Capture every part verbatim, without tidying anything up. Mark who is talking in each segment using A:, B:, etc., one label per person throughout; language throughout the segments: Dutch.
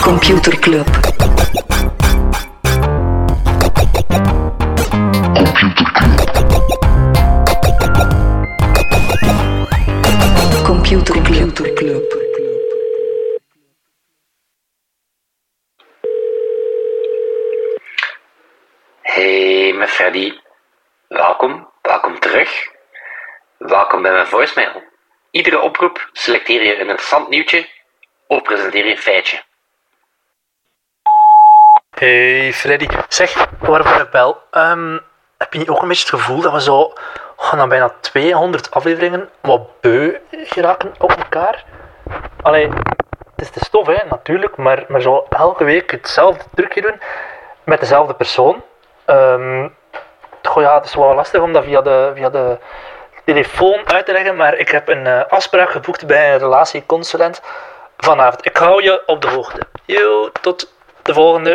A: Computer Club. Computer Club. Computer Club.
B: Hey, met Freddy. Welkom, welkom terug. Welkom bij mijn voicemail. Iedere oproep selecteer je een interessant nieuwtje of presenteer je een feitje.
C: Hey Freddy, zeg, waarvoor ik bel? Um, heb je niet ook een beetje het gevoel dat we zo oh, na bijna tweehonderd afleveringen wat beu geraken op elkaar? Allee, het is de stof, hè, natuurlijk, maar, maar zo elke week hetzelfde trucje doen met dezelfde persoon. Um, goh, ja, het is wel lastig om dat via de, via de telefoon uit te leggen, maar ik heb een uh, afspraak geboekt bij een relatieconsulent vanavond. Ik hou je op de hoogte. Yo, tot de volgende.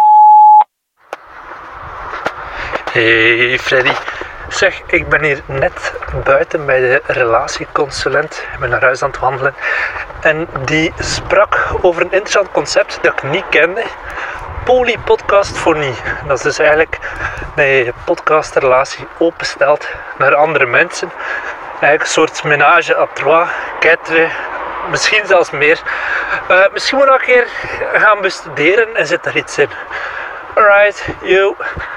C: Hey Freddy. Zeg, ik ben hier net buiten bij de relatieconsulent. Ik ben naar huis aan het wandelen. En die sprak over een interessant concept dat ik niet kende. Polypodcastfonie. Dat is dus eigenlijk dat je je podcastrelatie openstelt naar andere mensen. Eigenlijk een soort ménage à trois, quatre, misschien zelfs meer. Uh, misschien moet ik een keer gaan bestuderen en zit daar iets in. Alright, yo.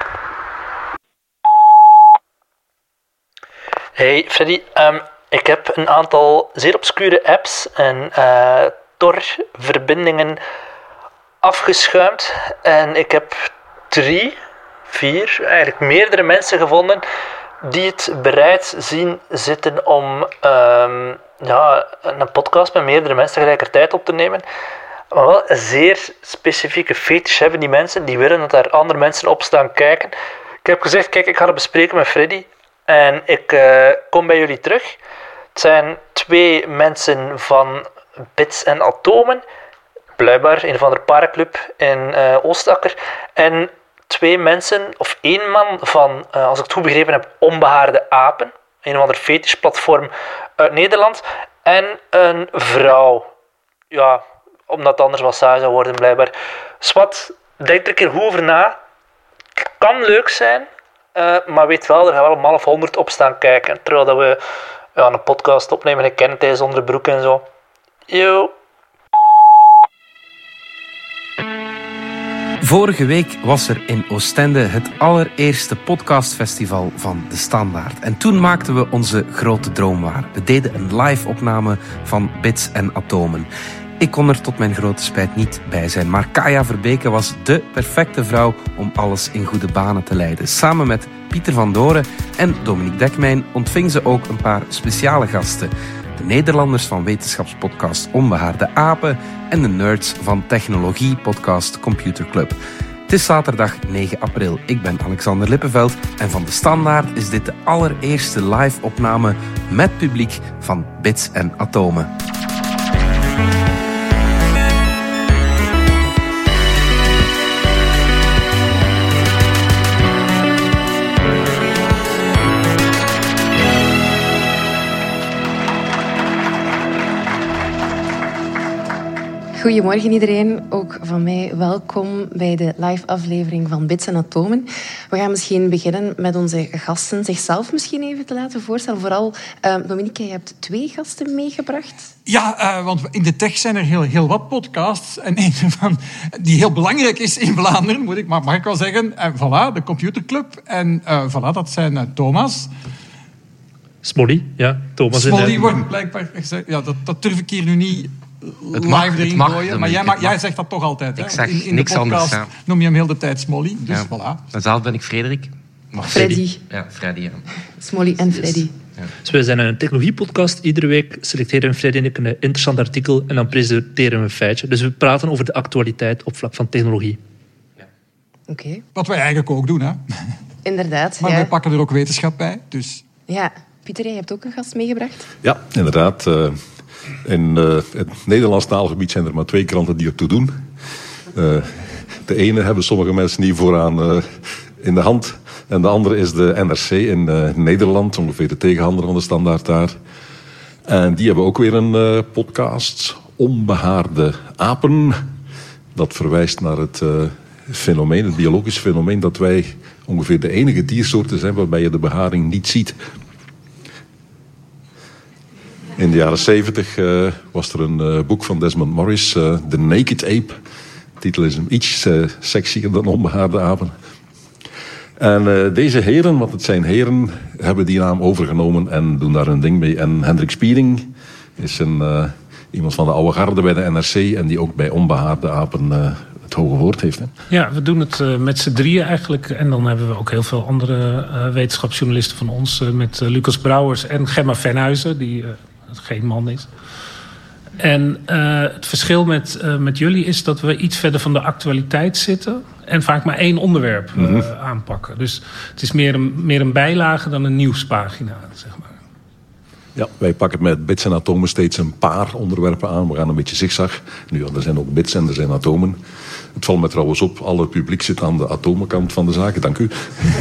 C: Hey Freddy, um, ik heb een aantal zeer obscure apps en uh, Tor-verbindingen afgeschuimd. En ik heb drie, vier, eigenlijk meerdere mensen gevonden die het bereid zien zitten om um, ja, een podcast met meerdere mensen tegelijkertijd op te nemen. Maar wel een zeer specifieke fetish hebben die mensen. Die willen dat daar andere mensen op staan kijken. Ik heb gezegd, kijk, ik ga het bespreken met Freddy. En ik uh, kom bij jullie terug. Het zijn twee mensen van Bits en Atomen. Blijkbaar een van de paraclub in uh, Oostakker. En twee mensen, of één man van, uh, als ik het goed begrepen heb, Onbehaarde Apen. Een of ander fetishplatform uit Nederland. En een vrouw. Ja, omdat het anders wat saai zou worden, blijkbaar. Swat, denk er een keer goed over na. Kan leuk zijn. Uh, maar weet wel, er gaan wel om half honderd op staan kijken. Terwijl dat we ja, een podcast opnemen. Ik ken het tijdens onder broek en zo. Yo.
D: Vorige week was er in Oostende het allereerste podcastfestival van De Standaard. En toen maakten we onze grote droom waar. We deden een live-opname van Bits en Atomen. Ik kon er tot mijn grote spijt niet bij zijn, maar Kaya Verbeke was dé perfecte vrouw om alles in goede banen te leiden. Samen met Pieter van Doren en Dominique Dekmijn ontving ze ook een paar speciale gasten. De Nederlanders van wetenschapspodcast Onbehaarde Apen en de nerds van technologie-podcast Computer Club. Het is zaterdag negen april. Ik ben Alexander Lippenveld en van De Standaard is dit de allereerste live-opname met publiek van Bits en Atomen.
E: Goedemorgen iedereen, ook van mij welkom bij de live aflevering van Bits en Atomen. We gaan misschien beginnen met onze gasten zichzelf misschien even te laten voorstellen. Vooral, uh, Dominique, je hebt twee gasten meegebracht.
F: Ja, uh, want in de tech zijn er heel, heel wat podcasts. En een van die heel belangrijk is in Vlaanderen, moet ik, maar mag ik wel zeggen. En voilà, de Computer Club. En uh, voilà, dat zijn uh, Thomas.
C: Smolly, ja. Thomas
F: Smolly
C: in
F: wordt blijkbaar gezegd. Ja, dat, dat durf ik hier nu niet
G: Het mag,
F: live erin
G: het mag,
F: gooien. Maar jij,
G: mag.
F: jij zegt dat toch altijd.
G: Ik
F: hè?
G: zeg
F: in, in
G: niks
F: de podcast
G: anders. Ja.
F: Noem je hem heel de tijd Smolly. Dus
G: ja.
F: voilà.
G: Zelf ben ik Frederik.
E: Mag Freddy.
G: Ja, Freddy. Ja.
E: Smolly en Freddy.
C: Ja. Dus wij zijn een technologiepodcast. Iedere week selecteren Freddy en ik een interessant artikel en dan presenteren we een feitje. Dus we praten over de actualiteit op vlak van technologie.
E: Ja. Oké. Okay.
F: Wat wij eigenlijk ook doen, hè?
E: Inderdaad.
F: Maar
E: ja.
F: wij pakken er ook wetenschap bij. Dus.
E: Ja. Pieter, jij hebt ook een gast meegebracht?
H: Ja, inderdaad. Uh, in uh, het Nederlands taalgebied zijn er maar twee kranten die ertoe doen. Uh, de ene hebben sommige mensen niet vooraan uh, in de hand. En de andere is de N R C in uh, Nederland, ongeveer de tegenhander van de Standaard daar. En die hebben ook weer een uh, podcast, Onbehaarde Apen. Dat verwijst naar het uh, fenomeen, het biologische fenomeen, dat wij ongeveer de enige diersoorten zijn waarbij je de beharing niet ziet. In de jaren zeventig uh, was er een uh, boek van Desmond Morris, uh, The Naked Ape. De titel is hem iets uh, sexier dan onbehaarde apen. En uh, deze heren, want het zijn heren, hebben die naam overgenomen en doen daar hun ding mee. En Hendrik Spiering is een, uh, iemand van de oude garde bij de N R C en die ook bij onbehaarde apen uh, het hoge woord heeft. Hè?
I: Ja, we doen het uh, met z'n drieën eigenlijk. En dan hebben we ook heel veel andere uh, wetenschapsjournalisten van ons. Uh, met uh, Lucas Brouwers en Gemma Venhuizen, die uh, geen man is. En uh, het verschil met, uh, met jullie is dat we iets verder van de actualiteit zitten. En vaak maar één onderwerp uh, mm-hmm. aanpakken. Dus het is meer een, meer een bijlage dan een nieuwspagina, zeg maar.
H: Ja, wij pakken met bits en atomen steeds een paar onderwerpen aan. We gaan een beetje zigzag. Nu, er zijn ook bits en er zijn atomen. Het valt me trouwens op, al het publiek zit aan de atomenkant van de zaken. Dank u.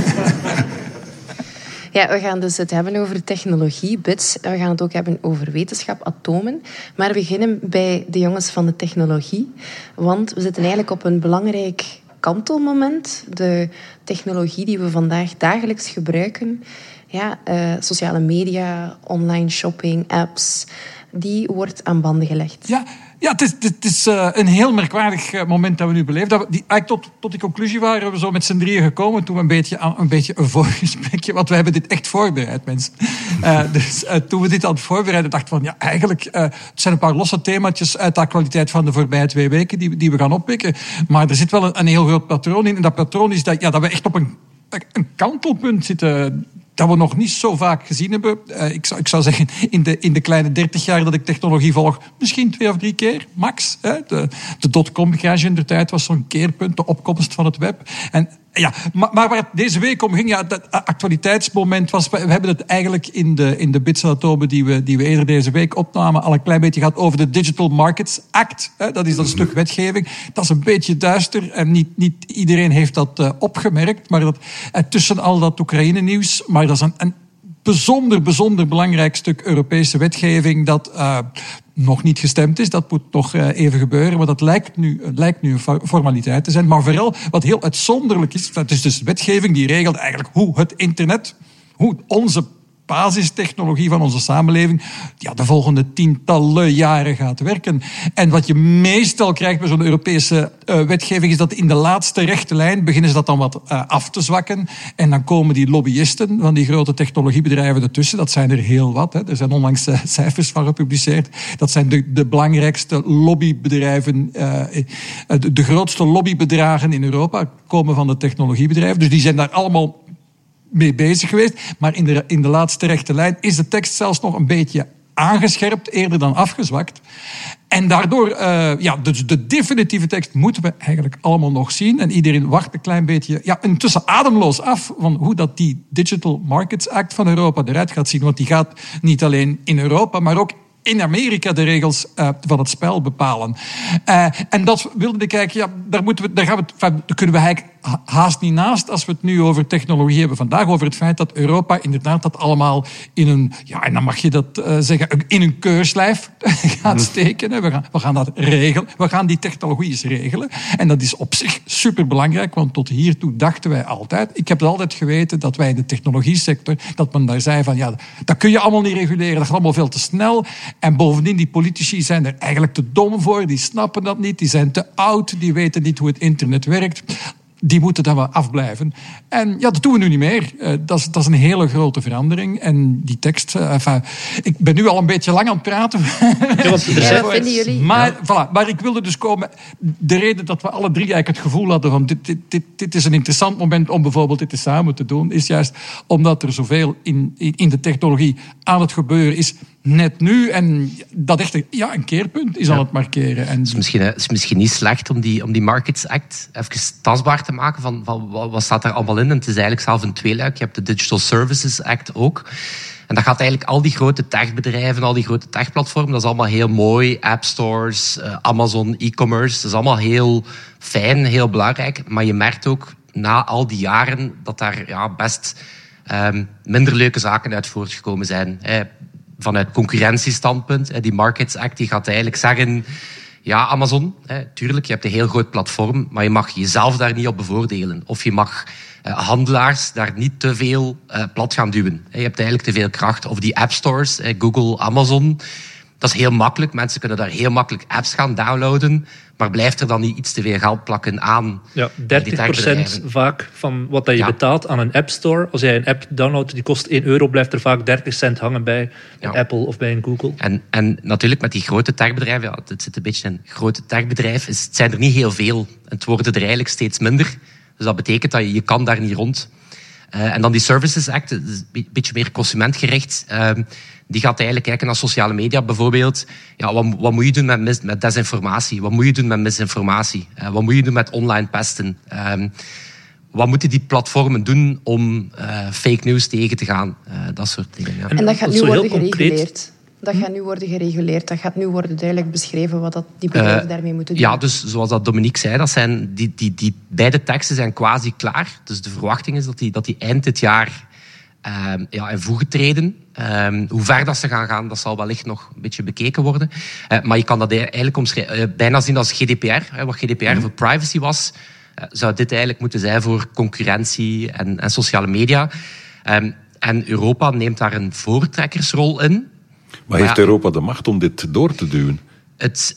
E: Ja, we gaan dus het hebben over technologie, bits. We gaan het ook hebben over wetenschap, atomen. Maar we beginnen bij de jongens van de technologie. Want we zitten eigenlijk op een belangrijk kantelmoment. De technologie die we vandaag dagelijks gebruiken. Ja, uh, sociale media, online shopping, apps, die wordt aan banden gelegd.
F: Ja, ja het is, het is uh, een heel merkwaardig moment dat we nu beleven. Dat we, die, eigenlijk tot, tot die conclusie waren we zo met z'n drieën gekomen. Toen we een beetje, een beetje een voorgesprekje, want we hebben dit echt voorbereid, mensen. Uh, dus uh, toen we dit aan het voorbereiden, dachten we van ja, eigenlijk, uh, het zijn een paar losse themaatjes uit de actualiteit van de voorbije twee weken die, die we gaan oppikken. Maar er zit wel een, een heel groot patroon in. En dat patroon is dat, ja, dat we echt op een, een kantelpunt zitten. Dat we nog niet zo vaak gezien hebben. Uh, ik, zou, ik zou zeggen, in de, in de kleine dertig jaar dat ik technologie volg, misschien twee of drie keer, max. Hè. De, de dotcom-crash in de tijd was zo'n keerpunt, de opkomst van het web. En ja, maar, maar waar het deze week om ging, ja, dat actualiteitsmoment was, we hebben het eigenlijk in de, in de bits en atomen die we, die we eerder deze week opnamen, al een klein beetje gehad over de Digital Markets Act. Hè. Dat is dat stuk wetgeving. Dat is een beetje duister en niet, niet iedereen heeft dat uh, opgemerkt, maar dat, uh, tussen al dat Oekraïne-nieuws, maar dat is een, een bijzonder, bijzonder belangrijk stuk Europese wetgeving dat uh, nog niet gestemd is. Dat moet nog uh, even gebeuren, maar dat lijkt nu, lijkt nu een formaliteit te zijn. Maar vooral, wat heel uitzonderlijk is, dat is dus wetgeving die regelt eigenlijk hoe het internet, hoe onze basistechnologie van onze samenleving ja, de volgende tientallen jaren gaat werken. En wat je meestal krijgt bij zo'n Europese uh, wetgeving is dat in de laatste rechte lijn beginnen ze dat dan wat uh, af te zwakken. En dan komen die lobbyisten van die grote technologiebedrijven ertussen. Dat zijn er heel wat. Hè. Er zijn onlangs uh, cijfers van gepubliceerd. Dat zijn de, de belangrijkste lobbybedrijven. Uh, de, de grootste lobbybedragen in Europa komen van de technologiebedrijven. Dus die zijn daar allemaal mee bezig geweest. Maar in de, in de laatste rechte lijn is de tekst zelfs nog een beetje aangescherpt, eerder dan afgezwakt. En daardoor, uh, ja, dus de definitieve tekst moeten we eigenlijk allemaal nog zien. En iedereen wacht een klein beetje, ja, intussen ademloos af van hoe dat die Digital Markets Act van Europa eruit gaat zien. Want die gaat niet alleen in Europa, maar ook in Amerika de regels uh, van het spel bepalen. Uh, en dat wilde ik kijken, ja, daar, moeten we, daar, gaan we het, daar kunnen we eigenlijk haast niet naast als we het nu over technologie hebben vandaag, over het feit dat Europa inderdaad dat allemaal in een, ja, en dan mag je dat uh, zeggen, in een keurslijf gaat steken. We gaan, we gaan dat regelen. We gaan die technologie eens regelen. En dat is op zich superbelangrijk, want tot hiertoe dachten wij altijd, ik heb het altijd geweten dat wij in de technologiesector, dat men daar zei van, ja, dat kun je allemaal niet reguleren, dat gaat allemaal veel te snel. En bovendien, die politici zijn er eigenlijk te dom voor, die snappen dat niet, die zijn te oud, die weten niet hoe het internet werkt. Die moeten dan wel afblijven. En ja, dat doen we nu niet meer. Uh, dat, is, dat is een hele grote verandering. En die tekst... Uh, enfin, ik ben nu al een beetje lang aan het praten.
E: Ja, wat vinden jullie?
F: Maar, ja. voilà, maar ik wilde dus komen... De reden dat we alle drie eigenlijk het gevoel hadden van... Dit, dit, dit, dit is een interessant moment om bijvoorbeeld dit samen te doen... is juist omdat er zoveel in, in, in de technologie aan het gebeuren is... Net nu, en dat echt ja, een keerpunt is ja. aan het markeren. En...
G: Het is misschien, het is misschien niet slecht om die, om die Markets Act even tastbaar te maken van, van wat staat daar allemaal in. En het is eigenlijk zelf een tweeluik. Je hebt de Digital Services Act ook. En dat gaat eigenlijk al die grote techbedrijven, al die grote techplatformen, dat is allemaal heel mooi. App stores, Amazon, e-commerce, dat is allemaal heel fijn, heel belangrijk. Maar je merkt ook na al die jaren dat daar ja, best um, minder leuke zaken uit voortgekomen zijn. Vanuit concurrentiestandpunt, die Markets Act, die gaat eigenlijk zeggen... Ja, Amazon, hè, tuurlijk, je hebt een heel groot platform, maar je mag jezelf daar niet op bevoordelen. Of je mag uh, handelaars daar niet te veel uh, plat gaan duwen. Je hebt eigenlijk te veel kracht. Of die appstores, uh, Google, Amazon, dat is heel makkelijk. Mensen kunnen daar heel makkelijk apps gaan downloaden, maar blijft er dan niet iets te veel geld plakken aan?
J: Ja, dertig procent vaak van wat dat je ja. betaalt aan een app store. Als jij een app downloadt die kost één euro, blijft er vaak dertig cent hangen bij een ja. Apple of bij een Google.
G: En, en natuurlijk met die grote techbedrijven, ja, het zit een beetje in een grote techbedrijf, is, het zijn er niet heel veel. Het worden er eigenlijk steeds minder. Dus dat betekent dat je, je kan daar niet rond. Uh, en dan die Services Act, een beetje meer consumentgericht. Uh, die gaat eigenlijk kijken naar sociale media bijvoorbeeld. Ja, wat, wat moet je doen met, mis, met desinformatie? Wat moet je doen met misinformatie? Uh, wat moet je doen met online pesten? Uh, wat moeten die platformen doen om uh, fake news tegen te gaan? Uh, dat soort dingen. Ja.
E: En, en dat gaat nu worden gereguleerd? Dat gaat nu worden gereguleerd. Dat gaat nu worden duidelijk beschreven wat dat die bedrijven uh, daarmee moeten doen.
G: Ja, dus zoals dat Dominique zei, dat zijn die, die, die beide teksten zijn quasi klaar. Dus de verwachting is dat die, dat die eind dit jaar uh, ja, in voege treden. Uh, hoe ver dat ze gaan gaan, dat zal wellicht nog een beetje bekeken worden. Uh, maar je kan dat eigenlijk omschrijven, uh, bijna zien als G D P R. Uh, wat G D P R mm. voor privacy was, uh, zou dit eigenlijk moeten zijn voor concurrentie en, en sociale media. Um, en Europa neemt daar een voortrekkersrol in.
H: Maar heeft ja, Europa de macht om dit door te duwen?
G: Het,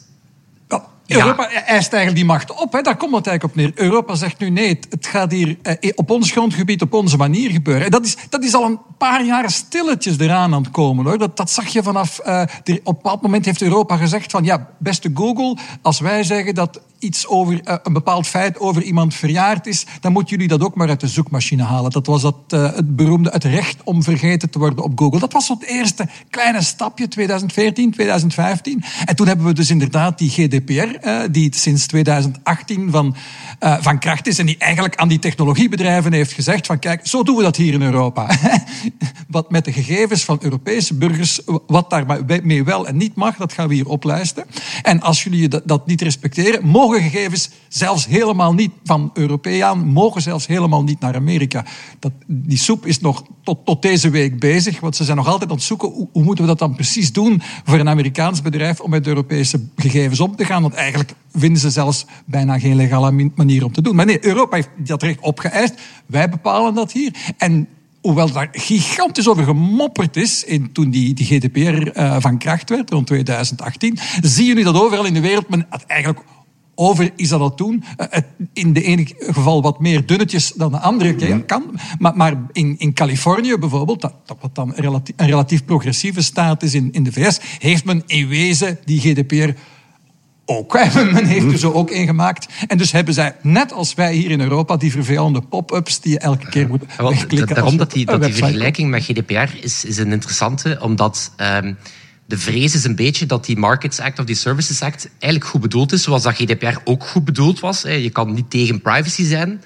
F: ja. Europa eist eigenlijk die macht op. Hè. Daar komt het eigenlijk op neer. Europa zegt nu nee, het gaat hier eh, op ons grondgebied op onze manier gebeuren. Dat is, dat is al een paar jaar stilletjes eraan aan het komen. Hoor. Dat, dat zag je vanaf... Uh, de, op een bepaald moment heeft Europa gezegd van ja, beste Google, als wij zeggen dat iets over uh, een bepaald feit over iemand verjaard is, dan moeten jullie dat ook maar uit de zoekmachine halen. Dat was dat, uh, het beroemde het recht om vergeten te worden op Google. Dat was het eerste kleine stapje, twintig veertien, twintig vijftien. En toen hebben we dus inderdaad die G D P R, uh, die sinds twintig achttien van, uh, van kracht is en die eigenlijk aan die technologiebedrijven heeft gezegd van kijk, zo doen we dat hier in Europa. Wat met de gegevens van Europese burgers, wat daarmee wel en niet mag, dat gaan we hier oplijsten. En als jullie dat, dat niet respecteren, mogen gegevens zelfs helemaal niet van Europeaan, mogen zelfs helemaal niet naar Amerika. Dat, die soep is nog tot, tot deze week bezig, want ze zijn nog altijd aan het zoeken hoe, hoe moeten we dat dan precies doen voor een Amerikaans bedrijf om met de Europese gegevens om te gaan, want eigenlijk vinden ze zelfs bijna geen legale manier om te doen. Maar nee, Europa heeft dat recht opgeëist. Wij bepalen dat hier. En hoewel daar gigantisch over gemopperd is in, toen die, die G D P R uh, van kracht werd, rond twintig achttien, zie je nu dat overal in de wereld men het eigenlijk over is dat al toen. Uh, het, in de ene geval wat meer dunnetjes dan de andere keer kan. Maar, maar in, in Californië bijvoorbeeld, dat, dat wat dan relatief, een relatief progressieve staat is in, in de V S, heeft men in wezen die G D P R ook. Men heeft er zo ook een gemaakt. En dus hebben zij, net als wij hier in Europa, die vervelende pop-ups die je elke keer moet
G: ja, wegklikken. Daarom dat die, dat die vergelijking met G D P R is, is een interessante, omdat um, de vrees is een beetje dat die Markets Act of die Services Act eigenlijk goed bedoeld is, zoals dat G D P R ook goed bedoeld was. Je kan niet tegen privacy zijn.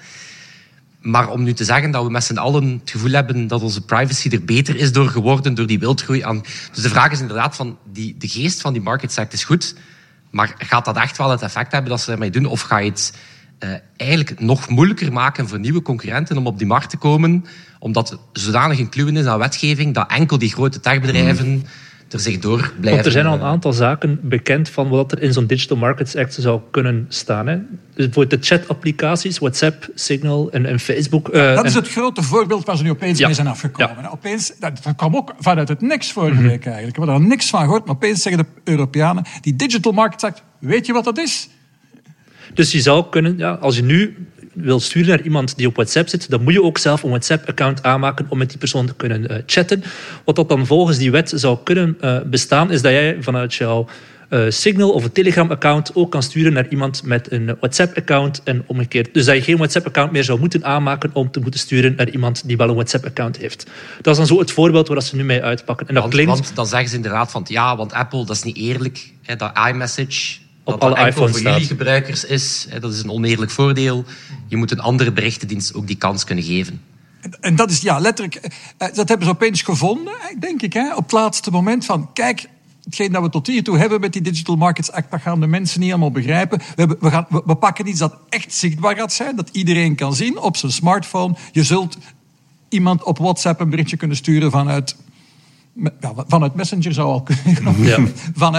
G: Maar om nu te zeggen dat we met z'n allen het gevoel hebben dat onze privacy er beter is door geworden, door die wildgroei aan. Dus de vraag is inderdaad van, die, de geest van die Markets Act is goed, maar gaat dat echt wel het effect hebben dat ze ermee doen? Of ga je het uh, eigenlijk nog moeilijker maken voor nieuwe concurrenten om op die markt te komen, omdat het zodanig een kluwen is aan wetgeving dat enkel die grote techbedrijven mm. er zich door blijven.
J: Want er zijn al een aantal zaken bekend van wat er in zo'n Digital Markets Act zou kunnen staan. Hè? Dus bijvoorbeeld de chat-applicaties, WhatsApp, Signal en, en Facebook. Uh,
F: dat is
J: en...
F: het grote voorbeeld waar ze nu opeens ja. mee zijn afgekomen. Ja. Opeens, dat kwam ook vanuit het niks vorige mm-hmm. week eigenlijk. We hadden er niks van gehoord, maar opeens zeggen de Europeanen, die Digital Markets Act, weet je wat dat is?
J: Dus je zou kunnen, ja, als je nu wil sturen naar iemand die op WhatsApp zit, dan moet je ook zelf een WhatsApp-account aanmaken om met die persoon te kunnen uh, chatten. Wat dat dan volgens die wet zou kunnen uh, bestaan, is dat jij vanuit jouw uh, Signal of een Telegram-account ook kan sturen naar iemand met een WhatsApp-account en omgekeerd. Dus dat je geen WhatsApp-account meer zou moeten aanmaken om te moeten sturen naar iemand die wel een WhatsApp-account heeft. Dat is dan zo het voorbeeld waar ze nu mee uitpakken. En dat
G: want,
J: klinkt...
G: want dan zeggen ze inderdaad van ja, want Apple, dat is niet eerlijk. Hè, dat iMessage...
J: op
G: dat
J: alle iPhones
G: voor jullie gebruikers is, dat is een oneerlijk voordeel. Je moet een andere berichtendienst ook die kans kunnen geven.
F: En, en dat is, ja, letterlijk... Dat hebben ze opeens gevonden, denk ik, hè, op het laatste moment van... Kijk, hetgeen dat we tot hiertoe hebben met die Digital Markets Act, dat gaan de mensen niet allemaal begrijpen. We, hebben, we, gaan, we, we pakken iets dat echt zichtbaar gaat zijn, dat iedereen kan zien op zijn smartphone. Je zult iemand op WhatsApp een berichtje kunnen sturen vanuit... Ja, vanuit Messenger zou al kunnen. Ja. Vanuit...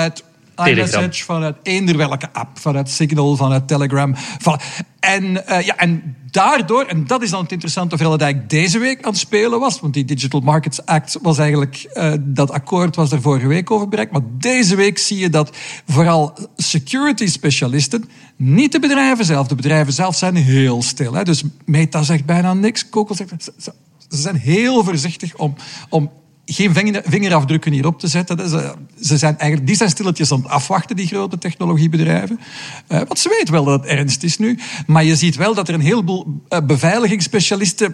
F: iMessage, vanuit eender welke app, vanuit Signal, vanuit Telegram. Van, en, uh, ja, en daardoor, en dat is dan het interessante vooral dat ik deze week aan het spelen was, want die Digital Markets Act was eigenlijk, uh, dat akkoord was er vorige week over bereikt, maar deze week zie je dat vooral security specialisten, niet de bedrijven zelf, de bedrijven zelf zijn heel stil. Hè? Dus Meta zegt bijna niks, Google zegt, ze, ze zijn heel voorzichtig om, om geen vingerafdrukken hierop te zetten. Ze, ze zijn eigenlijk, die zijn stilletjes aan het afwachten, die grote technologiebedrijven. Uh, want ze weten wel dat het ernst is nu. Maar je ziet wel dat er een heleboel uh, beveiligingsspecialisten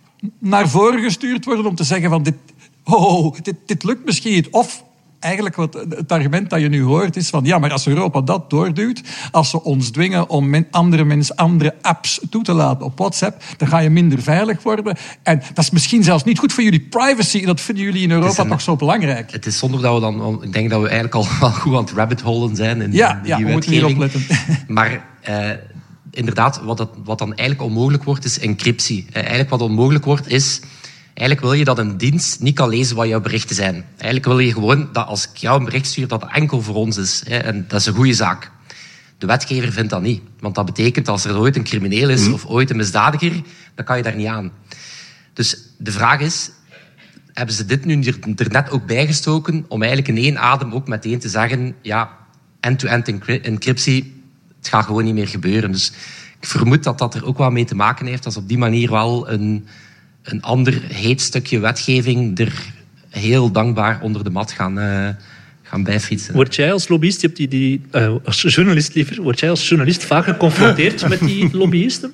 F: naar voren gestuurd worden om te zeggen van dit, oh, dit, dit lukt misschien niet. Of eigenlijk wat het argument dat je nu hoort is van ja, maar als Europa dat doorduwt, als ze ons dwingen om men, andere mensen, andere apps toe te laten op WhatsApp, dan ga je minder veilig worden. En dat is misschien zelfs niet goed voor jullie privacy. Dat vinden jullie in Europa een, toch zo belangrijk.
G: Het is zonder dat we dan, ik denk dat we eigenlijk al wel goed aan het rabbit holen zijn in,
F: ja,
G: in die
F: ja, we
G: wetgeving.
F: moeten hierop letten.
G: Maar uh, inderdaad, wat, dat, wat dan eigenlijk onmogelijk wordt, is encryptie. Uh, eigenlijk wat onmogelijk wordt, is Eigenlijk wil je dat een dienst niet kan lezen wat jouw berichten zijn. Eigenlijk wil je gewoon dat als ik jou een bericht stuur, dat het enkel voor ons is. Hè? En dat is een goede zaak. De wetgever vindt dat niet. Want dat betekent als er ooit een crimineel is mm. of ooit een misdadiger, dan kan je daar niet aan. Dus de vraag is, hebben ze dit nu er net ook bijgestoken om eigenlijk in één adem ook meteen te zeggen, ja, end-to-end encryptie, het gaat gewoon niet meer gebeuren. Dus ik vermoed dat dat er ook wel mee te maken heeft, dat ze op die manier wel een, een ander heet stukje wetgeving er heel dankbaar onder de mat gaan, uh, gaan bijfietsen.
J: Word jij als lobbyist, je hebt die, die, uh, als journalist liever, word jij als journalist vaak geconfronteerd met die lobbyisten?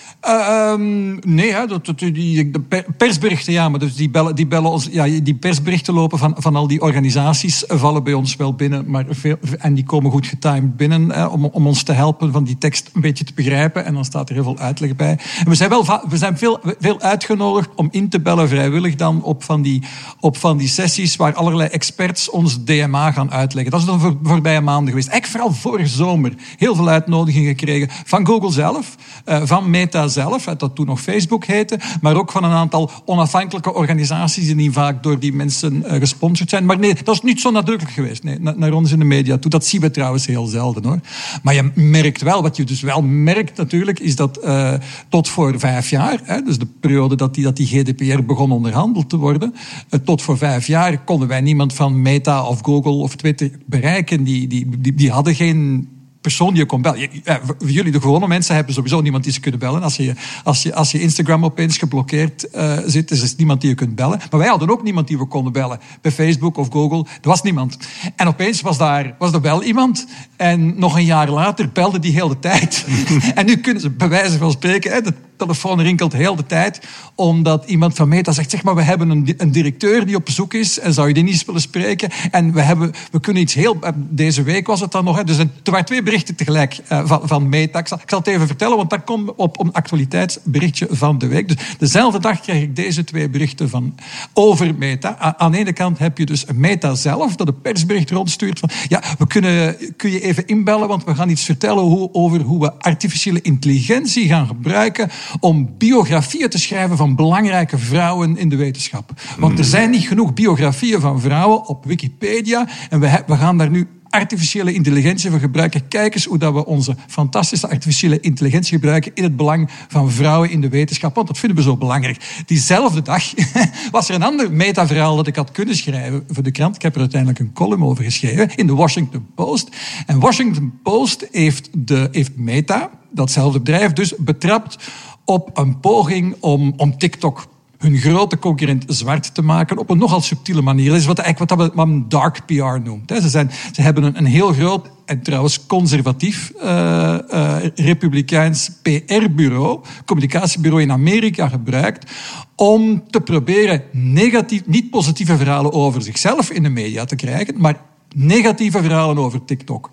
F: Uh, um, nee, hè, dat, dat, die, de persberichten, ja, maar dus die, bellen, die, bellen ons, ja, die persberichten lopen van, van al die organisaties vallen bij ons wel binnen, maar veel, en die komen goed getimed binnen hè, om, om ons te helpen van die tekst een beetje te begrijpen en dan staat er heel veel uitleg bij. En we zijn, wel, we zijn veel, veel uitgenodigd om in te bellen, vrijwillig dan, op van die, op van die sessies waar allerlei experts ons D M A gaan uitleggen. Dat is dan voor, voorbije maanden geweest. Eigenlijk vooral vorige zomer heel veel uitnodigingen gekregen van Google zelf, uh, van Meta zelf, dat toen nog Facebook heette, maar ook van een aantal onafhankelijke organisaties die vaak door die mensen uh, gesponsord zijn. Maar nee, dat is niet zo nadrukkelijk geweest. Nee, na, naar ons in de media toe. Dat zien we trouwens heel zelden, hoor. Maar je merkt wel, wat je dus wel merkt natuurlijk, is dat uh, tot voor vijf jaar, hè, dus de periode dat die, dat die G D P R begon onderhandeld te worden, uh, tot voor vijf jaar konden wij niemand van Meta of Google of Twitter bereiken. Die, die, die, die hadden geen persoon die je kon bellen. Ja, jullie, de gewone mensen, hebben sowieso niemand die ze kunnen bellen. Als je, als je, als je Instagram opeens geblokkeerd uh, zit, is er niemand die je kunt bellen. Maar wij hadden ook niemand die we konden bellen. Bij Facebook of Google, er was niemand. En opeens was daar, was er wel iemand. En nog een jaar later belde die heel de tijd. En nu kunnen ze bij wijze van spreken, hè, de telefoon rinkelt heel de tijd, omdat iemand van Meta zegt, zeg maar, we hebben een, een directeur die op bezoek is en zou je die niet eens willen spreken? En we, hebben, we kunnen iets heel... Deze week was het dan nog, hè, dus er waren twee berichten tegelijk uh, van, van Meta. Ik zal, ik zal het even vertellen, want dat komt op een actualiteitsberichtje van de week. Dus dezelfde dag krijg ik deze twee berichten van, over Meta. A, aan de ene kant heb je dus Meta zelf, dat een persbericht rondstuurt van, ja, we kunnen, kun je even inbellen, want we gaan iets vertellen hoe, over hoe we artificiële intelligentie gaan gebruiken om biografieën te schrijven van belangrijke vrouwen in de wetenschap. Want er zijn niet genoeg biografieën van vrouwen op Wikipedia en we, we gaan daar nu artificiële intelligentie voor gebruiken. Kijk eens hoe dat we onze fantastische artificiële intelligentie gebruiken in het belang van vrouwen in de wetenschap, want dat vinden we zo belangrijk. Diezelfde dag was er een ander meta-verhaal dat ik had kunnen schrijven voor de krant. Ik heb er uiteindelijk een column over geschreven in de Washington Post. En Washington Post heeft, de, heeft Meta, datzelfde bedrijf, dus betrapt op een poging om, om TikTok, hun grote concurrent, zwart te maken op een nogal subtiele manier. Dat is wat, eigenlijk wat dat men dark P R noemt. Ze, zijn, ze hebben een, een heel groot en trouwens conservatief uh, uh, republikeins P R-bureau, communicatiebureau in Amerika gebruikt om te proberen negatief, niet positieve verhalen over zichzelf in de media te krijgen, maar negatieve verhalen over TikTok.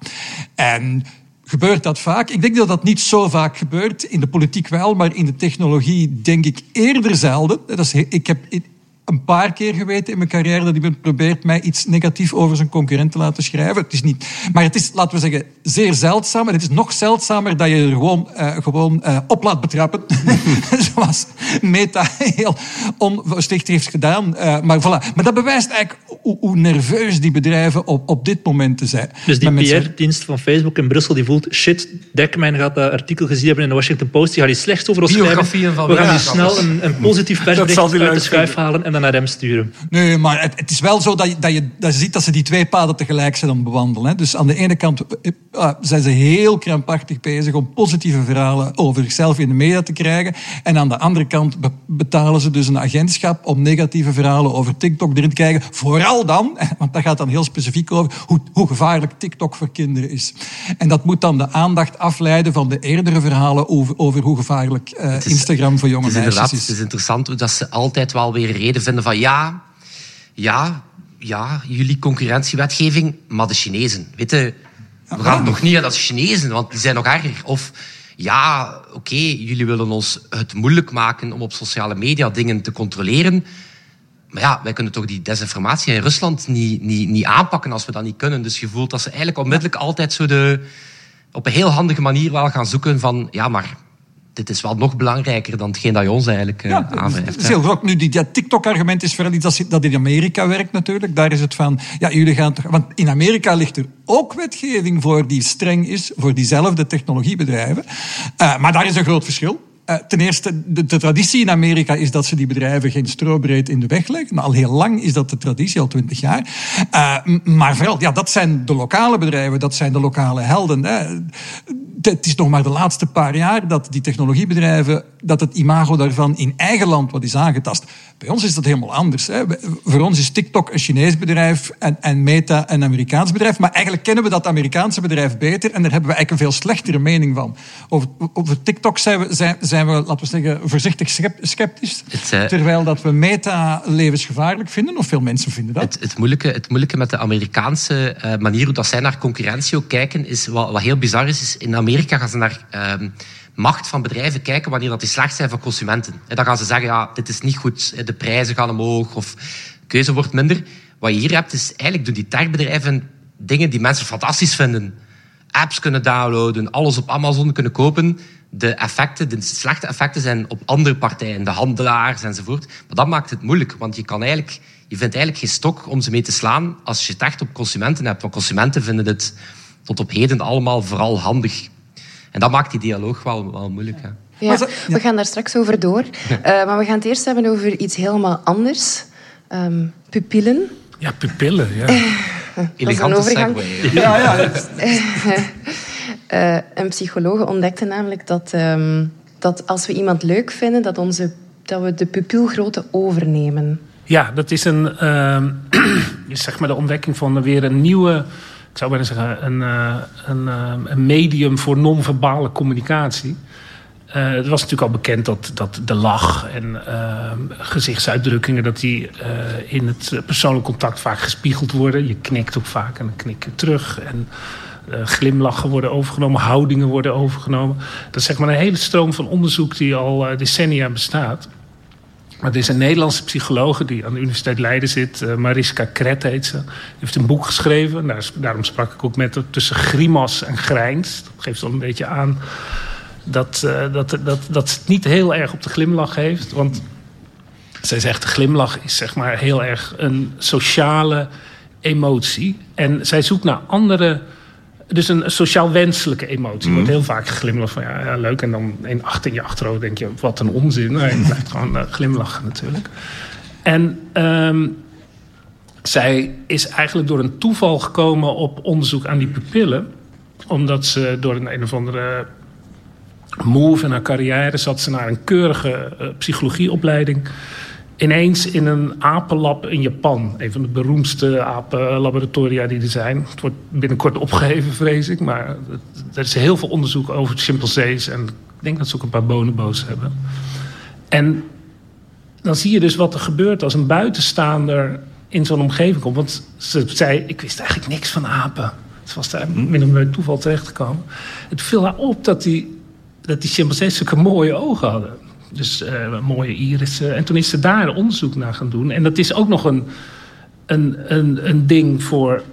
F: En gebeurt dat vaak? Ik denk dat dat niet zo vaak gebeurt. In de politiek wel, maar in de technologie denk ik eerder zelden. Dat is, ik heb, een paar keer geweten in mijn carrière dat iemand probeert mij iets negatiefs over zijn concurrent te laten schrijven. Het is niet, maar het is, laten we zeggen, zeer zeldzaam. En het is nog zeldzamer dat je er gewoon, uh, gewoon uh, op laat betrappen. Zoals Meta heel onvoorzichtig heeft gedaan. Uh, maar, voilà. maar dat bewijst eigenlijk hoe, hoe nerveus die bedrijven op, op dit moment te zijn.
J: Dus die P R-dienst van Facebook in Brussel die voelt, shit, Dekman gaat dat artikel gezien hebben in de Washington Post, die gaat iets slechts over ons schrijven.
G: Van
J: We gaan
G: ja,
J: nu snel een, een positief persbericht uit de schuif halen en dan naar hem sturen.
F: Nee, maar het, het is wel zo dat je, dat, je, dat je ziet dat ze die twee paden tegelijk zijn aan het bewandelen. Hè. Dus aan de ene kant uh, zijn ze heel krampachtig bezig om positieve verhalen over zichzelf in de media te krijgen. En aan de andere kant be- betalen ze dus een agentschap om negatieve verhalen over TikTok erin te krijgen. Vooral dan, want dat gaat dan heel specifiek over, hoe, hoe gevaarlijk TikTok voor kinderen is. En dat moet dan de aandacht afleiden van de eerdere verhalen over, over hoe gevaarlijk uh, is, Instagram voor jonge meisjes is.
G: Het is interessant hoe dat ze altijd wel weer reden vinden van ja, ja, ja, jullie concurrentiewetgeving, maar de Chinezen. Weet je, we gaan nog niet aan de Chinezen, want die zijn nog erger. Of ja, oké, okay, jullie willen ons het moeilijk maken om op sociale media dingen te controleren. Maar ja, wij kunnen toch die desinformatie in Rusland niet, niet, niet aanpakken als we dat niet kunnen. Dus je voelt dat ze eigenlijk onmiddellijk altijd zo de, op een heel handige manier wel gaan zoeken van ja, maar dit is wel nog belangrijker dan hetgeen dat je ons eigenlijk uh, ja, aanwrijft.
F: Dat is heel groot. Nu, die, dat TikTok-argument is vooral iets dat in Amerika werkt natuurlijk. Daar is het van, ja, jullie gaan toch... Want in Amerika ligt er ook wetgeving voor die streng is voor diezelfde technologiebedrijven. Uh, maar daar is een groot verschil. Uh, ten eerste, de, de traditie in Amerika is dat ze die bedrijven geen strobreed in de weg leggen. Nou, al heel lang is dat de traditie, al twintig jaar. Uh, maar vooral, ja, dat zijn de lokale bedrijven, dat zijn de lokale helden. Hè. Het is nog maar de laatste paar jaar dat die technologiebedrijven, dat het imago daarvan in eigen land wat is aangetast. Bij ons is dat helemaal anders. Hè. Voor ons is TikTok een Chinees bedrijf en, en Meta een Amerikaans bedrijf. Maar eigenlijk kennen we dat Amerikaanse bedrijf beter en daar hebben we eigenlijk een veel slechtere mening van. Over, over TikTok zijn we, zijn, zijn we, laten we zeggen, voorzichtig sceptisch. Het, uh, terwijl dat we Meta levensgevaarlijk vinden, of veel mensen vinden dat.
G: Het, het, moeilijke, het moeilijke met de Amerikaanse uh, manier hoe dat zij naar concurrentie ook kijken, is wat, wat heel bizar is, is in Amerika gaan ze naar uh, macht van bedrijven kijken wanneer dat die slecht zijn voor consumenten. En dan gaan ze zeggen, ja, dit is niet goed, de prijzen gaan omhoog of de keuze wordt minder. Wat je hier hebt, is eigenlijk doen die techbedrijven dingen die mensen fantastisch vinden. Apps kunnen downloaden, alles op Amazon kunnen kopen. De effecten, de slechte effecten zijn op andere partijen, de handelaars enzovoort. Maar dat maakt het moeilijk, want je, kan eigenlijk, je vindt eigenlijk geen stok om ze mee te slaan als je het echt op consumenten hebt. Want consumenten vinden het tot op heden allemaal vooral handig. En dat maakt die dialoog wel, wel moeilijk. Hè.
E: Ja, we gaan daar straks over door. Uh, maar we gaan het eerst hebben over iets helemaal anders. Um, pupillen.
I: Ja, pupillen, ja.
G: Elegante segway.
F: Ja, ja.
E: uh, een psycholoog ontdekte namelijk dat, um, dat als we iemand leuk vinden, dat, onze, dat we de pupilgrootte overnemen.
I: Ja, dat is een, uh, zeg maar de ontdekking van weer een nieuwe... Ik zou bijna zeggen, een, een, een medium voor non-verbale communicatie. Uh, het was natuurlijk al bekend dat, dat de lach en uh, gezichtsuitdrukkingen... dat die uh, in het persoonlijk contact vaak gespiegeld worden. Je knikt ook vaak en dan knik je terug. En uh, glimlachen worden overgenomen, houdingen worden overgenomen. Dat is zeg maar een hele stroom van onderzoek die al uh, decennia bestaat. Maar er is een Nederlandse psychologe die aan de Universiteit Leiden zit. Uh, Mariska Kret heet ze. Die heeft een boek geschreven. Daar, daarom sprak ik ook met haar tussen grimas en grijns. Dat geeft al een beetje aan dat, uh, dat, dat, dat ze het niet heel erg op de glimlach heeft. Want zij zegt, de glimlach is zeg maar heel erg een sociale emotie. En zij zoekt naar andere... Dus een sociaal wenselijke emotie. Er wordt heel vaak geglimlacht van ja, ja, leuk. En dan in, achter in je achterhoofd denk je, wat een onzin. Nee, je blijft gewoon uh, glimlachen natuurlijk. En um, zij is eigenlijk door een toeval gekomen op onderzoek aan die pupillen. Omdat ze door een een of andere move in haar carrière zat ze naar een keurige uh, psychologieopleiding. Ineens in een apenlab in Japan. Een van de beroemdste apenlaboratoria die er zijn. Het wordt binnenkort opgeheven, vrees ik. Maar er is heel veel onderzoek over chimpansees. En ik denk dat ze ook een paar bonobo's hebben. En dan zie je dus wat er gebeurt als een buitenstaander in zo'n omgeving komt. Want ze zei, ik wist eigenlijk niks van apen. Het was daar min of meer toeval terechtgekomen. Het viel haar op dat die, dat die chimpansees zulke mooie ogen hadden. Dus uh, mooie irissen. En toen is ze daar onderzoek naar gaan doen. En dat is ook nog een, een, een, een ding voor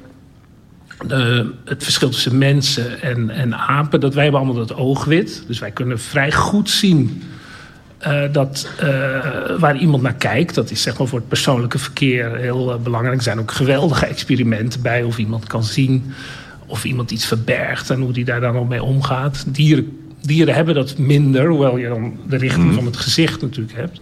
I: de, het verschil tussen mensen en, en apen. Dat wij hebben allemaal dat oogwit. Dus wij kunnen vrij goed zien uh, dat, uh, waar iemand naar kijkt. Dat is zeg maar voor het persoonlijke verkeer heel uh, belangrijk. Er zijn ook geweldige experimenten bij of iemand kan zien of iemand iets verbergt en hoe die daar dan ook mee omgaat. Dieren, dieren hebben dat minder, hoewel je dan de richting mm. van het gezicht natuurlijk hebt.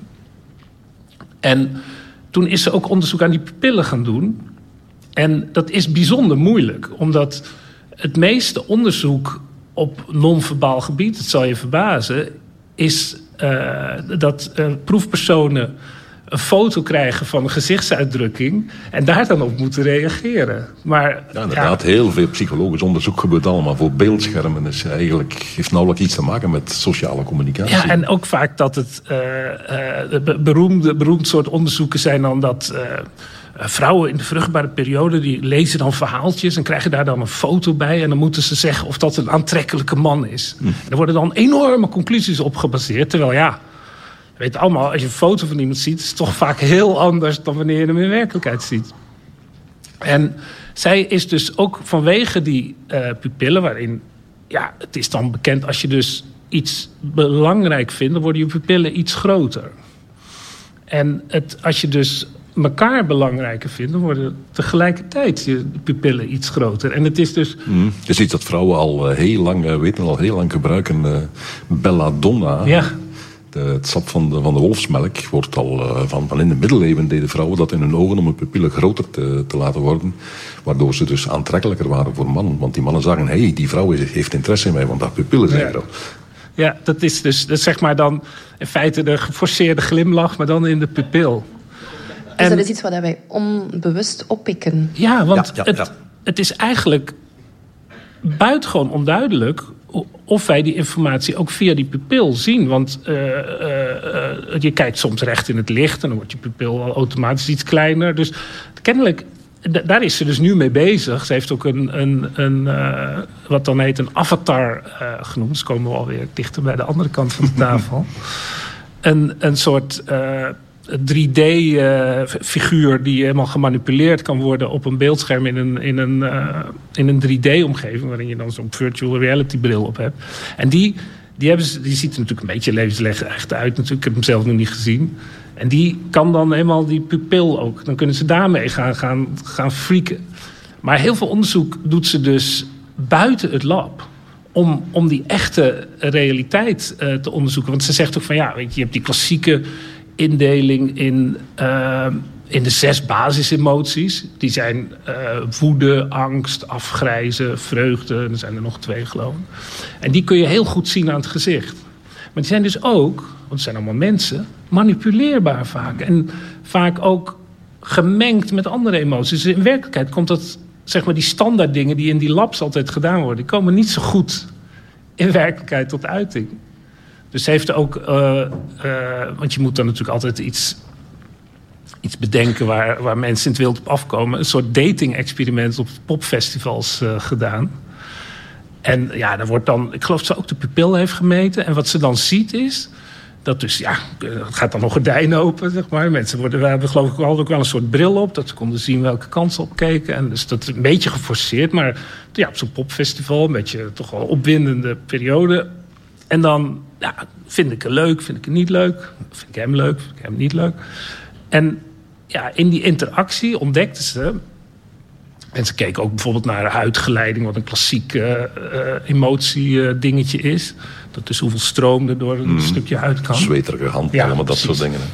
I: En toen is ze ook onderzoek aan die pupillen gaan doen. En dat is bijzonder moeilijk, omdat het meeste onderzoek op non-verbaal gebied, het zal je verbazen, is uh, dat uh, proefpersonen een foto krijgen van een gezichtsuitdrukking en daar dan op moeten reageren. Maar,
H: ja, inderdaad, ja. Heel veel psychologisch onderzoek gebeurt allemaal voor beeldschermen. Dus eigenlijk heeft nauwelijks iets te maken met sociale communicatie.
I: Ja, en ook vaak dat het uh, uh, beroemde, beroemd soort onderzoeken zijn dan dat Uh, vrouwen in de vruchtbare periode die lezen dan verhaaltjes en krijgen daar dan een foto bij en dan moeten ze zeggen of dat een aantrekkelijke man is. Hm. Er worden dan enorme conclusies op gebaseerd, terwijl ja, je weet allemaal, als je een foto van iemand ziet, is het toch vaak heel anders dan wanneer je hem in werkelijkheid ziet. En zij is dus ook vanwege die uh, pupillen, waarin, ja, het is dan bekend, als je dus iets belangrijk vindt, dan worden je pupillen iets groter. En het, als je dus elkaar belangrijker vindt, dan worden tegelijkertijd je pupillen iets groter. En het is dus
H: Mm, je ziet dat vrouwen al uh, heel lang, uh, weten al heel lang gebruiken uh, belladonna.
I: Ja.
H: De, het sap van de, van de wolfsmelk wordt al uh, van, van in de middeleeuwen deden vrouwen dat in hun ogen om hun pupillen groter te, te laten worden. Waardoor ze dus aantrekkelijker waren voor mannen. Want die mannen zagen, hé, hey, die vrouw heeft interesse in mij, want haar pupillen zijn
I: ja.
H: groot.
I: Ja, dat is dus dat is zeg maar dan in feite de geforceerde glimlach, maar dan in de pupil.
E: Dus en dat is iets wat wij onbewust oppikken.
I: Ja, want
H: ja, ja, ja.
I: Het, het is eigenlijk buitengewoon onduidelijk of wij die informatie ook via die pupil zien. Want uh, uh, uh, je kijkt soms recht in het licht en dan wordt je pupil al automatisch iets kleiner. Dus kennelijk, d- daar is ze dus nu mee bezig. Ze heeft ook een, een, een uh, wat dan heet een avatar uh, genoemd. Dus komen we alweer dichter bij de andere kant van de tafel. een, een soort Uh, drie D-figuur uh, die helemaal gemanipuleerd kan worden op een beeldscherm in een, in een, uh, in een drie D-omgeving, waarin je dan zo'n virtual reality-bril op hebt. En die, die, hebben ze, die ziet er natuurlijk een beetje levenslicht uit. Natuurlijk. Ik heb hem zelf nog niet gezien. En die kan dan helemaal die pupil ook. Dan kunnen ze daarmee gaan, gaan, gaan freaken. Maar heel veel onderzoek doet ze dus buiten het lab. Om, om die echte realiteit uh, te onderzoeken. Want ze zegt ook van ja, weet je, je hebt die klassieke indeling in, uh, in de zes basisemoties. Die zijn uh, woede, angst, afgrijzen, vreugde. En er zijn er nog twee, geloof ik. En die kun je heel goed zien aan het gezicht. Maar die zijn dus ook, want het zijn allemaal mensen, manipuleerbaar vaak. En vaak ook gemengd met andere emoties. Dus in werkelijkheid komt dat, zeg maar, die standaard dingen die in die labs altijd gedaan worden, die komen niet zo goed in werkelijkheid tot uiting. Dus ze heeft ook, uh, uh, want je moet dan natuurlijk altijd iets, iets bedenken waar, waar mensen in het wild op afkomen. Een soort dating-experiment op popfestivals uh, gedaan. En ja, daar wordt dan, ik geloof dat ze ook de pupil heeft gemeten. En wat ze dan ziet is dat dus, ja, het gaat dan nog gordijnen open, zeg maar. Mensen worden, we hebben geloof ik wel ook wel een soort bril op, dat ze konden zien welke kant ze op keken. En dus dat is een beetje geforceerd, maar ja, op zo'n popfestival, een beetje toch wel opwindende periode. En dan, ja, vind ik het leuk, vind ik het niet leuk. Vind ik hem leuk, vind ik hem niet leuk. En ja, in die interactie ontdekten ze, en ze keken ook bijvoorbeeld naar huidgeleiding, wat een klassiek uh, uh, emotie-dingetje uh, is. Dat is hoeveel stroom er door een mm, stukje huid kan.
H: Zweterige hand, ja, allemaal dat soort dingen. Hè.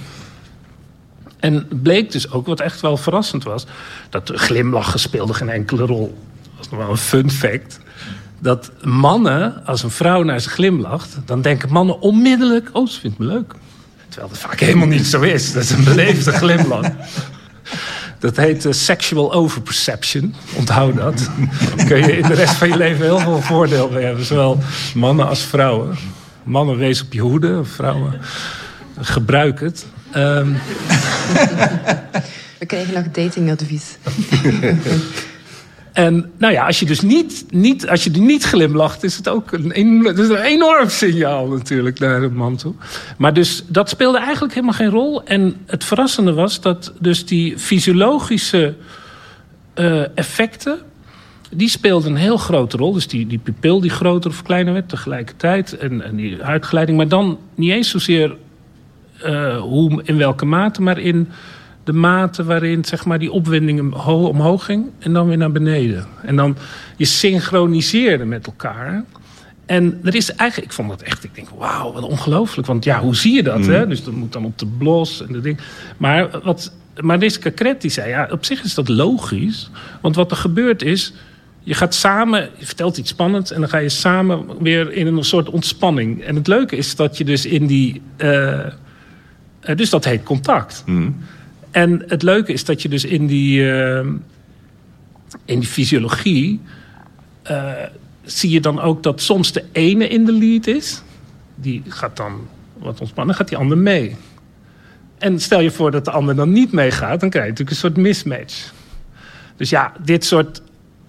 I: En bleek dus ook, wat echt wel verrassend was, dat de glimlachen speelde geen enkele rol. Dat was nog wel een fun fact. Dat mannen, als een vrouw naar ze glimlacht, dan denken mannen onmiddellijk, oh, ze vindt me leuk. Terwijl dat vaak helemaal niet zo is. Dat is een beleefde glimlach. Dat heet uh, sexual overperception. Onthoud dat. Daar kun je in de rest van je leven heel veel voordeel mee hebben. Zowel mannen als vrouwen. Mannen, wees op je hoede. Vrouwen, gebruik het. Um...
E: We krijgen nog datingadvies.
I: En nou ja, als je dus niet, niet, als je niet glimlacht, is het ook een, een, het is een enorm signaal natuurlijk naar een man toe. Maar dus dat speelde eigenlijk helemaal geen rol. En het verrassende was dat dus die fysiologische uh, effecten, die speelden een heel grote rol. Dus die, die pupil die groter of kleiner werd tegelijkertijd. En, en die huidgeleiding. Maar dan niet eens zozeer uh, hoe, in welke mate, maar in de mate waarin zeg maar, die opwinding omhoog ging en dan weer naar beneden. En dan je synchroniseerde met elkaar. En er is eigenlijk, ik vond dat echt, ik denk, wauw, wat ongelooflijk. Want ja, hoe zie je dat? Mm. Hè? Dus dat moet dan op de blos en de ding. Maar wat Mariska Kret die zei, ja, op zich is dat logisch. Want wat er gebeurt is, je gaat samen, je vertelt iets spannends en dan ga je samen weer in een soort ontspanning. En het leuke is dat je dus in die, uh, dus dat heet contact. Mm. En het leuke is dat je dus in die, uh, in die fysiologie Uh, zie je dan ook dat soms de ene in de lead is. Die gaat dan wat ontspannen, gaat die ander mee. En stel je voor dat de ander dan niet meegaat, dan krijg je natuurlijk een soort mismatch. Dus ja, dit soort,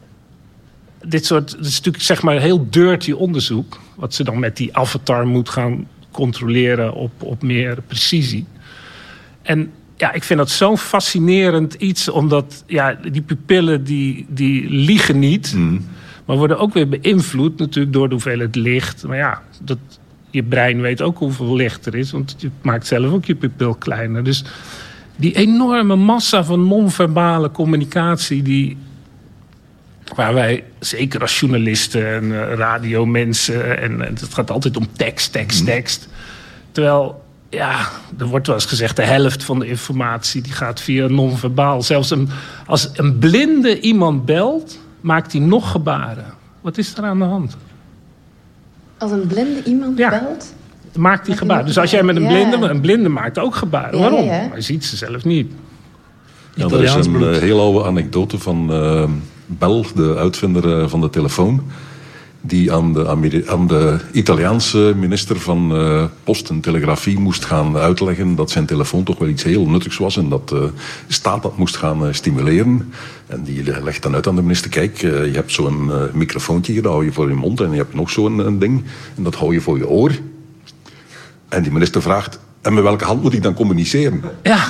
I: dit soort, dat is natuurlijk zeg maar heel dirty onderzoek, wat ze dan met die avatar moet gaan controleren op, op meer precisie. En ja, ik vind dat zo'n fascinerend iets, omdat ja, die pupillen die, die liegen niet, mm. maar worden ook weer beïnvloed natuurlijk door de hoeveelheid licht. Maar ja, dat, je brein weet ook hoeveel licht er is, want je maakt zelf ook je pupil kleiner. Dus die enorme massa van non-verbale communicatie, die, waar wij, zeker als journalisten en uh, radiomensen, en, en het gaat altijd om tekst, tekst, tekst. Terwijl, ja, er wordt wel eens gezegd, de helft van de informatie die gaat via non-verbaal. Zelfs een, als een blinde iemand belt, maakt hij nog gebaren. Wat is er aan de hand?
E: Als een blinde iemand
I: ja.
E: belt?
I: Maakt hij gebaren. Dus als jij met een blinde... Ja. Een blinde maakt ook gebaren. Ja, waarom? Ja. Hij ziet ze zelf niet.
H: Ja, er is een uh, heel oude anekdote van uh, Bell, de uitvinder uh, van de telefoon, die aan de, Ameri- aan de Italiaanse minister van uh, Post en Telegrafie moest gaan uitleggen dat zijn telefoon toch wel iets heel nuttigs was en dat de staat dat moest gaan uh, stimuleren. En die legt dan uit aan de minister, kijk, uh, je hebt zo'n uh, microfoontje hier, dat hou je voor je mond, en je hebt nog zo'n een ding, en dat hou je voor je oor. En die minister vraagt, en met welke hand moet ik dan communiceren?
I: Ja.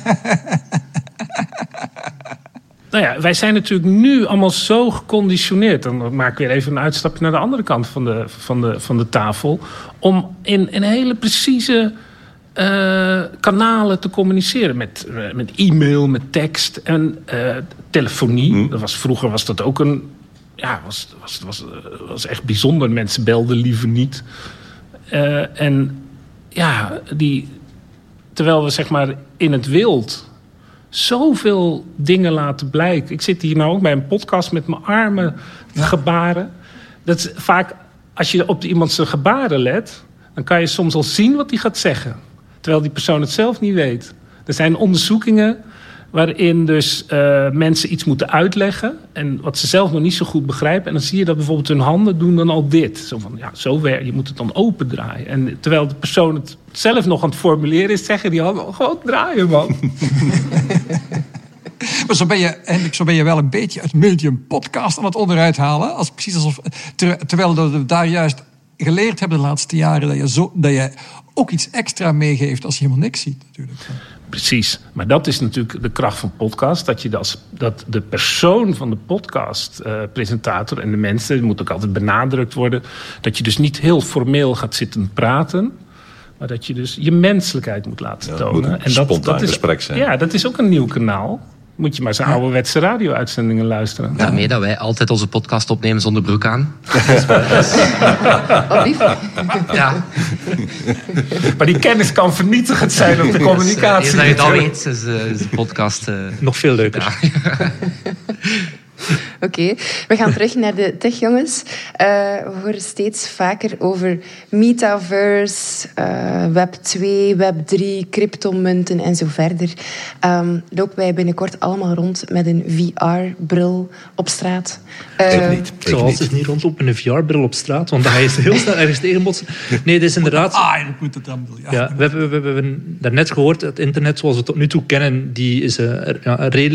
I: Nou ja, wij zijn natuurlijk nu allemaal zo geconditioneerd. Dan maak ik weer even een uitstapje naar de andere kant van de, van de, van de tafel. Om in, in hele precieze uh, kanalen te communiceren. Met, uh, met e-mail, met tekst en uh, telefonie. Hmm. Dat was, vroeger was dat ook een... Ja, was, was, was, was echt bijzonder. Mensen belden liever niet. Uh, en ja, die... Terwijl we zeg maar in het wild zoveel dingen laten blijken. Ik zit hier nou ook bij een podcast met mijn armen ja. gebaren. Dat is vaak, als je op iemand zijn gebaren let, dan kan je soms al zien wat hij gaat zeggen. Terwijl die persoon het zelf niet weet. Er zijn onderzoekingen waarin dus uh, mensen iets moeten uitleggen en wat ze zelf nog niet zo goed begrijpen. En dan zie je dat bijvoorbeeld hun handen doen dan al dit. Zo van, ja, zo werkt, je moet het dan opendraaien. En terwijl de persoon het zelf nog aan het formuleren is, zeggen die handen gewoon draaien, man.
F: Maar zo ben je, Hendrik, zo ben je wel een beetje het medium podcast aan het onderuit halen. Als, precies alsof, ter, terwijl we daar juist geleerd hebben de laatste jaren dat je, zo, dat je ook iets extra meegeeft als je helemaal niks ziet natuurlijk.
I: Precies, maar dat is natuurlijk de kracht van podcast. Dat, je dat, dat de persoon van de podcastpresentator uh, en de mensen, het moet ook altijd benadrukt worden, dat je dus niet heel formeel gaat zitten praten, maar dat je dus je menselijkheid moet laten
H: ja,
I: tonen.
H: Moet
I: en dat,
H: spontaan
I: dat is,
H: gesprek zijn.
I: Ja, dat is ook een nieuw kanaal. Moet je maar zijn ouderwetse radio-uitzendingen luisteren.
G: Daarmee dat wij altijd onze podcast opnemen zonder broek aan.
E: Wat lief.
G: Ja.
I: Maar die kennis kan vernietigend zijn op de communicatie.
G: Dus, uh, dat je dat weet, is, uh, is de podcast... Uh,
I: nog veel leuker.
G: Ja.
E: Oké, okay. We gaan terug naar de tech-jongens. Uh, we horen steeds vaker over metaverse, uh, web twee, web drie, cryptomunten en zo verder. Um, lopen wij binnenkort allemaal rond met een V R-bril op straat?
H: Uh, ik niet. Ik
J: Zoals niet. Het niet rondlopen met een V R-bril op straat, want dan ga je heel snel ergens tegenbotsen. Nee, dit is inderdaad...
F: Ah, dat moet het dan ja.
J: Ja, we hebben, we hebben daarnet gehoord, het internet zoals we het tot nu toe kennen, die is uh, ja, redelijk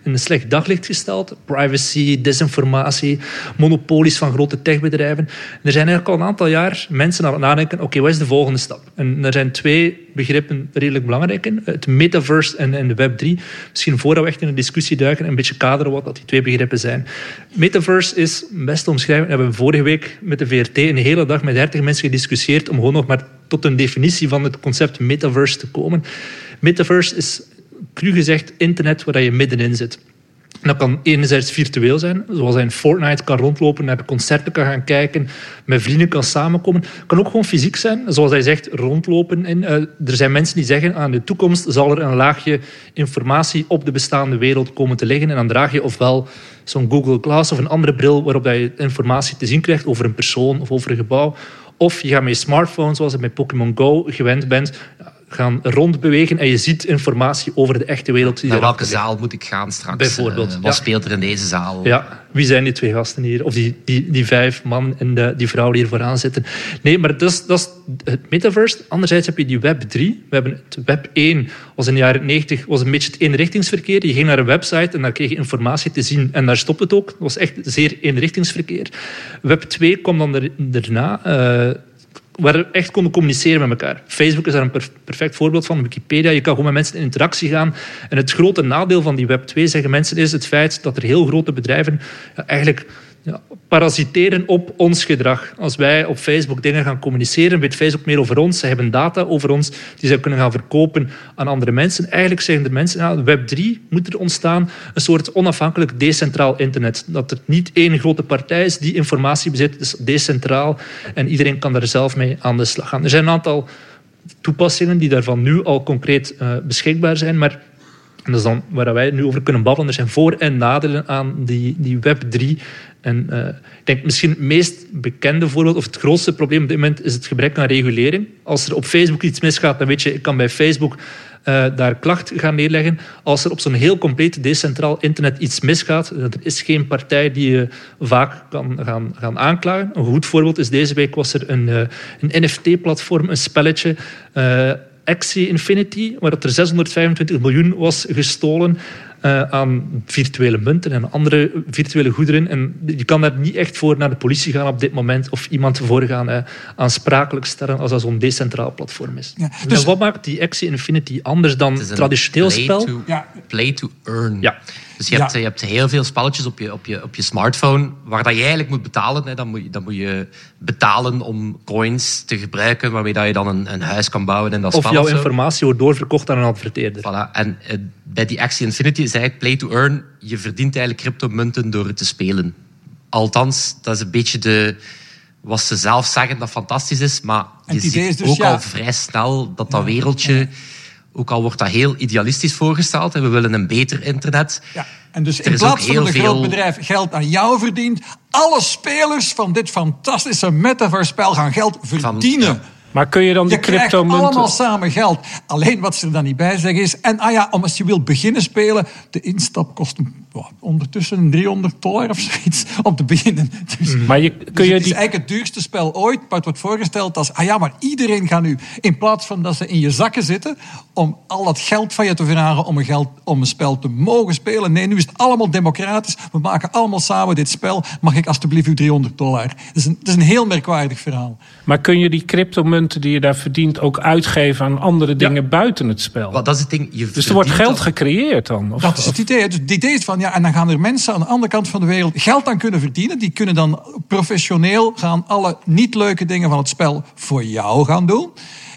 J: in een slecht daglicht gesteld. Privacy, desinformatie, monopolies van grote techbedrijven. En er zijn eigenlijk al een aantal jaar mensen aan het nadenken, oké, okay, wat is de volgende stap? En er zijn twee begrippen redelijk belangrijk in. Het metaverse en, en de web drie. Misschien voordat we echt in een discussie duiken en een beetje kaderen wat dat die twee begrippen zijn. Metaverse is, best te omschrijven, we hebben vorige week met de V R T een hele dag met dertig mensen gediscussieerd om gewoon nog maar tot een definitie van het concept metaverse te komen. Metaverse is, cru gezegd, internet waar je middenin zit. Dat kan enerzijds virtueel zijn, zoals hij in Fortnite kan rondlopen, naar de concerten kan gaan kijken, met vrienden kan samenkomen. Het kan ook gewoon fysiek zijn, zoals hij zegt, rondlopen. En, uh, er zijn mensen die zeggen, aan de toekomst zal er een laagje informatie op de bestaande wereld komen te liggen. En dan draag je ofwel zo'n Google Glass of een andere bril waarop je informatie te zien krijgt over een persoon of over een gebouw. Of je gaat met je smartphone, zoals je met Pokémon Go gewend bent, gaan rondbewegen en je ziet informatie over de echte wereld.
G: Naar welke zaal moet ik gaan straks?
J: Bijvoorbeeld.
G: Uh, wat
J: ja.
G: speelt er in deze zaal?
J: Ja, wie zijn die twee gasten hier? Of die, die, die vijf man en de, die vrouw die hier vooraan zitten. Nee, maar dat is, dat is het metaverse. Anderzijds heb je die web drie. We hebben het web één, was in de jaren negentig was een beetje het eenrichtingsverkeer. Je ging naar een website en daar kreeg je informatie te zien. En daar stopt het ook. Dat was echt zeer eenrichtingsverkeer. Web twee kwam dan er, daarna... Uh, waar we echt konden communiceren met elkaar. Facebook is daar een per- perfect voorbeeld van. Wikipedia, je kan gewoon met mensen in interactie gaan. En het grote nadeel van die web twee, zeggen mensen, is het feit dat er heel grote bedrijven ja, eigenlijk ja, parasiteren op ons gedrag. Als wij op Facebook dingen gaan communiceren, weet Facebook meer over ons. Ze hebben data over ons die ze kunnen gaan verkopen aan andere mensen. Eigenlijk zeggen de mensen, ja, web drie moet er ontstaan. Een soort onafhankelijk decentraal internet. Dat er niet één grote partij is die informatie bezit. Het is decentraal en iedereen kan daar zelf mee aan de slag gaan. Er zijn een aantal toepassingen die daarvan nu al concreet uh, beschikbaar zijn, maar en dat is dan waar wij nu over kunnen babbelen. Er zijn voor- en nadelen aan die, die web drie. En uh, ik denk misschien het meest bekende voorbeeld, of het grootste probleem op dit moment, is het gebrek aan regulering. Als er op Facebook iets misgaat, dan weet je, ik kan bij Facebook uh, daar klacht gaan neerleggen. Als er op zo'n heel compleet decentraal internet iets misgaat, er is geen partij die je vaak kan gaan, gaan aanklagen. Een goed voorbeeld is deze week was er een, uh, een N F T-platform, een spelletje... Uh, Axie Infinity, waar er zeshonderdvijfentwintig miljoen was gestolen uh, aan virtuele munten en andere virtuele goederen. En je kan daar niet echt voor naar de politie gaan op dit moment of iemand voor gaan uh, aansprakelijk stellen als dat zo'n decentraal platform is. Ja, dus... En wat maakt die Axie Infinity anders dan traditioneel
G: play
J: spel?
G: To, ja. Play to earn.
J: Ja.
G: Dus je hebt,
J: ja.
G: je hebt heel veel spelletjes op je, op je, op je smartphone waar dat je eigenlijk moet betalen. Hè. Dan, moet je, dan moet je betalen om coins te gebruiken waarmee dat je dan een, een huis kan bouwen in dat
J: of
G: spel.
J: jouw
G: of jouw
J: informatie wordt doorverkocht aan een adverteerder.
G: Voilà. En uh, bij die Axie Infinity is eigenlijk play to earn. Je verdient eigenlijk cryptomunten door het te spelen. Althans, dat is een beetje de... wat ze zelf zeggen dat fantastisch is, maar je ziet dus, ook ja. al vrij snel dat dat wereldje... Ja. Ook al wordt dat heel idealistisch voorgesteld en we willen een beter internet.
F: Ja, en dus in plaats van dat een groot bedrijf geld aan jou verdient, alle spelers van dit fantastische metaverse-spel gaan geld verdienen. Van, ja.
I: Maar kun je dan die cryptomunten...
F: Je krijgt allemaal samen geld. Alleen wat ze er dan niet bij zeggen is... En ah ja, als je wilt beginnen spelen... De instap kost een, oh, ondertussen driehonderd dollar of zoiets om te beginnen. Dus,
I: maar je, kun
F: dus
I: je
F: het
I: die...
F: is eigenlijk het duurste spel ooit. Maar het wordt voorgesteld als... Ah ja, maar iedereen gaat nu... In plaats van dat ze in je zakken zitten... Om al dat geld van je te vragen... Om een, geld, om een spel te mogen spelen. Nee, nu is het allemaal democratisch. We maken allemaal samen dit spel. Mag ik alsjeblieft uw driehonderd dollar? Dat is een, dat is een heel merkwaardig verhaal.
I: Maar kun je die cryptomunten die je daar verdient ook uitgeven aan andere dingen ja. buiten het spel?
G: Wat, dat is het ding. Je
I: dus er wordt geld gecreëerd dan? Of,
F: dat is het idee. Dus het idee is van, ja, en dan gaan er mensen aan de andere kant van de wereld geld aan kunnen verdienen. Die kunnen dan professioneel gaan alle niet leuke dingen van het spel voor jou gaan doen.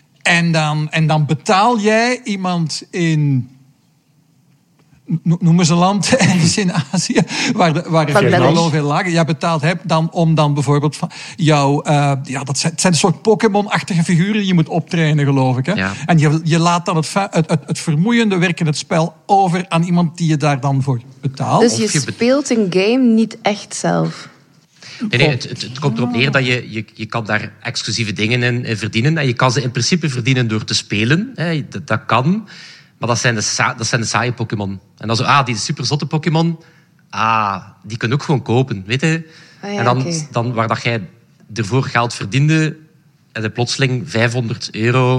F: En dan, en dan betaal jij iemand in... Noem eens een land ergens in Azië, waar de, waar het al veel lager. Jij betaalt hebt dan om dan bijvoorbeeld van jouw, uh, ja, dat zijn, het zijn een soort Pokémon-achtige figuren die je moet optrainen, geloof ik. Hè? Ja. En je, je laat dan het, het, het, het vermoeiende werk in het spel over aan iemand die je daar dan voor betaalt.
E: Dus je, je speelt een game niet echt zelf?
G: Nee, nee het, het, het komt erop neer dat je, je, je kan daar exclusieve dingen in, in verdienen. En je kan ze in principe verdienen door te spelen. Hè, dat, dat kan. Maar dat zijn de, sa- dat zijn de saaie Pokémon. En dan zo, ah, die super zotte Pokémon, ah, die kun je ook gewoon kopen, weet je.
E: Ah, ja,
G: en dan,
E: okay.
G: dan, waar dat jij ervoor geld verdiende, en de plotseling vijfhonderd euro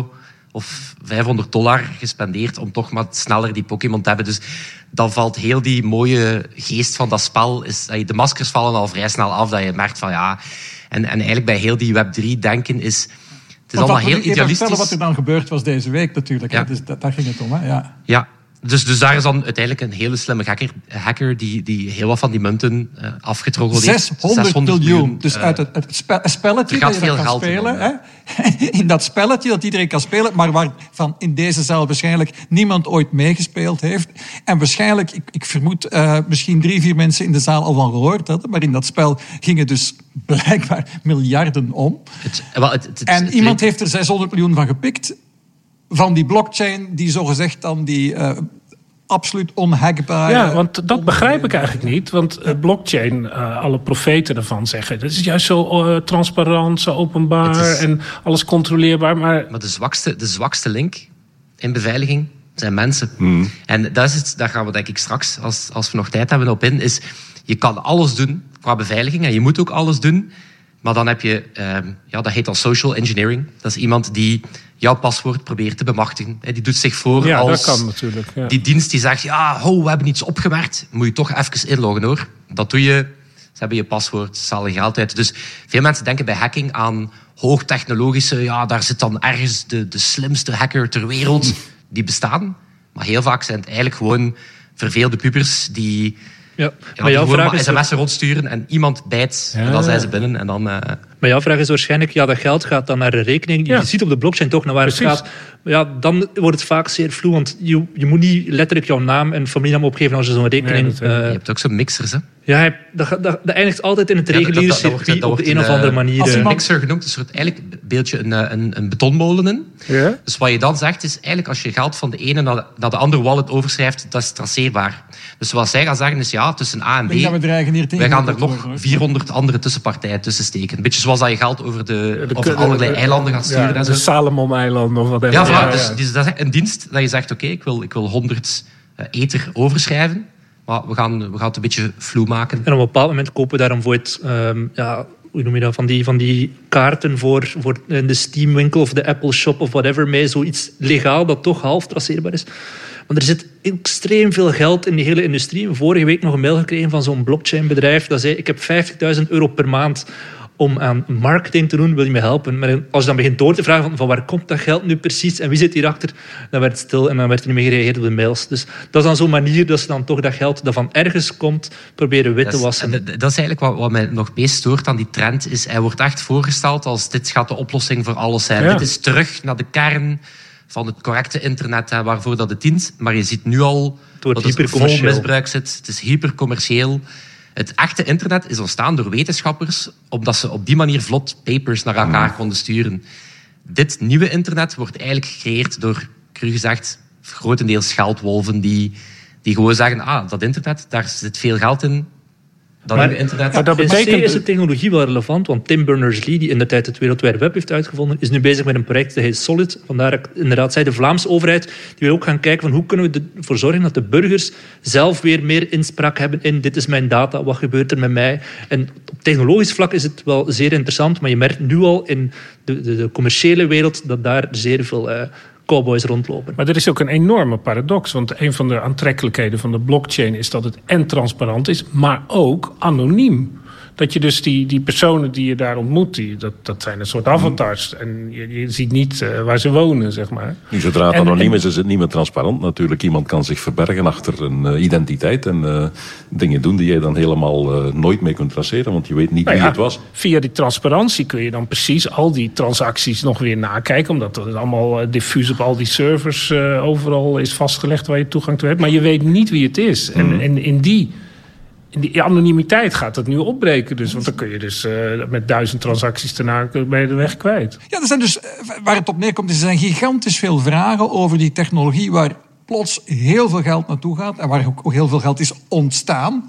G: of vijfhonderd dollar gespendeerd om toch maar sneller die Pokémon te hebben. Dus dan valt heel die mooie geest van dat spel. Is, de maskers vallen al vrij snel af, dat je merkt van ja... En, en eigenlijk bij heel die web drie denken is... Het is
F: Want
G: allemaal heel
F: idealistisch.
G: idealistisch.
F: Wat er dan gebeurd was deze week natuurlijk.
G: Ja.
F: Dus dat, daar ging het om. Hè? Ja.
G: Ja. Dus, dus daar is dan uiteindelijk een hele slimme hacker, hacker die, die heel wat van die munten uh, afgetroggeld heeft.
F: zeshonderd miljoen. Dus
G: uh,
F: uit het, het spe, spelletje
G: er gaat
F: dat je
G: veel
F: dat kan
G: geld in
F: spelen.
G: om, ja.
F: Hè? In dat spelletje dat iedereen kan spelen, maar waarvan in deze zaal waarschijnlijk niemand ooit meegespeeld heeft. En waarschijnlijk, ik, ik vermoed, uh, misschien drie, vier mensen in de zaal al van gehoord hadden. Maar in dat spel gingen dus blijkbaar miljarden om.
G: Het, wel, het, het, het,
F: en
G: het,
F: iemand
G: het,
F: heeft er zeshonderd miljoen van gepikt. Van die blockchain die zogezegd dan die... Uh, absoluut onhackbaar.
I: Ja, want dat begrijp ik eigenlijk niet. Want uh, blockchain, uh, alle profeten ervan zeggen... dat is juist zo uh, transparant, zo openbaar is, en alles controleerbaar. Maar,
G: maar de, zwakste, de zwakste link in beveiliging zijn mensen. Hmm. En dat is het, daar gaan we denk ik straks, als, als we nog tijd hebben, op in... is je kan alles doen qua beveiliging en je moet ook alles doen... Maar dan heb je, uh, ja, dat heet al social engineering. Dat is iemand die jouw paswoord probeert te bemachtigen. Die doet zich voor
I: ja,
G: als
I: dat kan natuurlijk, ja.
G: die dienst die zegt... ja, ho, we hebben iets opgemerkt. Moet je toch even inloggen, hoor. Dat doe je. Ze hebben je paswoord, ze halen geld uit. Dus veel mensen denken bij hacking aan hoogtechnologische... ja, daar zit dan ergens de, de slimste hacker ter wereld. Die bestaan. Maar heel vaak zijn het eigenlijk gewoon verveelde pubers... die...
J: Ja,
G: ja,
J: maar jouw vraag is
G: sms'en rondsturen en iemand bijt ja. en dan zijn ze binnen en dan... Uh...
J: Maar jouw vraag is waarschijnlijk, ja, dat geld gaat dan naar een rekening. Je ja. ziet op de blockchain toch naar waar Precies. het gaat. Ja, dan wordt het vaak zeer vloe, want je, je moet niet letterlijk jouw naam en familienaam opgeven als je zo'n rekening...
G: Nee, uh... Je hebt ook zo'n mixers, hè?
J: Ja, dat, dat, dat eindigt altijd in het reguliere ja, circuit op de een of andere manier.
G: Als een mixer genoemd, is er eigenlijk een beeldje een, een, een betonmolen in.
J: Ja?
G: Dus wat je dan zegt is, eigenlijk als je geld van de ene naar de, naar de andere wallet overschrijft, dat is traceerbaar. Dus wat zij gaan zeggen is, ja, tussen A en B,
F: we wij
G: gaan er nog vierhonderd andere tussenpartijen tussen steken. Een beetje zoals dat je geld over, de, de, over de, allerlei de, eilanden gaat sturen.
I: Ja,
G: en
I: de
G: zo.
I: Salomon-eilanden of wat dan
G: ja,
I: ook.
G: ja, ja, dus, dus dat is een dienst dat je zegt, oké, okay, ik, wil, ik wil honderd uh, ether overschrijven. Maar we gaan, we gaan het een beetje vloe maken.
J: En op een bepaald moment kopen we daarom voor het... Um, ja, hoe noem je dat? Van die, van die kaarten voor, voor de Steam-winkel of de Apple Shop of whatever mee. Zoiets legaal dat toch half traceerbaar is. Maar er zit extreem veel geld in die hele industrie. Vorige week nog een mail gekregen van zo'n blockchain-bedrijf. Dat zei, ik heb vijftigduizend euro per maand om aan marketing te doen, wil je me helpen? Maar als je dan begint door te vragen van, van waar komt dat geld nu precies en wie zit hierachter, dan werd het stil en dan werd er niet meer gereageerd op de mails. Dus dat is dan zo'n manier dat ze dan toch dat geld dat van ergens komt proberen wit te wassen.
G: Dat is, dat is eigenlijk wat, wat mij nog meest stoort aan die trend. Is, hij wordt echt voorgesteld als dit gaat de oplossing voor alles zijn. Ja. Dit is terug naar de kern van het correcte internet, hè, waarvoor dat het dient. Maar je ziet nu al dat het vol misbruik zit. Het is hypercommercieel. Het echte internet is ontstaan door wetenschappers omdat ze op die manier vlot papers naar elkaar konden sturen. Dit nieuwe internet wordt eigenlijk gecreëerd door, cru gezegd, grotendeels geldwolven die, die gewoon zeggen, ah, dat internet, daar zit veel geld in. Dat
J: maar,
G: nieuwe internet...
J: Maar dat betekent... is de technologie wel relevant, want Tim Berners-Lee, die in de tijd het World Wide Web heeft uitgevonden, is nu bezig met een project dat heet Solid. Vandaar dat ik inderdaad zei, de Vlaamse overheid die wil ook gaan kijken van hoe kunnen we ervoor zorgen dat de burgers zelf weer meer inspraak hebben in dit is mijn data, wat gebeurt er met mij. En op technologisch vlak is het wel zeer interessant, maar je merkt nu al in de, de, de commerciële wereld dat daar zeer veel... Uh, cowboys rondlopen.
I: Maar er is ook een enorme paradox. Want een van de aantrekkelijkheden van de blockchain is dat het en transparant is, maar ook anoniem. Dat je dus die, die personen die je daar ontmoet, die, dat, dat zijn een soort avatars. En je, je ziet niet uh, waar ze wonen, zeg maar.
H: Nu, zodra het en, anoniem is, is het niet meer transparant natuurlijk. Iemand kan zich verbergen achter een uh, identiteit en uh, dingen doen die je dan helemaal uh, nooit mee kunt traceren, want je weet niet nou wie ja, het was.
I: Via die transparantie kun je dan precies al die transacties nog weer nakijken, omdat het allemaal uh, diffuus op al die servers uh, overal is vastgelegd waar je toegang toe hebt. Maar je weet niet wie het is. En, mm. en in die... In die anonimiteit gaat het nu opbreken. Dus, want dan kun je dus uh, met duizend transacties daarna ben je de weg kwijt.
F: Ja, er zijn dus, waar het op neerkomt, er zijn gigantisch veel vragen over die technologie waar plots heel veel geld naartoe gaat en waar ook heel veel geld is ontstaan.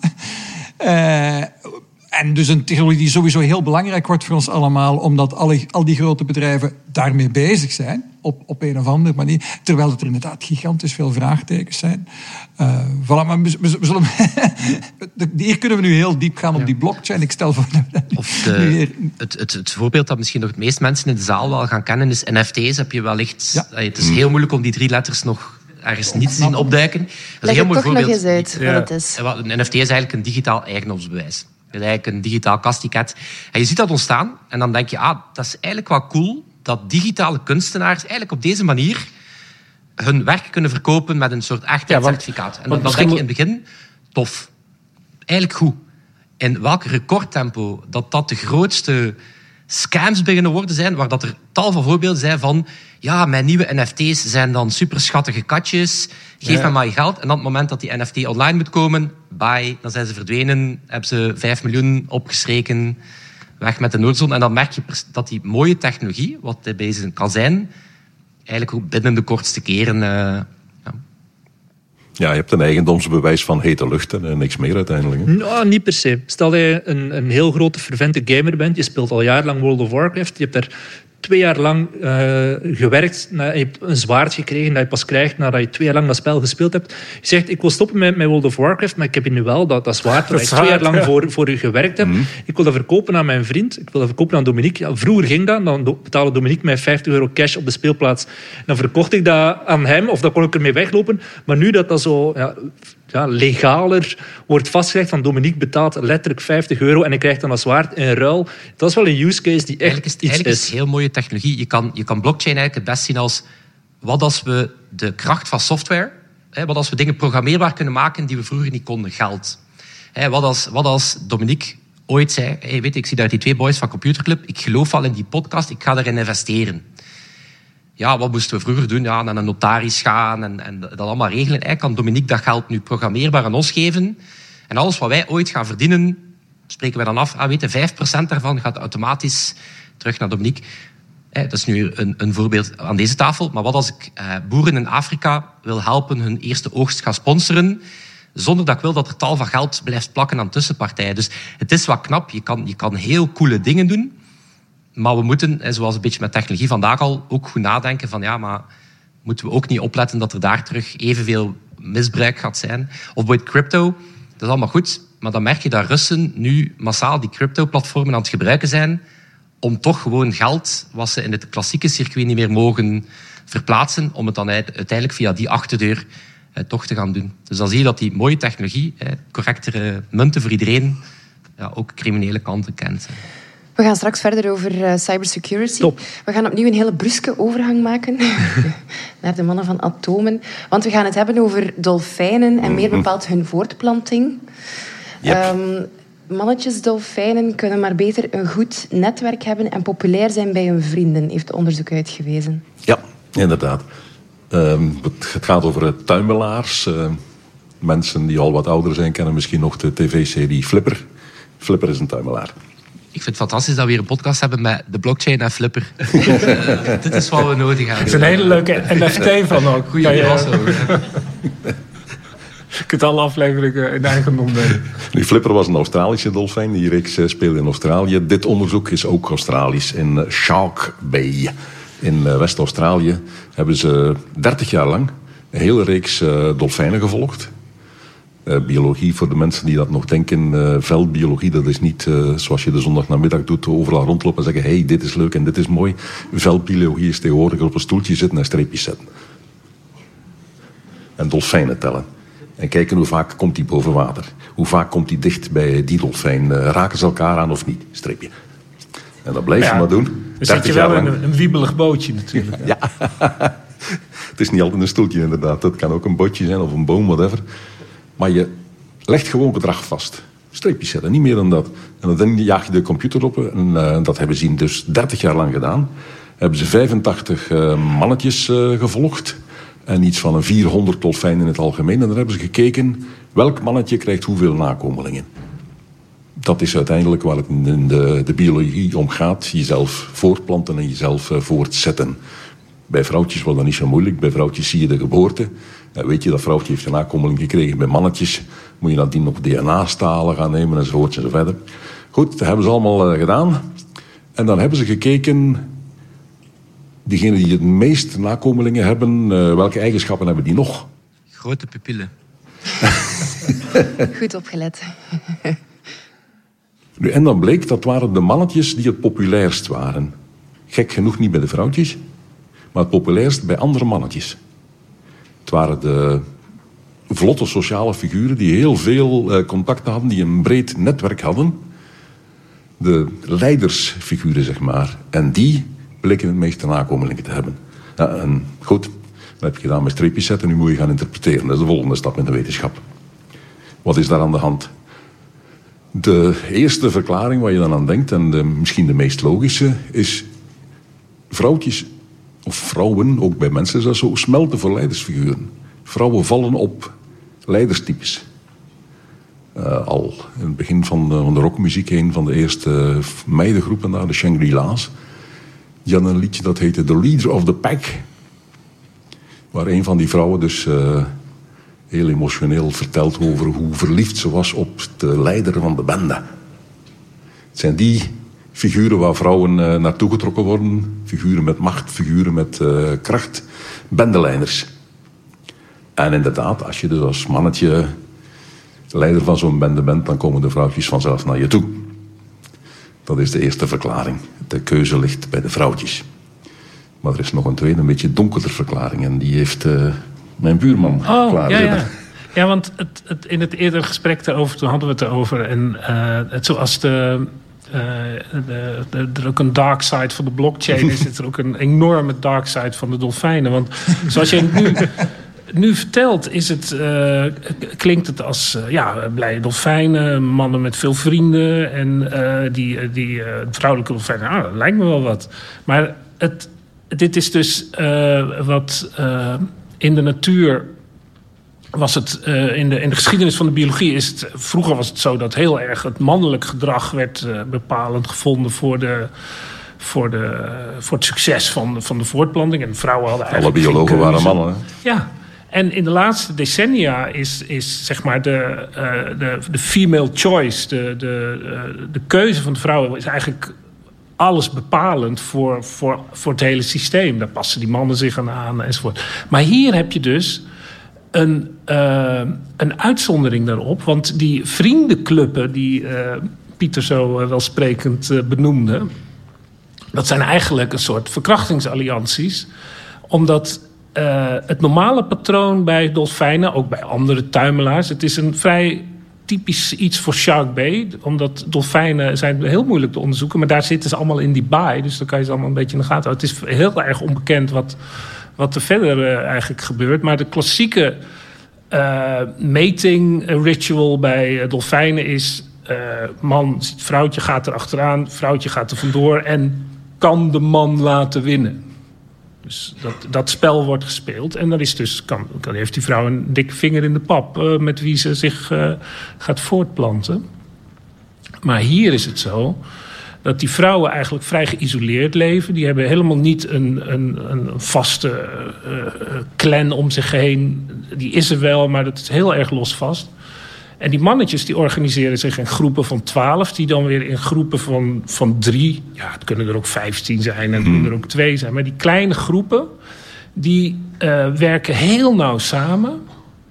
F: Uh, en dus een technologie die sowieso heel belangrijk wordt voor ons allemaal, omdat alle, al die grote bedrijven daarmee bezig zijn. op, op een of andere manier. Terwijl er inderdaad gigantisch veel vraagtekens zijn. Uh, voilà, maar we, we, we zullen, hier kunnen we nu heel diep gaan op ja. die blockchain. Ik stel voor dat we
G: of de, hier... het, het, het voorbeeld dat misschien nog het meest mensen in de zaal wel gaan kennen is N F T's. Heb je wellicht, ja. Het is heel moeilijk om die drie letters nog ergens niet te zien opduiken. Dat is
E: een heel mooi voorbeeld. Leg het toch nog eens uit ja. wat het is.
G: Een N F T is eigenlijk een digitaal eigendomsbewijs. Het is eigenlijk een digitaal kastticket. En je ziet dat ontstaan en dan denk je, ah, dat is eigenlijk wel cool dat digitale kunstenaars eigenlijk op deze manier hun werk kunnen verkopen met een soort echtheidscertificaat. Ja, en dan, dan denk je in het begin, tof. Eigenlijk goed. In welk recordtempo dat dat de grootste scams beginnen worden zijn, waar dat er tal van voorbeelden zijn van ja, mijn nieuwe N F T's zijn dan superschattige katjes, geef ja. me maar je geld. En op het moment dat die N F T online moet komen, bye, dan zijn ze verdwenen, hebben ze vijf miljoen opgestreken, weg met de Noordzon. En dan merk je dat die mooie technologie, wat deze kan zijn, eigenlijk ook binnen de kortste keren... Uh, ja.
H: ja, je hebt een eigendomsbewijs van hete lucht en niks meer uiteindelijk. Hè?
J: Nou, niet per se. Stel dat je een, een heel grote fervente gamer bent, je speelt al jarenlang World of Warcraft, je hebt daar twee jaar lang uh, gewerkt, je hebt een zwaard gekregen dat je pas krijgt nadat je twee jaar lang dat spel gespeeld hebt. Je zegt, ik wil stoppen met, met World of Warcraft, maar ik heb hier nu wel dat, dat zwaard waar ik twee jaar lang ja. voor, voor gewerkt heb. Mm. Ik wil dat verkopen aan mijn vriend, ik wil dat verkopen aan Dominique. Ja, vroeger ging dat, dan betaalde Dominique mij vijftig euro cash op de speelplaats. En dan verkocht ik dat aan hem, of dan kon ik ermee weglopen. Maar nu dat dat zo... Ja, Ja, legaler wordt vastgelegd van Dominique betaalt letterlijk vijftig euro en ik krijg dan dat zwaard in ruil. Dat is wel een use case die echt
G: eigenlijk is,
J: iets
G: eigenlijk
J: is.
G: is heel mooie technologie. Je kan, je kan blockchain eigenlijk het best zien als wat als we de kracht van software, hè, wat als we dingen programmeerbaar kunnen maken die we vroeger niet konden, geld. Hè, wat, als, wat als Dominique ooit zei, hey, weet je, ik zie daar die twee boys van Computerclub, ik geloof al in die podcast, ik ga erin investeren. Ja, wat moesten we vroeger doen? Ja, naar een notaris gaan en, en dat allemaal regelen. Eigenlijk kan Dominique dat geld nu programmeerbaar aan ons geven. En alles wat wij ooit gaan verdienen, spreken wij dan af. Ah, weet je, vijf procent daarvan gaat automatisch terug naar Dominique. Eh, dat is nu een, een voorbeeld aan deze tafel. Maar wat als ik eh, boeren in Afrika wil helpen hun eerste oogst gaan sponsoren, zonder dat ik wil dat er tal van geld blijft plakken aan tussenpartijen. Dus het is wat knap. Je kan, je kan heel coole dingen doen. Maar we moeten, zoals een beetje met technologie vandaag al, ook goed nadenken van ja, maar moeten we ook niet opletten dat er daar terug evenveel misbruik gaat zijn. Of bij crypto, dat is allemaal goed, maar dan merk je dat Russen nu massaal die crypto-platformen aan het gebruiken zijn om toch gewoon geld, wat ze in het klassieke circuit niet meer mogen verplaatsen, om het dan uiteindelijk via die achterdeur eh, toch te gaan doen. Dus dan zie je dat die mooie technologie, eh, correctere munten voor iedereen, ja, ook criminele kanten kent.
E: We gaan straks verder over uh, cybersecurity.
J: Top.
E: We gaan opnieuw een hele bruske overgang maken naar de mannen van Atomen. Want we gaan het hebben over dolfijnen en meer bepaald hun voortplanting.
H: Yep.
E: Um, mannetjesdolfijnen kunnen maar beter een goed netwerk hebben en populair zijn bij hun vrienden, heeft onderzoek uitgewezen.
H: Ja, inderdaad. Um, het gaat over uh, tuimelaars. Uh, mensen die al wat ouder zijn kennen misschien nog de tv-serie Flipper. Flipper is een tuimelaar.
G: Ik vind het fantastisch dat we hier een podcast hebben met de blockchain en Flipper. Dus, uh, dit is wat we nodig hebben.
I: Het is een hele leuke N F T van ook.
G: Goeie was ook.
I: Je kunt alle afleveringen in eigendom nemen.
H: Nu, Flipper was een Australische dolfijn. Die reeks speelde in Australië. Dit onderzoek is ook Australisch. In Shark Bay in West-Australië hebben ze dertig jaar lang een hele reeks uh, dolfijnen gevolgd. Uh, biologie, voor de mensen die dat nog denken, uh, veldbiologie, dat is niet uh, zoals je de zondagnamiddag doet, overal rondlopen en zeggen, hey, dit is leuk en dit is mooi. Veldbiologie is tegenwoordig op een stoeltje zitten en streepjes zetten. En dolfijnen tellen. En kijken hoe vaak komt die boven water. Hoe vaak komt die dicht bij die dolfijn. Uh, raken ze elkaar aan of niet? Streepje. En dat blijf je ja, maar doen.
I: Dan zet je wel een, een wiebelig bootje natuurlijk.
H: Ja. Het is niet altijd een stoeltje inderdaad. Het kan ook een bootje zijn of een boom, whatever. Maar je legt gewoon bedrag vast. Streepjes zetten, niet meer dan dat. En dan jaag je de computer op. En uh, dat hebben ze dus dertig jaar lang gedaan. Hebben ze vijfentachtig uh, mannetjes uh, gevolgd. En iets van een vierhonderd dolfijnen in het algemeen. En dan hebben ze gekeken welk mannetje krijgt hoeveel nakomelingen. Dat is uiteindelijk waar het in de, de biologie om gaat. Jezelf voortplanten en jezelf uh, voortzetten. Bij vrouwtjes was dat niet zo moeilijk. Bij vrouwtjes zie je de geboorte. Uh, weet je, dat vrouwtje heeft een nakomeling gekregen. Bij mannetjes moet je nadien nog D N A-stalen gaan nemen enzovoort en zo verder. Goed, dat hebben ze allemaal uh, gedaan. En dan hebben ze gekeken... diegenen die het meest nakomelingen hebben, uh, welke eigenschappen hebben die nog?
G: Grote pupillen.
E: Goed opgelet.
H: Nu, en dan bleek, dat waren de mannetjes die het populairst waren. Gek genoeg niet bij de vrouwtjes, maar het populairst bij andere mannetjes. Het waren de vlotte sociale figuren die heel veel uh, contacten hadden, die een breed netwerk hadden. De leidersfiguren, zeg maar. En die bleken het meeste nakomelingen te hebben. Ja, en goed, dat heb je gedaan met streepjes zetten, nu moet je gaan interpreteren. Dat is de volgende stap in de wetenschap. Wat is daar aan de hand? De eerste verklaring waar je dan aan denkt, en de, misschien de meest logische, is vrouwtjes, of vrouwen, ook bij mensen is dat zo, smelten voor leidersfiguren. Vrouwen vallen op leiderstypes. Uh, al in het begin van de, van de rockmuziek, een van de eerste meidengroepen daar, de Shangri-La's, die hadden een liedje dat heette The Leader of the Pack. Waar een van die vrouwen dus uh, heel emotioneel vertelt over hoe verliefd ze was op de leider van de bende. Het zijn die figuren waar vrouwen uh, naartoe getrokken worden. Figuren met macht, figuren met uh, kracht. Bendeleiders. En inderdaad, als je dus als mannetje leider van zo'n bende bent, dan komen de vrouwtjes vanzelf naar je toe. Dat is de eerste verklaring. De keuze ligt bij de vrouwtjes. Maar er is nog een tweede, een beetje donkerder verklaring. En die heeft uh, mijn buurman
I: oh,
H: klaar.
I: Ja, ja. ja, want het, het, in het eerdere gesprek daarover, toen hadden we het erover. En uh, het, zoals de, uh, de, de, er ook een dark side van de blockchain is, is er ook een enorme dark side van de dolfijnen. Want zoals je nu... Nu vertelt, is het, uh, klinkt het als uh, ja, blije dolfijnen, mannen met veel vrienden en uh, die, die uh, vrouwelijke dolfijnen. Ah, dat lijkt me wel wat. Maar het, dit is dus uh, wat uh, in de natuur was het, uh, in, de, in de geschiedenis van de biologie is het, vroeger was het zo dat heel erg het mannelijk gedrag werd uh, bepalend gevonden voor de... Voor, de, voor het succes van, van de voortplanting. En vrouwen hadden eigenlijk
H: alle biologen waren mannen. Hè?
I: Ja. En in de laatste decennia is, is zeg maar de, uh, de, de female choice, de, de, uh, de keuze van de vrouwen, is eigenlijk alles bepalend voor, voor, voor het hele systeem. Daar passen die mannen zich aan aan enzovoort. Maar hier heb je dus een, uh, een uitzondering daarop. Want die vriendenclubben die uh, Pieter zo uh, welsprekend uh, benoemde, dat zijn eigenlijk een soort verkrachtingsallianties. Omdat uh, het normale patroon bij dolfijnen, ook bij andere tuimelaars, het is een vrij typisch iets voor Shark Bay. Omdat dolfijnen zijn heel moeilijk te onderzoeken, maar daar zitten ze allemaal in die baai. Dus dan kan je ze allemaal een beetje in de gaten houden. Het is heel erg onbekend wat, wat er verder uh, eigenlijk gebeurt. Maar de klassieke uh, mating ritual bij uh, dolfijnen is... Uh, man ziet vrouwtje, gaat er achteraan, vrouwtje gaat er vandoor en kan de man laten winnen. Dus dat, dat spel wordt gespeeld. En dan is dus, kan, kan, heeft die vrouw een dikke vinger in de pap uh, met wie ze zich uh, gaat voortplanten. Maar hier is het zo dat die vrouwen eigenlijk vrij geïsoleerd leven. Die hebben helemaal niet een, een, een vaste uh, clan om zich heen. Die is er wel, maar dat is heel erg losvast. En die mannetjes die organiseren zich in groepen van twaalf... die dan weer in groepen van, van drie... ja, het kunnen er ook vijftien zijn en het kunnen er ook twee zijn... maar die kleine groepen, die uh, werken heel nauw samen...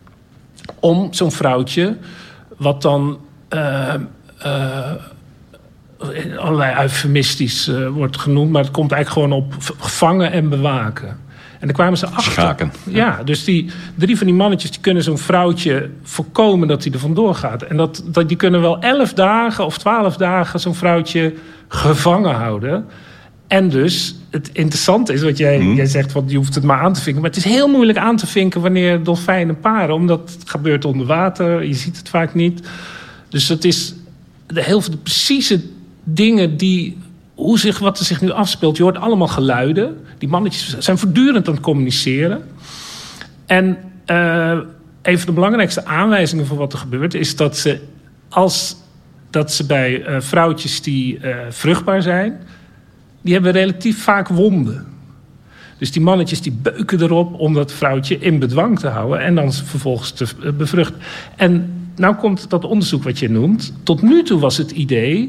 I: om zo'n vrouwtje, wat dan uh, uh, allerlei eufemistisch uh, wordt genoemd... maar het komt eigenlijk gewoon op vangen en bewaken... En daar kwamen ze achter.
H: Schaken.
I: Ja, dus die drie van die mannetjes die kunnen zo'n vrouwtje voorkomen dat hij er vandoor gaat. En dat, dat, die kunnen wel elf dagen of twaalf dagen zo'n vrouwtje gevangen houden. En dus, het interessante is wat jij, hmm. jij zegt, want je hoeft het maar aan te vinken. Maar het is heel moeilijk aan te vinken wanneer dolfijnen paren. Omdat het gebeurt onder water, je ziet het vaak niet. Dus dat is de, heel veel de precieze dingen die... Hoe zich, wat er zich nu afspeelt. Je hoort allemaal geluiden. Die mannetjes zijn voortdurend aan het communiceren. En uh, een van de belangrijkste aanwijzingen van wat er gebeurt... is dat ze, als, dat ze bij uh, vrouwtjes die uh, vruchtbaar zijn... die hebben relatief vaak wonden. Dus die mannetjes die beuken erop om dat vrouwtje in bedwang te houden... en dan vervolgens te uh, bevruchten. En nou komt dat onderzoek wat je noemt. Tot nu toe was het idee...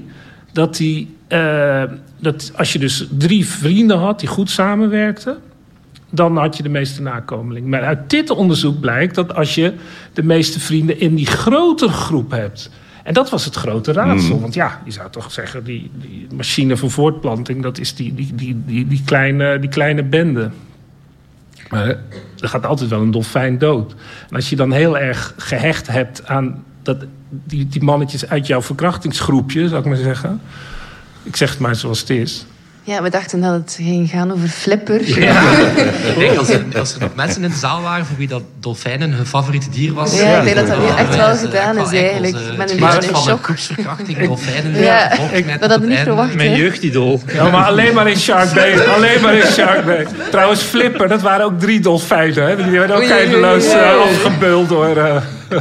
I: dat, die, uh, dat als je dus drie vrienden had die goed samenwerkten, dan had je de meeste nakomeling. Maar uit dit onderzoek blijkt dat als je de meeste vrienden in die grotere groep hebt. En dat was het grote raadsel. Mm. Want ja, je zou toch zeggen, die, die machine van voortplanting, dat is die, die, die, die, die, kleine, die kleine bende. Maar er gaat altijd wel een dolfijn dood. En als je dan heel erg gehecht hebt aan dat, die, die mannetjes uit jouw verkrachtingsgroepje, zou ik maar zeggen. Ik zeg het maar zoals het is.
E: Ja, we dachten dat het ging gaan over Flipper.
G: Ja. Ik denk als er, als er nog mensen in de zaal waren voor wie dat dolfijnen hun favoriete dier was.
E: Ja, ik denk dat dat nu echt wel gedaan is eigenlijk. Met een beetje een shock.
G: Groepsverkrachting, dolfijnen.
E: Ja, ik had dat niet verwacht.
J: Mijn jeugdidool.
I: Ja, maar alleen maar in Shark Bay. Alleen maar in Shark Bay. Trouwens, Flipper, dat waren ook drie dolfijnen. Hè? Die werden ook eindeloos uh, afgebeuld door... Uh...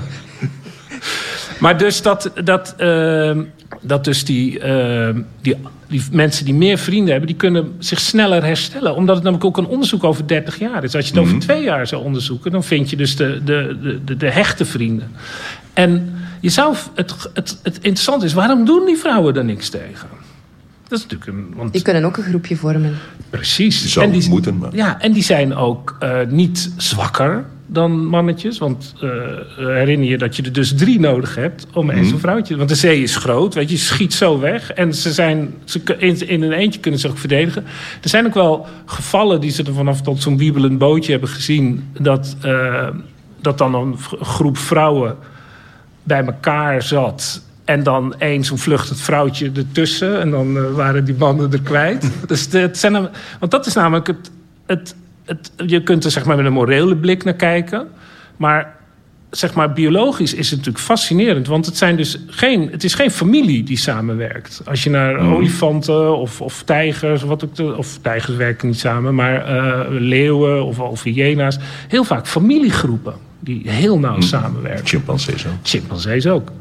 I: maar dus dat... dat, uh, dat dus die... Uh, die Die mensen die meer vrienden hebben, die kunnen zich sneller herstellen. Omdat het namelijk ook een onderzoek over dertig jaar is. Als je het over twee jaar zou onderzoeken, dan vind je dus de, de, de, de hechte vrienden. En je zou, het, het, het interessante is, waarom doen die vrouwen daar niks tegen? Dat is natuurlijk een, want...
E: Die kunnen ook een groepje vormen.
I: Precies.
H: Die zou
I: en die,
H: moeten. Maar...
I: Ja, en die zijn ook uh, niet zwakker dan mannetjes. Want uh, herinner je dat je er dus drie nodig hebt om eens een vrouwtje... Want de zee is groot, weet je, je schiet zo weg. En ze zijn, ze, in, in een eentje kunnen ze ook verdedigen. Er zijn ook wel gevallen die ze er vanaf tot zo'n wiebelend bootje hebben gezien... dat, uh, dat dan een groep vrouwen bij elkaar zat... En dan één zo'n vluchtend vrouwtje ertussen. En dan uh, waren die mannen er kwijt. Dus de, het zijn, want dat is namelijk het... het, het je kunt er zeg maar met een morele blik naar kijken. Maar zeg maar biologisch is het natuurlijk fascinerend. Want het, zijn dus geen, het is geen familie die samenwerkt. Als je naar mm. olifanten of, of tijgers... Wat ook de, of tijgers werken niet samen. Maar uh, leeuwen of, of hyena's. Heel vaak familiegroepen die heel nauw mm. samenwerken.
H: Chimpansees ook.
I: Chimpansees ook.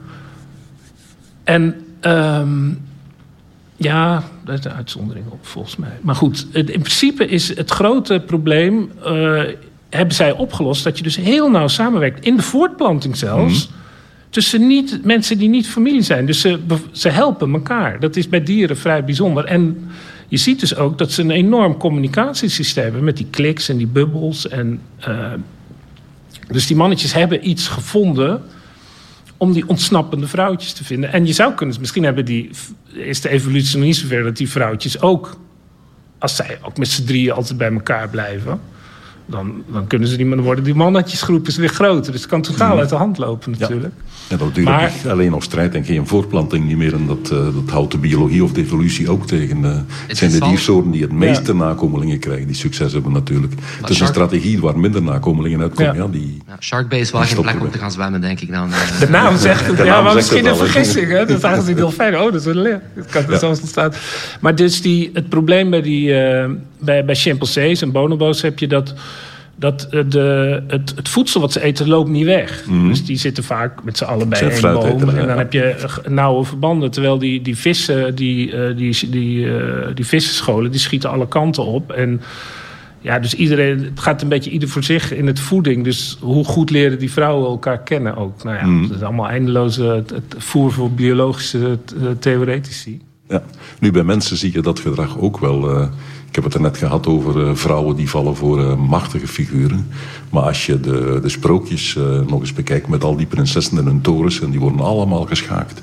I: En um, ja, daar is een uitzondering op volgens mij. Maar goed, het, in principe is het grote probleem... Uh, hebben zij opgelost dat je dus heel nauw samenwerkt... in de voortplanting zelfs... Mm. tussen niet, mensen die niet familie zijn. Dus ze, ze helpen elkaar. Dat is bij dieren vrij bijzonder. En je ziet dus ook dat ze een enorm communicatiesysteem hebben... met die kliks en die bubbels. En, uh, dus die mannetjes hebben iets gevonden... om die ontsnappende vrouwtjes te vinden. En je zou kunnen... Misschien hebben die, is de evolutie nog niet zover... dat die vrouwtjes ook... als zij ook met z'n drieën altijd bij elkaar blijven... dan, dan kunnen ze niet meer worden. Die mannetjesgroep is weer groter. Dus het kan totaal uit de hand lopen natuurlijk.
H: Ja. En dat duurt maar, niet alleen nog strijd en geen voortplanting niet meer. En dat, uh, dat houdt de biologie of de evolutie ook tegen. Uh, het, het zijn de diersoorten die het meeste ja. nakomelingen krijgen. Die succes hebben natuurlijk. Maar het is Shark... een strategie waar minder nakomelingen uitkomen. Ja. Ja, die...
G: ja, Shark Bay is wel geen plek om te gaan zwemmen, denk ik dan. Uh,
I: de naam zegt het. Ja, maar misschien een vergissing. Hè? Dat zagen ze heel fijn. Oh, dat is een leer. Dat kan er ja. zo ontstaan. Maar dus die, het probleem bij, die, uh, bij, bij chimpansees en bonobo's heb je dat... dat de, het, het voedsel wat ze eten loopt niet weg. Mm. Dus die zitten vaak met z'n allen bij één boom. Eten, en dan ja. heb je nauwe verbanden. Terwijl die, die vissen, die, uh, die, die, uh, die vissenscholen, die schieten alle kanten op. En ja, dus iedereen, het gaat een beetje ieder voor zich in het voeding. Dus hoe goed leren die vrouwen elkaar kennen ook? Nou ja, mm. dat is allemaal eindeloze het, het voer voor biologische theoretici.
H: Ja, nu bij mensen zie je dat gedrag ook wel... Uh, Ik heb het er net gehad over uh, vrouwen die vallen voor uh, machtige figuren. Maar als je de, de sprookjes uh, nog eens bekijkt met al die prinsessen en hun torens... en die worden allemaal geschaakt.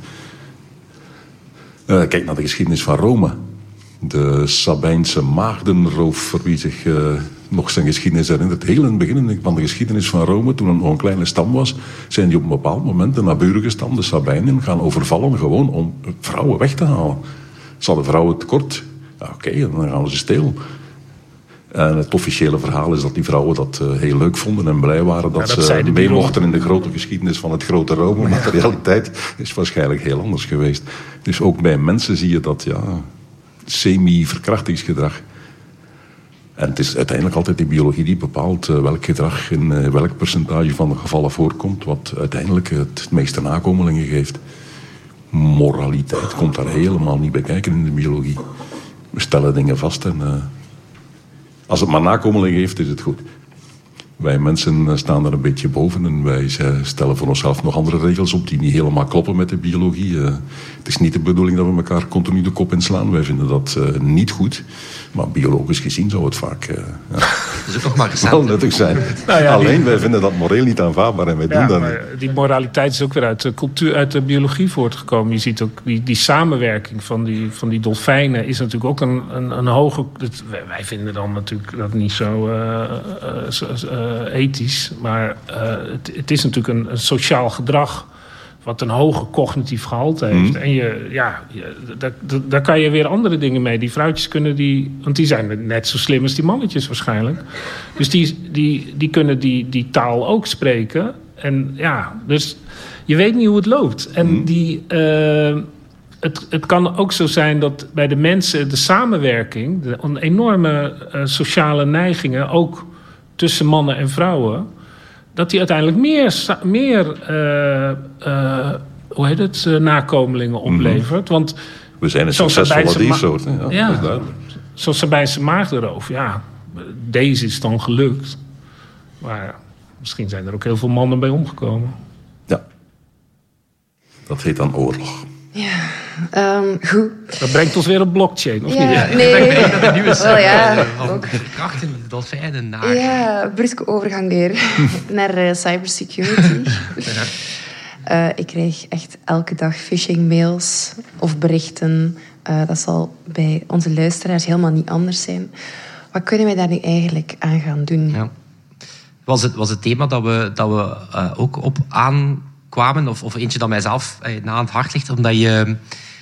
H: Uh, kijk naar de geschiedenis van Rome. De Sabijnse maagdenroof, voor wie zich uh, nog zijn geschiedenis herinnert. Heel in het begin van de geschiedenis van Rome, toen het nog een kleine stam was... zijn die op een bepaald moment de naburige stam, de Sabijnen, gaan overvallen... gewoon om vrouwen weg te halen. Ze hadden vrouwen tekort... Ja, oké, okay, dan gaan ze stil. En het officiële verhaal is dat die vrouwen dat uh, heel leuk vonden en blij waren... dat, ja, dat ze mee mochten in de grote geschiedenis van het grote Rome. Maar de realiteit is waarschijnlijk heel anders geweest. Dus ook bij mensen zie je dat, ja, semi-verkrachtingsgedrag. En het is uiteindelijk altijd de biologie die bepaalt uh, welk gedrag... in uh, welk percentage van de gevallen voorkomt... wat uiteindelijk het, het meeste nakomelingen geeft. Moraliteit komt daar helemaal niet bij kijken in de biologie. We stellen dingen vast en uh, als het maar nakomelingen heeft, is het goed. Wij mensen staan er een beetje boven en wij stellen voor onszelf nog andere regels op die niet helemaal kloppen met de biologie. Uh, het is niet de bedoeling dat we elkaar continu de kop inslaan. Wij vinden dat uh, niet goed. Maar biologisch gezien zou het vaak uh, ja,
G: dat is ook nog maar recent,
H: wel nuttig zijn.
I: Nou ja,
H: Alleen,
I: die...
H: wij vinden dat moreel niet aanvaardbaar en wij
I: ja,
H: doen dat
I: maar
H: niet.
I: Die moraliteit is ook weer uit de cultuur, uit de biologie voortgekomen. Je ziet ook die, die samenwerking van die, van die dolfijnen is natuurlijk ook een, een, een hoge... Dat, wij vinden dan natuurlijk dat niet zo, uh, uh, zo uh, ethisch. Maar uh, het, het is natuurlijk een, een sociaal gedrag wat een hoge cognitief gehalte heeft. Mm. En je, ja, je, daar, daar kan je weer andere dingen mee. Die vrouwtjes kunnen die... Want die zijn net zo slim als die mannetjes waarschijnlijk. Dus die, die, die kunnen die, die taal ook spreken. En ja, dus je weet niet hoe het loopt. En mm. die... Uh, het, het kan ook zo zijn dat bij de mensen de samenwerking... de enorme uh, sociale neigingen... ook tussen mannen en vrouwen... dat die uiteindelijk meer, meer uh, uh, hoe heet het, uh, nakomelingen oplevert. Want
H: we zijn een succesvolle diersoort. Ja,
I: ja,
H: dat is duidelijk.
I: Zoals Sabijnse maagdenroof. Ja, deze is dan gelukt. Maar misschien zijn er ook heel veel mannen bij omgekomen.
H: Ja. Dat heet dan oorlog.
E: Ja, um, goed.
I: Dat brengt ons weer op blockchain, of
E: ja,
I: niet?
E: Ja, nee.
G: Ik denk dat het nieuwe is.
E: Wel, ja, ook.
G: Krachten, dolfijnen naar...
E: Ja, bruske overgang weer naar uh, cybersecurity. uh, ik krijg echt elke dag phishing-mails of berichten. Uh, dat zal bij onze luisteraars helemaal niet anders zijn. Wat kunnen wij daar nu eigenlijk aan gaan doen?
G: Ja. Was het, was het thema dat we, dat we uh, ook op aan... kwamen, of, of eentje dat mijzelf eh, na aan het hart ligt, omdat je...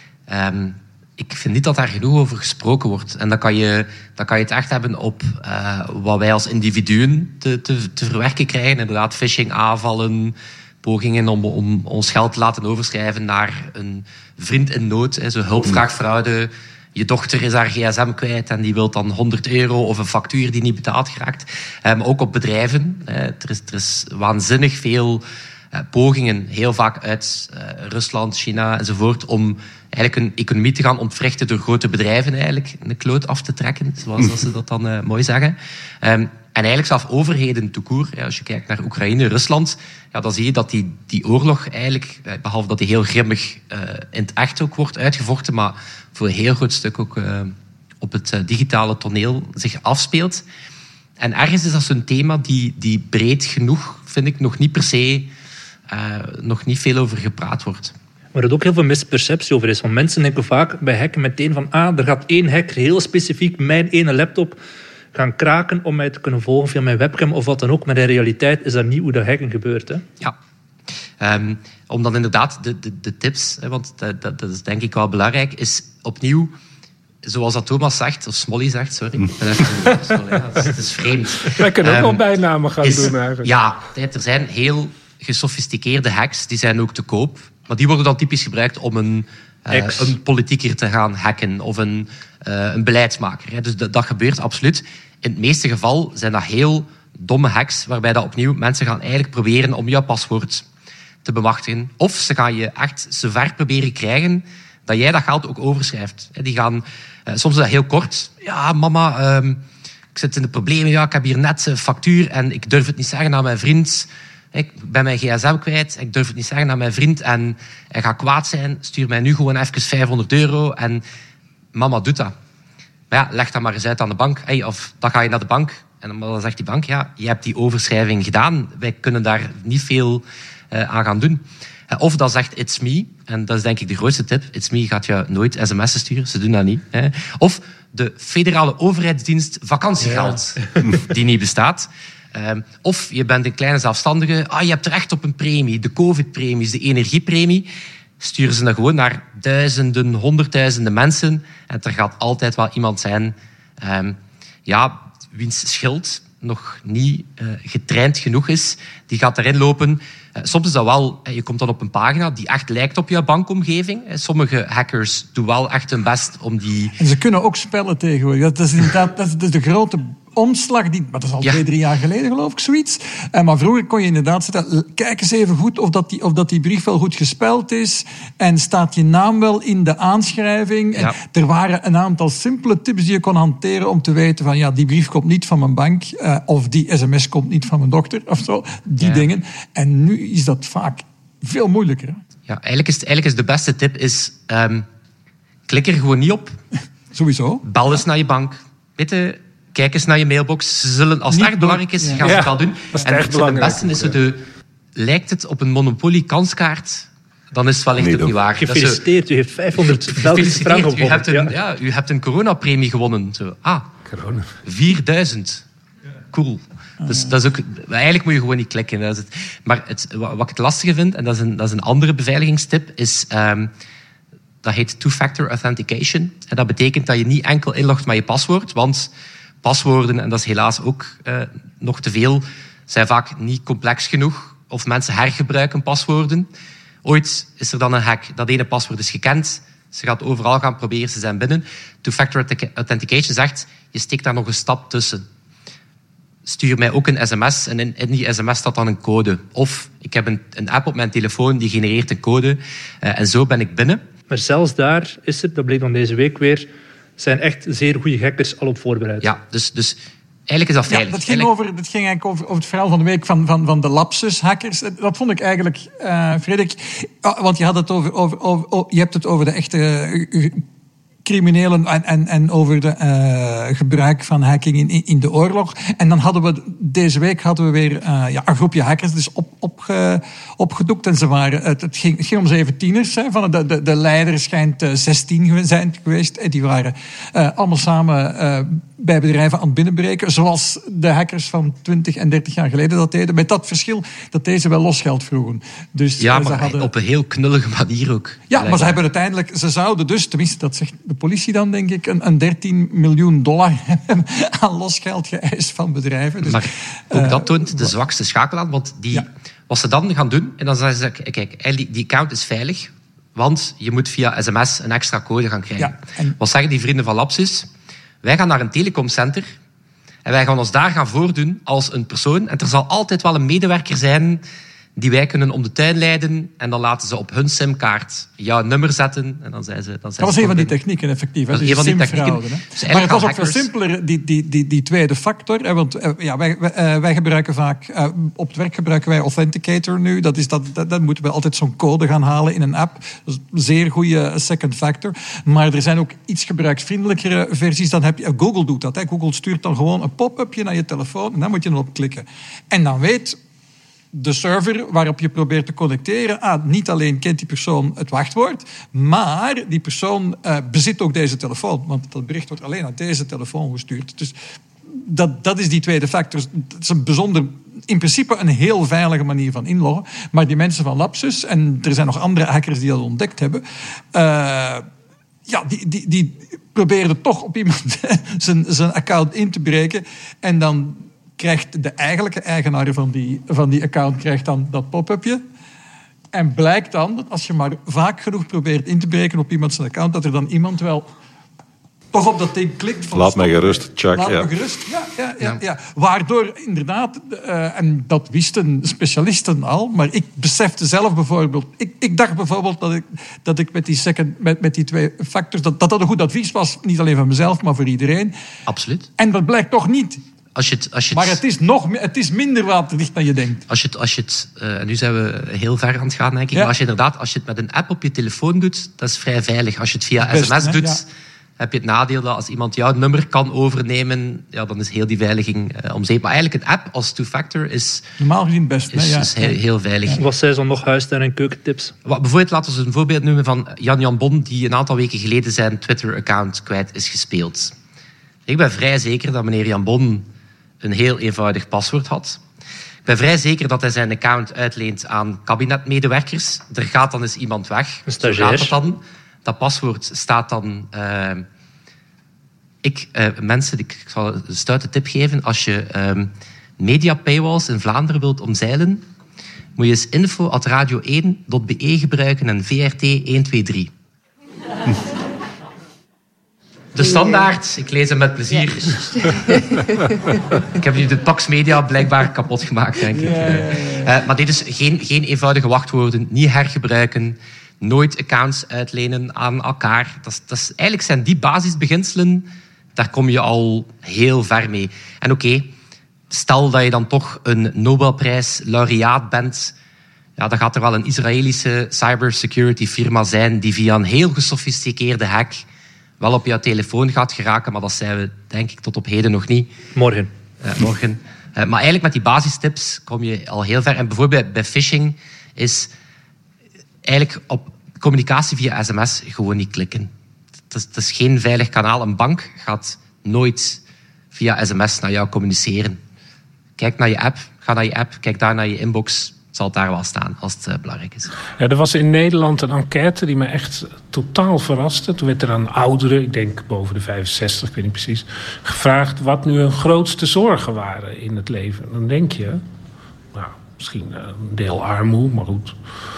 G: Um, ik vind niet dat daar genoeg over gesproken wordt. En dan kan je, dan kan je het echt hebben op uh, wat wij als individuen te, te, te verwerken krijgen. Inderdaad, phishing, aanvallen, pogingen om, om ons geld te laten overschrijven naar een vriend in nood. Hè, zo hulpvraagfraude. Je dochter is haar gsm kwijt en die wil dan honderd euro of een factuur die niet betaald geraakt. Um, ook op bedrijven. Hè. Er, is, er is waanzinnig veel... Uh, pogingen, heel vaak uit uh, Rusland, China enzovoort, om eigenlijk een economie te gaan ontwrichten door grote bedrijven eigenlijk een kloot af te trekken, zoals dat ze dat dan uh, mooi zeggen. Um, en eigenlijk zelfs overheden tout court, ja, als je kijkt naar Oekraïne, Rusland, ja, dan zie je dat die, die oorlog eigenlijk, behalve dat die heel grimmig uh, in het echt ook wordt uitgevochten, maar voor een heel groot stuk ook uh, op het uh, digitale toneel zich afspeelt. En ergens is dat zo'n thema die, die breed genoeg, vind ik, nog niet per se... Uh, nog niet veel over gepraat wordt.
J: Maar er ook heel veel misperceptie over is. Want mensen denken vaak bij hacken meteen van... ah, er gaat één hacker heel specifiek mijn ene laptop gaan kraken... om mij te kunnen volgen via mijn webcam of wat dan ook. Maar in realiteit is dat niet hoe dat hacken gebeurt. Hè?
G: Ja. Um, om dan inderdaad de, de, de tips... Hè, want dat, dat, dat is denk ik wel belangrijk... is opnieuw... Zoals dat Thomas zegt, of Smolly zegt, sorry. Mm. Sorry ja, het, is, het is vreemd.
I: Wij kunnen ook um, wel bijnamen gaan
G: is,
I: doen eigenlijk.
G: Ja, er zijn heel... gesofisticeerde hacks, die zijn ook te koop. Maar die worden dan typisch gebruikt om een, uh, een politieker te gaan hacken of een, uh, een beleidsmaker. Hè. Dus dat, dat gebeurt absoluut. In het meeste geval zijn dat heel domme hacks, waarbij dat opnieuw mensen gaan eigenlijk proberen om jouw paswoord te bemachtigen. Of ze gaan je echt zover proberen krijgen dat jij dat geld ook overschrijft. Die gaan, uh, soms is dat heel kort. Ja, mama, um, ik zit in de problemen. Ja, ik heb hier net een factuur en ik durf het niet zeggen aan mijn vriend... Ik ben mijn gsm kwijt, ik durf het niet zeggen aan mijn vriend en hij gaat kwaad zijn. Stuur mij nu gewoon even vijfhonderd euro en mama doet dat. Maar ja, leg dat maar eens uit aan de bank. Hey, of dan ga je naar de bank en dan zegt die bank, ja, je hebt die overschrijving gedaan. Wij kunnen daar niet veel uh, aan gaan doen. Of dan zegt it's me, en dat is denk ik de grootste tip. It's me gaat je nooit sms'en sturen, ze doen dat niet. Hè. Of de federale overheidsdienst vakantiegeld, ja. die niet bestaat. Um, of je bent een kleine zelfstandige. Ah, je hebt recht op een premie. De covid-premies, de energiepremie. Sturen ze dan gewoon naar duizenden, honderdduizenden mensen. En er gaat altijd wel iemand zijn... Um, ja, wiens schild nog niet uh, getraind genoeg is. Die gaat erin lopen. Uh, soms is dat wel... Uh, je komt dan op een pagina die echt lijkt op jouw bankomgeving. Uh, sommige hackers doen wel echt hun best om die...
F: En ze kunnen ook spellen tegenwoordig. Dat is inderdaad dat is de grote omslag, die, maar dat is al
G: Ja.
F: twee, drie jaar geleden geloof ik, zoiets. Uh, maar vroeger kon je inderdaad zeggen, kijk eens even goed of dat, die, of dat die brief wel goed gespeld is en staat je naam wel in de aanschrijving.
G: Ja.
F: En er waren een aantal simpele tips die je kon hanteren om te weten van ja, die brief komt niet van mijn bank uh, of die sms komt niet van mijn dokter of zo. Die
G: Ja.
F: dingen. En nu is dat vaak veel moeilijker. Hè?
G: Ja, eigenlijk is, eigenlijk is de beste tip is, um, klik er gewoon niet op.
F: Sowieso.
G: Bel eens naar je bank. Weet je, kijk eens naar je mailbox. Ze zullen, als het
F: Niet
G: echt
F: doen.
G: belangrijk is,
F: Ja.
G: gaan ze
I: Ja,
G: het wel doen.
I: dat is
G: En
I: echt
G: het
I: belangrijk.
G: beste is, zo de, lijkt het op een Monopoly-kanskaart, dan is het wellicht
H: Nee,
G: ook niet
H: doen.
G: waar. Dat is zo-
I: Gefeliciteerd, u heeft vijfhonderd Belgische frank
G: Gefeliciteerd, u hebt,
I: gewonnen.
G: een,
I: Ja.
G: ja, u hebt een coronapremie gewonnen. Zo. Ah,
J: Corona.
G: vierduizend. Cool. Dus dat is ook, eigenlijk moet je gewoon niet klikken. Dat is het. Maar het, wat wat ik het lastige vind, en dat is een, dat is een andere beveiligingstip, is... Um, dat heet two-factor authentication. En dat betekent dat je niet enkel inlogt met je paswoord, want paswoorden, en dat is helaas ook uh, nog te veel, zijn vaak niet complex genoeg. Of mensen hergebruiken paswoorden. Ooit is er dan een hack. Dat ene paswoord is gekend. Ze gaat overal gaan proberen, ze zijn binnen. Two-factor authentication zegt, je steekt daar nog een stap tussen. Stuur mij ook een sms en in, in die sms staat dan een code. Of ik heb een, een app op mijn telefoon die genereert een code. Uh, en zo ben ik binnen.
I: Maar zelfs daar is er, dat bleek dan deze week weer, zijn echt zeer goede hackers al op voorbereid.
G: Ja, dus, dus eigenlijk is dat
F: Ja,
G: veilig.
F: dat, ging
G: Eigenlijk-
F: over, dat ging eigenlijk over, over het verhaal van de week van, van, van de lapsus-hackers. Dat vond ik eigenlijk, uh, Frederik... uh, want je, had het over, over, over, over, je hebt het over de echte uh, criminelen en, en, en over de uh, gebruik van hacking in, in de oorlog. En dan hadden we deze week hadden we weer uh, ja, een groepje hackers dus op, opge, opgedoekt. En ze waren, het, het, ging, het ging om zeven tieners. Hè, van de, de, de leider schijnt uh, zestien zijn geweest. En die waren uh, allemaal samen uh, bij bedrijven aan het binnenbreken. Zoals de hackers van twintig en dertig jaar geleden dat deden. Met dat verschil dat deze wel losgeld vroegen. Dus,
G: Ja,
F: uh, ze
G: maar
F: hadden...
G: op een heel knullige manier ook.
F: Ja, maar ze hebben uiteindelijk, ze zouden dus, tenminste dat zegt de politie dan denk ik, een, een dertien miljoen dollar hebben aan losgeld geëist van bedrijven. Dus,
G: Maar ook
F: uh,
G: dat toont de zwakste schakel aan, want die,
F: Ja.
G: wat ze dan gaan doen, en dan zeggen ze, kijk, eigenlijk, die, die account is veilig, want je moet via sms een extra code gaan krijgen.
F: Ja, en-
G: Wat zeggen die vrienden van Lapsus? Wij gaan naar een telecomcenter en wij gaan ons daar gaan voordoen als een persoon. En er zal altijd wel een medewerker zijn die wij kunnen om de tuin leiden. En dan laten ze op hun simkaart jouw nummer zetten. En dan zijn ze... Dan zijn
F: Dat was
G: ze
F: een van die
G: binnen.
F: technieken, effectief. Hè?
G: Dat is
F: Dus
G: een van die
F: simfraude,
G: technieken.
F: hè.
G: Dus
F: Maar het was ook
G: eigenlijk
F: veel
G: gaan
F: simpeler, die, die, die, die tweede factor. Hè? Want uh, ja, wij, wij, uh, wij gebruiken vaak... Uh, op het werk gebruiken wij Authenticator nu. Dat is dat, dat, dan moeten we altijd zo'n code gaan halen in een app. Dat is een zeer goede second factor. Maar er zijn ook iets gebruiksvriendelijkere versies. Dan heb je, uh, Google doet dat. Hè? Google stuurt dan gewoon een pop-upje naar je telefoon. En dan moet je erop klikken. En dan weet... de server waarop je probeert te connecteren... Ah, niet alleen kent die persoon het wachtwoord... maar die persoon uh, bezit ook deze telefoon. Want dat bericht wordt alleen naar deze telefoon gestuurd. Dus dat, dat is die tweede factor. Dat is een bijzonder... in principe een heel veilige manier van inloggen. Maar die mensen van Lapsus... en er zijn nog andere hackers die dat ontdekt hebben... Uh, ja, die, die, die probeerden toch op iemand zijn, zijn account in te breken... en dan... krijgt de eigenlijke eigenaar van die, van die account krijgt dan dat pop-upje. En blijkt dan dat als je maar vaak genoeg probeert in te breken op iemand zijn account, dat er dan iemand wel toch op dat ding klikt. Van
H: Laat mij gerust, Chuck.
F: Laat
H: ja.
F: me gerust. Ja, ja, ja, ja. Waardoor inderdaad, uh, en dat wisten specialisten al, maar ik besefte zelf bijvoorbeeld... Ik, ik dacht bijvoorbeeld dat ik, dat ik met, die second, met, met die twee factors... Dat, dat dat een goed advies was, niet alleen van mezelf, maar voor iedereen.
G: Absoluut.
F: En dat blijkt toch niet.
G: Als je het, als je
F: Maar het is, nog, het is minder waterdicht dan je denkt.
G: Als je het, als je het uh, nu zijn we heel ver aan het gaan, denk ik.
F: Ja.
G: Maar als je inderdaad, als je het met een app op je telefoon doet, dat is vrij veilig. Als je het via
F: Best,
G: sms
F: hè?
G: doet,
F: Ja.
G: heb je het nadeel dat als iemand jouw nummer kan overnemen, ja, dan is heel die veiliging uh, om zeep. Maar eigenlijk een app als two-factor is,
F: Normaal gezien best.
G: is,
F: hè, ja.
G: is heel, heel veilig.
I: Wat zijn zo nog huistuin- en keukentips?
G: Wat, bijvoorbeeld, laten we een voorbeeld noemen van Jan-Jan Bon, die een aantal weken geleden zijn Twitter-account kwijt is gespeeld. Ik ben vrij zeker dat meneer Jan Bon een heel eenvoudig paswoord had. Ik ben vrij zeker dat hij zijn account uitleent aan kabinetmedewerkers. Er gaat dan eens iemand weg.
I: Een
G: Zo
I: stagiair.
G: gaat het dan. Dat paswoord staat dan... Uh, ik, uh, mensen, ik, ik zal een stoute tip geven. Als je uh, media paywalls in Vlaanderen wilt omzeilen, moet je eens info at radio één dot be gebruiken en V R T honderdtweeëntwintig. De Standaard, ik lees hem met plezier. Ja. Ik heb nu de Pax Media blijkbaar kapot gemaakt, denk ik. Ja, ja, ja. Uh, maar dit is geen, geen eenvoudige wachtwoorden, niet hergebruiken, nooit accounts uitlenen aan elkaar. Dat is, dat is, eigenlijk zijn die basisbeginselen, daar kom je al heel ver mee. En oké, okay, stel dat je dan toch een Nobelprijs-laureaat bent, ja, dan gaat er wel een Israëlische cybersecurity firma zijn die via een heel gesofisticeerde hack wel op jouw telefoon gaat geraken, maar dat zijn we, denk ik, tot op heden nog niet.
J: Morgen.
G: Uh, morgen. Uh, maar eigenlijk met die basistips kom je al heel ver. En bijvoorbeeld bij phishing is eigenlijk op communicatie via sms gewoon niet klikken. Het is, het is geen veilig kanaal. Een bank gaat nooit via sms naar jou communiceren. Kijk naar je app, ga naar je app, kijk daar naar je inbox. Zal het daar wel staan, als het uh, belangrijk is.
I: Ja, er was in Nederland een enquête die me echt totaal verraste. Toen werd er aan ouderen, ik denk boven de vijfenzestig, ik weet niet precies, gevraagd wat nu hun grootste zorgen waren in het leven. Dan denk je, nou, misschien uh, een deel armoede, maar goed.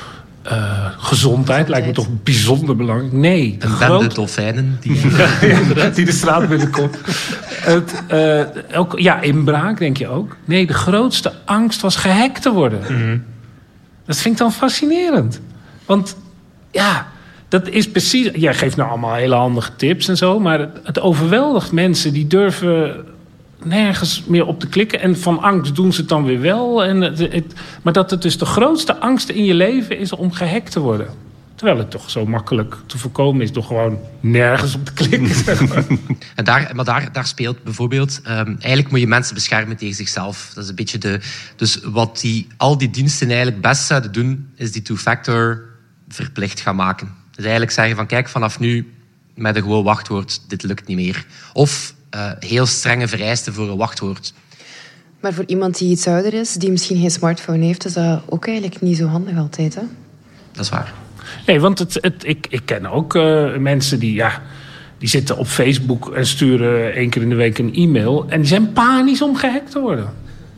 I: Uh, gezondheid lijkt me toch bijzonder belangrijk. Nee.
G: Een
I: groot...
G: bende dolfijnen. Die...
I: ja, die de straat binnenkomt. Het, uh, ook, ja, inbraak denk je ook. Nee, de grootste angst was gehackt te worden. Mm-hmm. Dat vind ik dan fascinerend. Want ja, dat is precies... Jij geeft nou allemaal hele handige tips en zo, maar het, het overweldigt mensen die durven nergens meer op te klikken. En van angst doen ze het dan weer wel. En het, het, maar dat het dus de grootste angst in je leven is om gehackt te worden. Terwijl het toch zo makkelijk te voorkomen is door gewoon nergens op te klikken. Zeg maar.
G: En daar, maar daar, daar speelt bijvoorbeeld... Um, eigenlijk moet je mensen beschermen tegen zichzelf. Dat is een beetje de... Dus wat die, al die diensten eigenlijk best zouden doen, is die two-factor verplicht gaan maken. Dus eigenlijk zeggen van, kijk, vanaf nu met een gewoon wachtwoord, dit lukt niet meer. Of uh, heel strenge vereisten voor een wachtwoord.
E: Maar voor iemand die iets ouder is, die misschien geen smartphone heeft, is dat ook eigenlijk niet zo handig altijd, hè?
G: Dat is waar.
I: Nee, want het, het, ik, ik ken ook uh, mensen die, ja, die zitten op Facebook en sturen één keer in de week een e-mail. En die zijn panisch om gehackt te worden.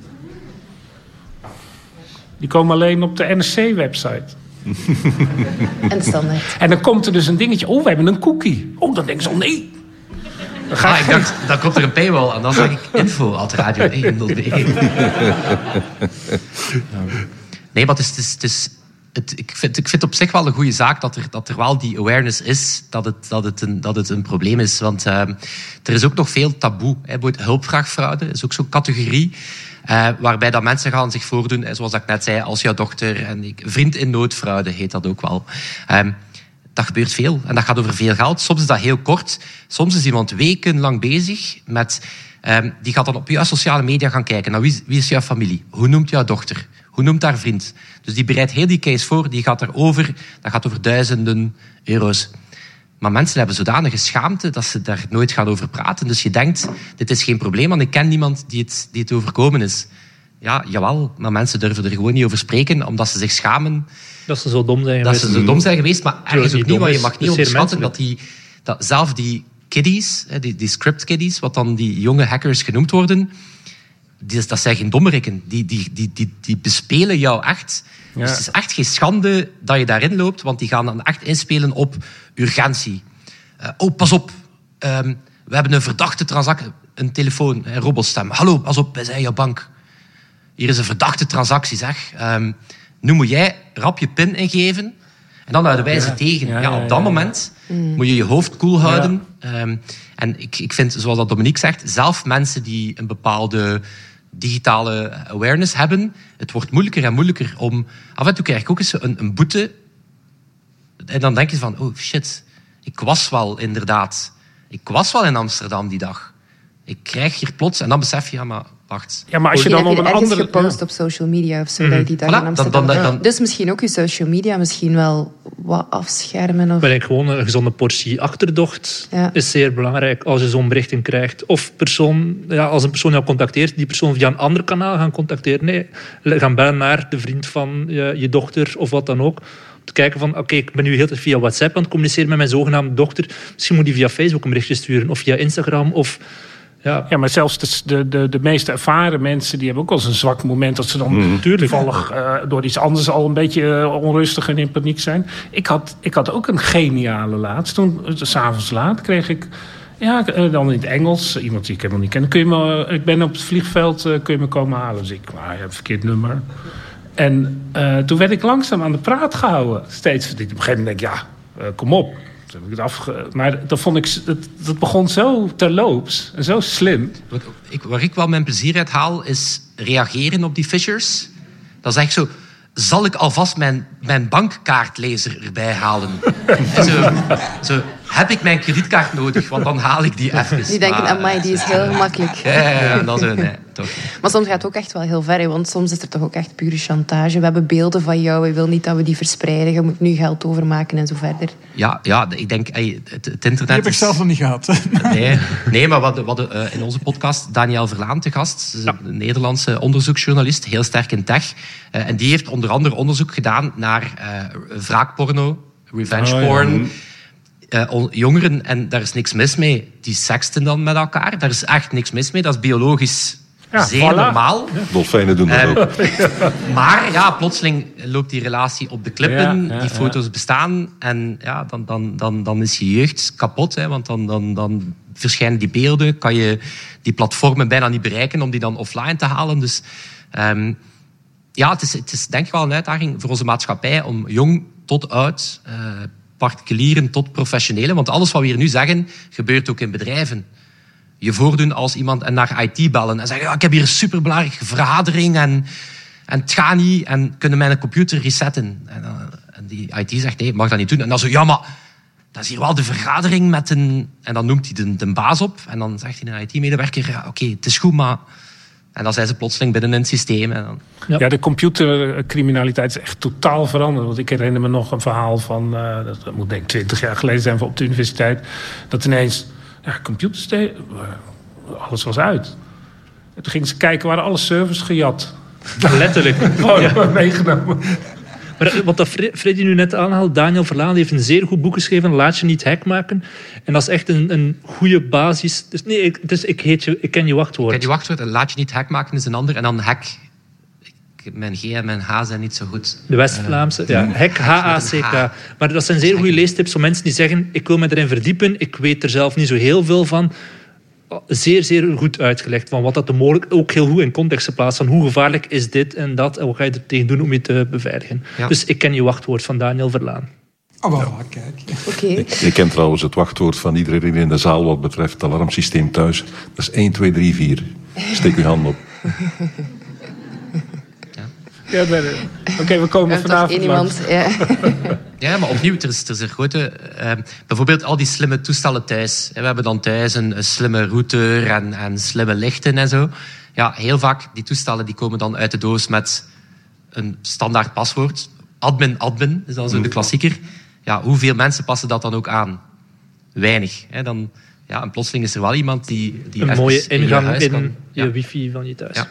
I: Die komen alleen op de N R C-website.
E: En standaard.
I: En dan komt er dus een dingetje. Oh, we hebben een cookie. Oh, dan denken ze, oh nee.
G: Dan ga ah, ik dacht, dan komt er een paywall en dan zeg ik info at radio één nul één. Nee, maar het is... Het is, het is Het, ik, vind, ik vind op zich wel een goede zaak dat er, dat er wel die awareness is dat het, dat het, een, dat het een probleem is. Want uh, er is ook nog veel taboe. Hè. Hulpvraagfraude is ook zo'n categorie uh, waarbij dat mensen gaan zich voordoen, hè, zoals ik net zei, als jouw dochter en ik, vriend in noodfraude heet dat ook wel. Um, dat gebeurt veel en dat gaat over veel geld. Soms is dat heel kort. Soms is iemand wekenlang bezig met... Um, die gaat dan op jouw sociale media gaan kijken. Nou, wie, wie is jouw familie? Hoe noemt jouw dochter? Hoe noemt haar vriend? Dus die bereidt heel die case voor. Die gaat erover. Dat gaat over duizenden euro's. Maar mensen hebben zodanige schaamte dat ze daar nooit gaan over praten. Dus je denkt, dit is geen probleem, want ik ken niemand die het, die het overkomen is. Ja, jawel. Maar mensen durven er gewoon niet over spreken, omdat ze zich schamen.
J: Dat ze zo dom zijn
G: geweest. Dat ze zo dom zijn geweest. Maar ergens ook niet, want je mag niet
J: is
G: onderschatten dat, die, dat zelf die kiddies, die, die script kiddies, wat dan die jonge hackers genoemd worden... Die, dat zijn geen dommerikken. Die, die, die, die, die bespelen jou echt. Ja. Dus het is echt geen schande dat je daarin loopt, want die gaan dan echt inspelen op urgentie. Uh, oh, pas op. Um, we hebben een verdachte transactie. Een telefoon, een robotstem. Hallo, pas op, wij zijn jouw bank. Hier is een verdachte transactie, zeg. Um, nu moet jij rap je pin ingeven. En dan houden wij ze ja. tegen. Ja, ja, op dat ja, ja. moment mm. moet je je hoofd koel houden. Ja. Um, en ik, ik vind, zoals dat Dominique zegt, zelf mensen die een bepaalde digitale awareness hebben, het wordt moeilijker en moeilijker om... Af en toe krijg ik ook eens een, een boete. En dan denk je van, oh shit, ik was wel inderdaad... Ik was wel in Amsterdam die dag. Ik krijg hier plots... En dan besef je, ja, maar wacht.
I: Ja, maar als je dan op een andere...
E: gepost ja. op social media of zo, mm-hmm. dat je die dag voilà, in Amsterdam... Dan, dan, dan, dus misschien ook je social media misschien wel wat afschermen. Of...
J: Maar ik gewoon een gezonde portie achterdocht ja. is zeer belangrijk als je zo'n berichten krijgt. Of persoon, ja, als een persoon jou contacteert, die persoon via een ander kanaal gaan contacteren. Nee, gaan bellen naar de vriend van je, je dochter of wat dan ook. Te kijken van, oké, okay, ik ben nu heel tijd via WhatsApp aan het communiceren met mijn zogenaamde dochter. Misschien moet die via Facebook een berichtje sturen of via Instagram of...
I: Ja. ja, maar zelfs de, de, de meest ervaren mensen... die hebben ook wel eens een zwak moment... dat ze dan mm. toevallig uh, door iets anders al een beetje uh, onrustig en in paniek zijn. Ik had, ik had ook een geniale laatst. Toen, 's avonds laat, kreeg ik Ja, dan in het Engels. Iemand die ik helemaal niet ken. Kun je me, ik ben op het vliegveld, kun je me komen halen? Dus ik, nou, je hebt een verkeerd nummer. En uh, toen werd ik langzaam aan de praat gehouden. Steeds. Op een gegeven moment denk ik, ja, uh, kom op. Toen heb ik het afge... Maar dat vond ik, dat, dat begon zo terloops en zo slim.
G: Wat ik, waar ik wel mijn plezier uit haal, is reageren op die phishers. Dat is echt zo... Zal ik alvast mijn, mijn bankkaartlezer erbij halen? zo, zo, heb ik mijn kredietkaart nodig? Want dan haal ik die even.
E: Die denken,
G: maar,
E: amai, die is heel gemakkelijk.
G: Ja, ja, ja, dat is, nee, toch.
E: Maar soms gaat het ook echt wel heel ver. Hè, want soms is er toch ook echt pure chantage. We hebben beelden van jou, we willen niet dat we die verspreiden. Je moet nu geld overmaken en zo verder.
G: Ja, ja ik denk, hey, het, het internet
F: Die heb ik
G: is...
F: zelf nog niet gehad.
G: Nee, nee maar we hadden, we hadden uh, in onze podcast Daniel Verlaan te gast. Ja. Een Nederlandse onderzoeksjournalist, heel sterk in tech. Uh, en die heeft onder andere onderzoek gedaan naar uh, wraakporno, revenge
I: oh,
G: porn... Ja. Uh, jongeren, en daar is niks mis mee, die seksten dan met elkaar. Daar is echt niks mis mee. Dat is biologisch ja, zeer voilà. normaal.
H: Ja. Dolfijnen doen dat uh, ook.
G: Maar ja, plotseling loopt die relatie op de klippen.
I: Ja, ja,
G: die foto's
I: ja.
G: bestaan. En ja, dan, dan, dan, dan is je jeugd kapot. Hè, want dan, dan, dan verschijnen die beelden. Kan je die platformen bijna niet bereiken om die dan offline te halen. Dus um, ja, het is, het is denk ik wel een uitdaging voor onze maatschappij om jong tot oud... Uh, particulieren tot professionelen. Want alles wat we hier nu zeggen, gebeurt ook in bedrijven. Je voordoen als iemand en naar I T bellen en zeggen, ja, ik heb hier een superbelangrijke vergadering en, en het gaat niet en kunnen mijn computer resetten. En, uh, en die I T zegt, nee, ik mag dat niet doen. En dan zo, ja, maar dat is hier wel de vergadering met een... En dan noemt hij de, de baas op en dan zegt hij een I T-medewerker, ja, oké, okay, het is goed, maar... En dan zijn ze plotseling binnen in het systeem. En dan...
I: ja. ja, de computercriminaliteit is echt totaal veranderd. Want ik herinner me nog een verhaal van... Uh, dat moet denk ik twintig jaar geleden zijn op de universiteit. Dat ineens... Ja, computers... Uh, alles was uit. En toen gingen ze kijken, waren alle servers gejat.
J: Letterlijk.
I: Gewoon ja. meegenomen.
J: Maar wat dat Freddy nu net aanhaalt, Daniel Verlaan heeft een zeer goed boek geschreven, Laat je niet hack maken. En dat is echt een, een goede basis. Dus nee, ik, dus ik, heet je, ik ken je wachtwoord.
G: Ik ken je wachtwoord en Laat je niet hack maken is een ander. En dan hack. Ik, mijn G en mijn H zijn niet zo goed.
J: De West-Vlaamse. Uh, ja, hack, H A C K. Maar dat zijn zeer goede leestips voor mensen die zeggen, ik wil me erin verdiepen, ik weet er zelf niet zo heel veel van. Zeer, zeer goed uitgelegd van wat dat de mogelijk ook heel goed in context geplaatst van hoe gevaarlijk is dit en dat en wat ga je er tegen doen om je te beveiligen. Ja. Dus ik ken je wachtwoord van Daniel Verlaan.
F: Oh, wel, ja. Kijk.
E: Okay.
H: Ik, ik ken trouwens het wachtwoord van iedereen in de zaal wat betreft het alarmsysteem thuis. Dat is één, twee, drie, vier. Steek uw hand op.
I: Ja, Oké, okay, we komen vanavond
E: iemand, ja.
G: Ja, maar opnieuw, er is, er is een grote... Uh, bijvoorbeeld al die slimme toestellen thuis. We hebben dan thuis een, een slimme router en, en slimme lichten en zo. Ja, heel vaak, die toestellen die komen dan uit de doos met een standaard paswoord. Admin, admin, is dan zo de klassieker. Ja, hoeveel mensen passen dat dan ook aan? Weinig. Hè? Dan, ja, en plotseling is er wel iemand die... die
J: een mooie ingang in, in
G: kan,
J: je
G: ja.
J: wifi van je thuis.
G: Ja.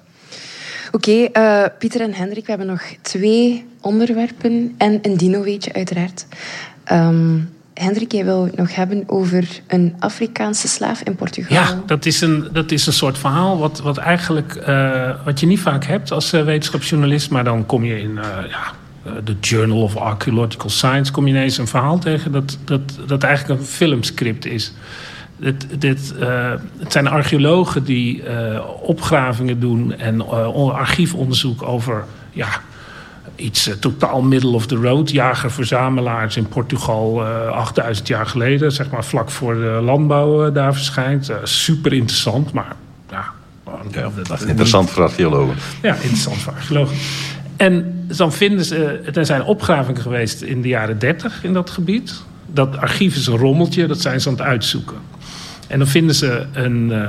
E: Oké, okay, uh, Pieter en Hendrik, we hebben nog twee onderwerpen en een dino-weetje uiteraard. Um, Hendrik, jij wil het nog hebben over een Afrikaanse slaaf in Portugal.
I: Ja, dat is een, dat is een soort verhaal wat, wat eigenlijk uh, wat je niet vaak hebt als uh, wetenschapsjournalist, maar dan kom je in uh, ja, de Journal of Archaeological Science kom je ineens een verhaal tegen dat, dat, dat eigenlijk een filmscript is. Dit, dit, uh, het zijn archeologen die uh, opgravingen doen en uh, archiefonderzoek over ja, iets uh, totaal middle of the road. Jager-verzamelaars in Portugal uh, achtduizend jaar geleden, zeg maar vlak voor de landbouw uh, daar verschijnt. Uh, super interessant, maar ja,
H: ja dat is interessant voor archeologen.
I: Ja, interessant voor archeologen. En dan vinden ze, er zijn opgravingen geweest in de jaren dertig in dat gebied. Dat archief is een rommeltje, dat zijn ze aan het uitzoeken. En dan vinden ze een... Uh,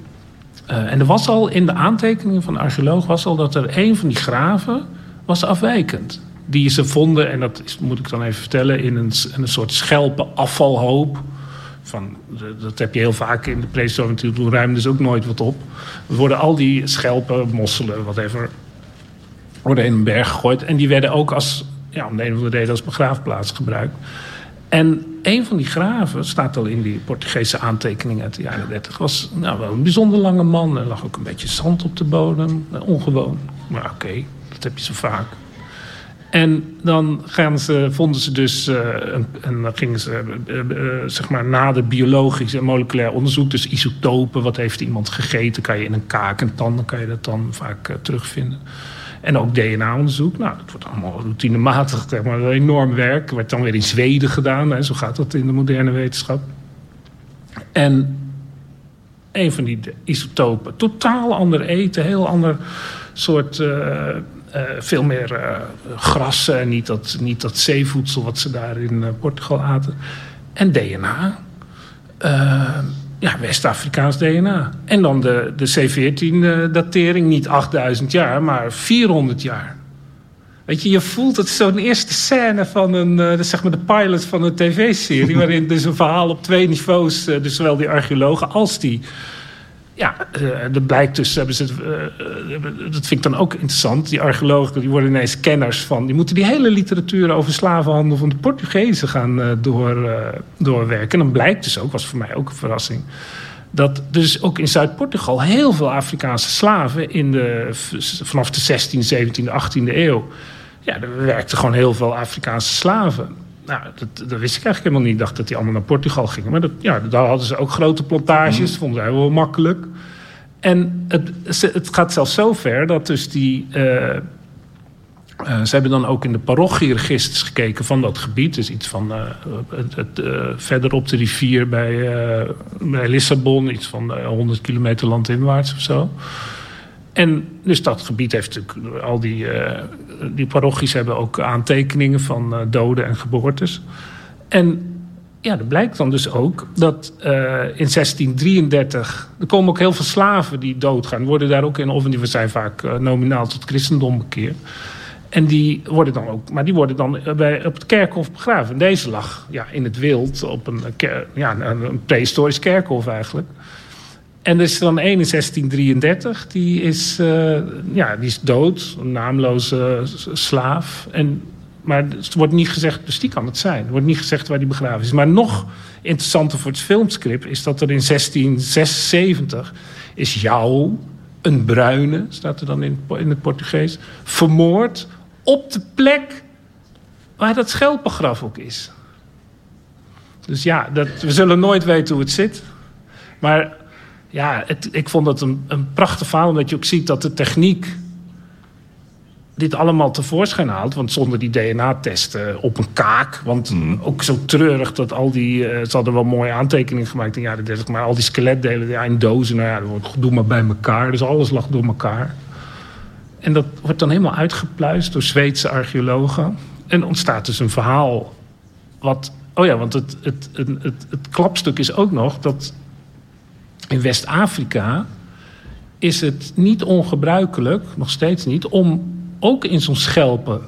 I: uh, en er was al in de aantekeningen van de archeoloog was al dat er een van die graven was afwijkend. Die ze vonden, en dat is, moet ik dan even vertellen, in een, in een soort schelpenafvalhoop. Van, dat heb je heel vaak in de prehistorie natuurlijk, toen ruimden ze ook nooit wat op. Er worden al die schelpen, mosselen, whatever, worden in een berg gegooid. En die werden ook als, ja, om de een of andere reden als begraafplaats gebruikt. En een van die graven, staat al in die Portugese aantekeningen uit de jaren dertig... was nou, wel een bijzonder lange man. Er lag ook een beetje zand op de bodem. Ongewoon. Maar oké, okay, dat heb je zo vaak. En dan gaan ze, vonden ze dus, uh, en, en dan gingen ze uh, uh, zeg maar nader biologisch en moleculair onderzoek, dus isotopen, wat heeft iemand gegeten, kan je in een kaak en tanden kan je dat dan vaak uh, terugvinden. En ook D N A-onderzoek, nou, dat wordt allemaal routinematig, zeg maar, enorm werk, werd dan weer in Zweden gedaan, hè, zo gaat dat in de moderne wetenschap. En een van die isotopen, totaal ander eten, heel ander soort. Uh, Uh, veel meer uh, grassen en niet dat, niet dat zeevoedsel wat ze daar in uh, Portugal aten. En D N A. Uh, ja, West-Afrikaans D N A. En dan de, de C veertien-datering. Uh, niet achtduizend jaar, maar vierhonderd jaar. Weet je, je voelt het zo'n eerste scène van een, uh, zeg maar de pilot van een tv-serie... waarin dus een verhaal op twee niveaus, uh, dus zowel die archeologen als die... Ja, uh, er blijkt dus, hebben ze, uh, uh, dat vind ik dan ook interessant... die archeologen die worden ineens kenners van... die moeten die hele literatuur over slavenhandel van de Portugezen gaan uh, door, uh, doorwerken. En dan blijkt dus ook, was voor mij ook een verrassing... dat dus ook in Zuid-Portugal heel veel Afrikaanse slaven... In de, vanaf de zestiende, zeventiende, achttiende eeuw... ja, er werkten gewoon heel veel Afrikaanse slaven... Nou, dat, dat wist ik eigenlijk helemaal niet. Ik dacht dat die allemaal naar Portugal gingen. Maar dat, ja, daar hadden ze ook grote plantages. Dat vonden zij wel makkelijk. En het, het gaat zelfs zo ver dat dus die... Uh, uh, ze hebben dan ook in de parochieregisters gekeken van dat gebied. Dus iets van uh, het, het, uh, verder op de rivier bij, uh, bij Lissabon. Iets van uh, honderd kilometer landinwaarts of zo. En dus dat gebied heeft natuurlijk al die, uh, die parochies hebben ook aantekeningen van uh, doden en geboortes. En ja, er blijkt dan dus ook dat uh, in zestien drieëndertig... er komen ook heel veel slaven die doodgaan. Worden daar ook in, of die zijn vaak uh, nominaal tot christendom bekeerd. En die worden dan ook, maar die worden dan bij, op het kerkhof begraven. En deze lag ja, in het wild op een, ja, een prehistorisch kerkhof eigenlijk. En er is dan één in zestien drieëndertig, die is, uh, ja, die is dood, een naamloze slaaf. En, maar het wordt niet gezegd, dus die kan het zijn. Er wordt niet gezegd waar die begraven is. Maar nog interessanter voor het filmscript is dat er in zestien zesenzeventig is Jou, een bruine, staat er dan in, in het Portugees, vermoord op de plek waar dat schelpengraf ook is. Dus ja, dat, we zullen nooit weten hoe het zit. Maar ja, het, ik vond het een, een prachtig verhaal, omdat je ook ziet dat de techniek dit allemaal tevoorschijn haalt. Want zonder die D N A-testen op een kaak. Want mm. ook zo treurig dat al die... Uh, ze hadden wel mooie aantekeningen gemaakt in de jaren dertig. Maar al die skeletdelen ja, in dozen, nou ja, dat wordt doe maar bij elkaar. Dus alles lag door elkaar. En dat wordt dan helemaal uitgepluist door Zweedse archeologen. En ontstaat dus een verhaal wat... Oh ja, want het, het, het, het, het klapstuk is ook nog dat in West-Afrika is het niet ongebruikelijk, nog steeds niet, om ook in zo'n schelpenberg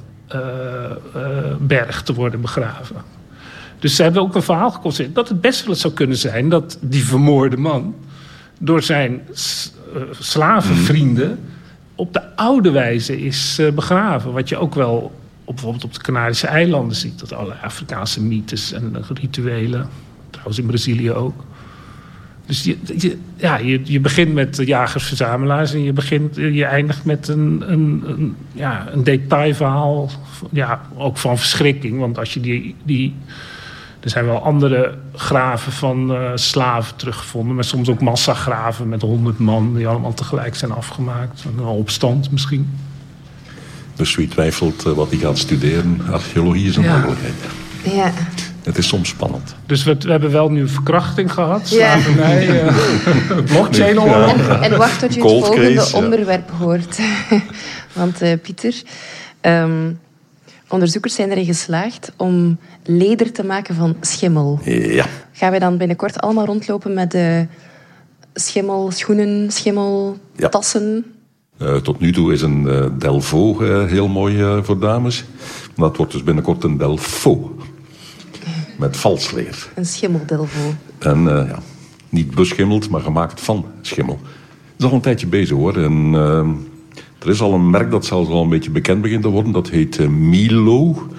I: uh, uh, te worden begraven. Dus ze hebben ook een verhaal geconstateerd dat het best wel eens zou kunnen zijn dat die vermoorde man door zijn s- uh, slavenvrienden op de oude wijze is uh, begraven. Wat je ook wel op, bijvoorbeeld op de Canarische eilanden ziet. Dat allerlei Afrikaanse mythes en uh, rituelen. Trouwens in Brazilië ook. Dus je, je, ja, je, je begint met jagers-verzamelaars en je, begint, je eindigt met een, een, een, ja, een detailverhaal. Ja, ook van verschrikking. Want als je die, die... Er zijn wel andere graven van uh, slaven teruggevonden. Maar soms ook massagraven met honderd man die allemaal tegelijk zijn afgemaakt. Een opstand misschien.
H: Dus wie twijfelt uh, wat hij gaat studeren, archeologie is een
E: ja.
H: mogelijkheid.
E: Ja.
H: Het is soms spannend.
I: Dus we, we hebben wel nu verkrachting gehad, slavernij, ja. uh, blockchain-oorlog.
E: En, en wacht tot je
H: Cold
E: het volgende
H: case, ja.
E: onderwerp hoort. Want uh, Pieter, um, onderzoekers zijn erin geslaagd om leder te maken van schimmel.
H: Ja.
E: Gaan wij dan binnenkort allemaal rondlopen met de schimmel, schoenen, schimmel,
H: Ja.
E: tassen?
H: Uh, tot nu toe is een uh, Delvaux uh, heel mooi uh, voor dames. Dat wordt dus binnenkort een Delfaux. Met valsleer.
E: Een schimmeldelvo.
H: En uh, ja, niet beschimmeld, maar gemaakt van schimmel. Het is al een tijdje bezig hoor. En, uh, er is al een merk dat zelfs al een beetje bekend begint te worden. Dat heet uh, Milo.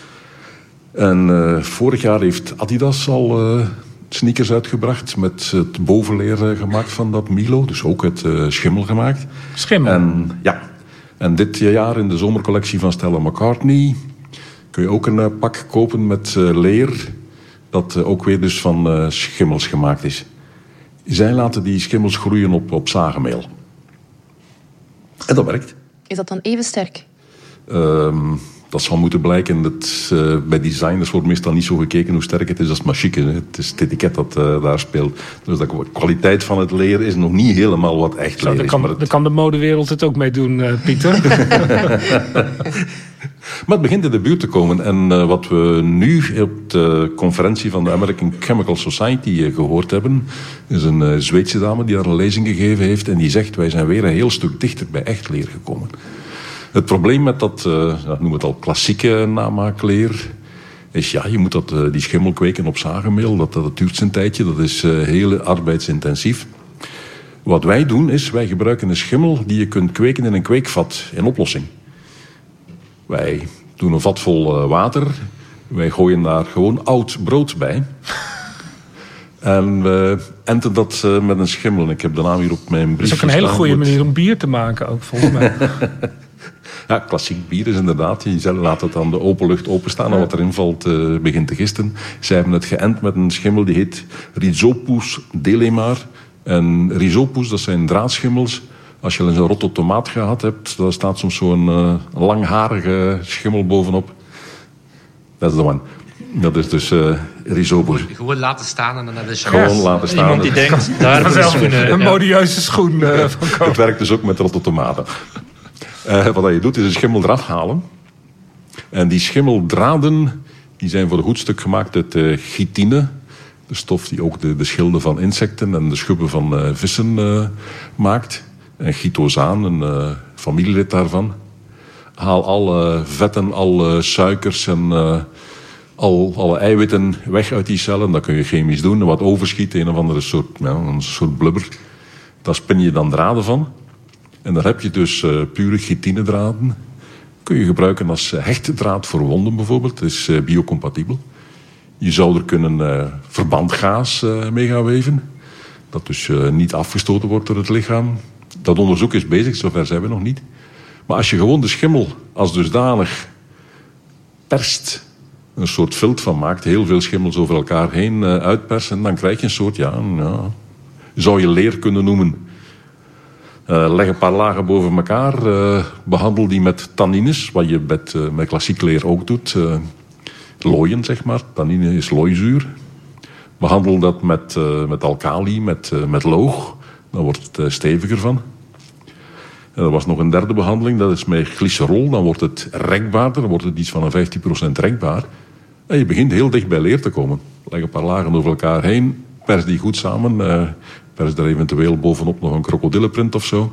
H: En uh, vorig jaar heeft Adidas al uh, sneakers uitgebracht met het bovenleer uh, gemaakt van dat Milo. Dus ook het uh, schimmel gemaakt.
I: Schimmel?
H: En ja, En dit jaar in de zomercollectie van Stella McCartney kun je ook een uh, pak kopen met uh, leer dat uh, ook weer dus van uh, schimmels gemaakt is. Zij laten die schimmels groeien op, op zagenmeel. En dat werkt.
E: Is dat dan even sterk?
H: Uh, dat zal moeten blijken. Dat, uh, bij designers wordt meestal niet zo gekeken hoe sterk het is als het maar chic is. Hè. Het is het etiket dat uh, daar speelt. Dus de kwaliteit van het leer is nog niet helemaal wat echt leer
I: Zo,
H: is.
I: Kan,
H: maar het...
I: Daar kan de modewereld het ook mee doen, uh, Pieter.
H: Maar het begint in de buurt te komen. En uh, wat we nu op de conferentie van de American Chemical Society uh, gehoord hebben, is een uh, Zweedse dame die daar een lezing gegeven heeft. En die zegt, wij zijn weer een heel stuk dichter bij echt leer gekomen. Het probleem met dat, uh, noem het al klassieke namaakleer, is ja, je moet dat, uh, die schimmel kweken op zagenmeel. Dat, dat duurt zijn tijdje, dat is uh, heel arbeidsintensief. Wat wij doen is, wij gebruiken een schimmel die je kunt kweken in een kweekvat in oplossing. Wij doen een vat vol uh, water. Wij gooien daar gewoon oud brood bij. En we enten dat uh, met een schimmel. Ik heb de naam hier op mijn briefje.
I: Dat is ook een hele
H: staan.
I: goede manier om bier te maken, ook volgens mij.
H: Ja, klassiek bier is inderdaad. Je laat het aan de open lucht openstaan en wat erin valt uh, begint te gisten. Zij hebben het geënt met een schimmel die heet Rhizopus delemar. En Rhizopus, dat zijn draadschimmels. Als je een rotte tomaat gehad hebt, daar staat soms zo'n uh, langharige schimmel bovenop. Dat is de one. Dat is dus uh, Rhizopus.
G: Gewoon laten staan en dan hebben ze...
H: Gewoon laten staan.
J: Iemand die denkt, daar hebben we schoenen.
I: Een
J: Ja.
I: modieuze schoen uh, van kopen.
H: Het werkt dus ook met rotte tomaten. Uh, wat je doet, is een schimmel eraf halen. En die schimmeldraden die zijn voor een goed stuk gemaakt uit uh, chitine. De stof die ook de, de schilden van insecten en de schubben van uh, vissen uh, maakt. En chitosaan, een uh, familielid daarvan. Haal alle vetten, alle suikers en uh, al, alle eiwitten weg uit die cellen. Dat kun je chemisch doen. En wat overschiet, een of andere soort, ja, een soort blubber. Daar spin je dan draden van. En dan heb je dus uh, pure chitinedraden. Kun je gebruiken als uh, hechtdraad voor wonden bijvoorbeeld. Het is uh, biocompatibel. Je zou er kunnen uh, verbandgaas uh, mee gaan weven. Dat dus uh, niet afgestoten wordt door het lichaam. Dat onderzoek is bezig, zover zijn we nog niet. Maar als je gewoon de schimmel als dusdanig perst, een soort vilt van maakt, heel veel schimmels over elkaar heen uh, uitpersen, dan krijg je een soort, ja, ja zou je leer kunnen noemen. Uh, leg een paar lagen boven elkaar, uh, behandel die met tannines, wat je met, uh, met klassiek leer ook doet. Uh, looien, zeg maar. Tannine is looizuur. Behandel dat met, uh, met alkali, met, uh, met loog. Dan wordt het uh, steviger van. En er was nog een derde behandeling, dat is met glycerol. Dan wordt het rekbaarder, dan wordt het iets van een vijftien procent rekbaar. En je begint heel dicht bij leer te komen. Leg een paar lagen over elkaar heen, pers die goed samen. Uh, pers er eventueel bovenop nog een krokodillenprint of zo.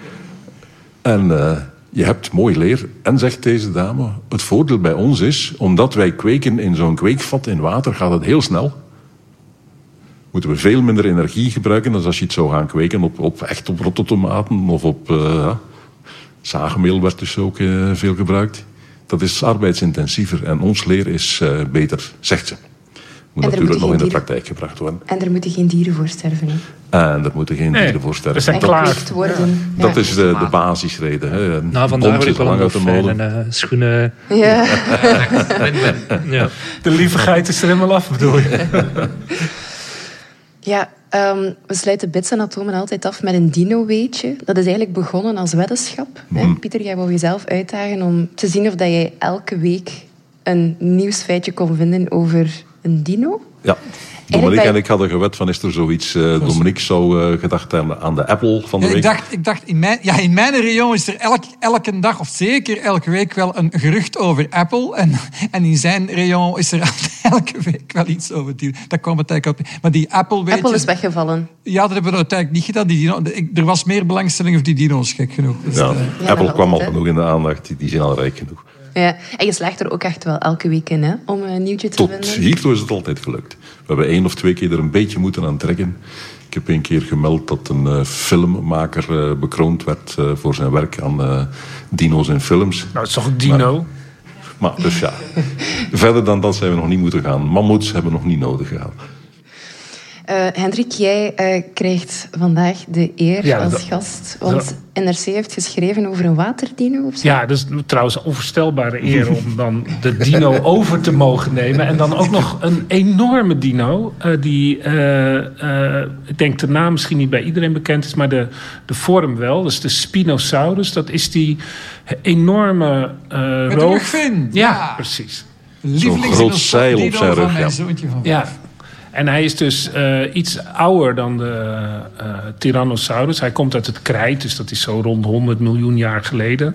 H: En uh, je hebt mooi leer. En zegt deze dame, het voordeel bij ons is, omdat wij kweken in zo'n kweekvat in water, gaat het heel snel. Moeten we veel minder energie gebruiken dan als je het zou gaan kweken op, op echt op rotte tomaten of op uh, zagenmeel werd dus ook uh, veel gebruikt. Dat is arbeidsintensiever en ons leer is uh, beter, zegt ze. Moet natuurlijk nog in de
E: dieren...
H: praktijk gebracht worden.
E: En er moeten geen dieren voor sterven. Hè?
H: En er moeten geen
I: nee,
H: dieren voor sterven.
I: We zijn
H: dat,
I: klaar.
E: Worden.
H: dat
E: Ja.
H: is de, de basisreden. Hè.
J: Nou, vandaag
H: Bont
J: wil ik
H: is
J: wel
H: lang
J: een
H: uit de mode.
J: fijne uh, schoenen.
E: Ja.
J: Ja.
I: De lievigheid is er helemaal af, bedoel je?
E: Ja, um, we sluiten Bits en Atomen altijd af met een dino-weetje. Dat is eigenlijk begonnen als weddenschap. Mm. Hè? Pieter, jij wou jezelf uitdagen om te zien of dat jij elke week een nieuwsfeitje kon vinden over een dino.
H: Ja. Dominique en ik hadden gewet van is er zoiets. Uh, Dominique zou uh, gedacht hebben aan de Apple van de
F: ja,
H: week.
F: Ik dacht, ik dacht in, mijn, ja, in mijn regio is er elk, elke dag, of zeker elke week, wel een gerucht over Apple. En, en in zijn regio is er elke week wel iets over die. Daar kwam het eigenlijk op. Maar die Apple, weet
E: Apple
F: je,
E: is weggevallen.
F: Ja, dat hebben we uiteindelijk niet gedaan. Die dino, ik, er was meer belangstelling voor die dino's, gek genoeg. Dus,
H: ja,
F: uh,
E: ja,
H: Apple kwam al
E: altijd,
H: genoeg in de aandacht. Die, die zijn al rijk genoeg.
E: Ja. En je slaagt er ook echt wel elke week in, hè, om een nieuwtje te
H: Tot
E: vinden.
H: hiertoe is het altijd gelukt. We hebben één of twee keer er een beetje moeten aan trekken. Ik heb een keer gemeld dat een uh, filmmaker uh, bekroond werd uh, voor zijn werk aan uh, dino's in films.
I: Nou, het is toch een dino?
H: Maar, maar dus ja, verder dan dat zijn we nog niet moeten gaan. Mammoets hebben we nog niet nodig gehad.
E: Uh, Hendrik, jij uh, krijgt vandaag de eer
I: ja,
E: als
I: dat,
E: gast. Want N R C heeft geschreven over een waterdino of zo.
I: Ja, dat is trouwens een onvoorstelbare eer om dan de dino over te mogen nemen. En dan ook nog een enorme dino. Uh, die, uh, uh, ik denk de naam misschien niet bij iedereen bekend is, maar de, de vorm wel. Dat is de Spinosaurus. Dat is die enorme uh,
F: Met
I: roof.
F: rugvin.
I: Ja,
F: ja,
I: precies.
H: Zo'n groot zeil op zijn rug.
F: Mijn zoontje van
I: ja. En hij is dus uh, iets ouder dan de uh, Tyrannosaurus. Hij komt uit het Krijt, dus dat is zo rond honderd miljoen jaar geleden.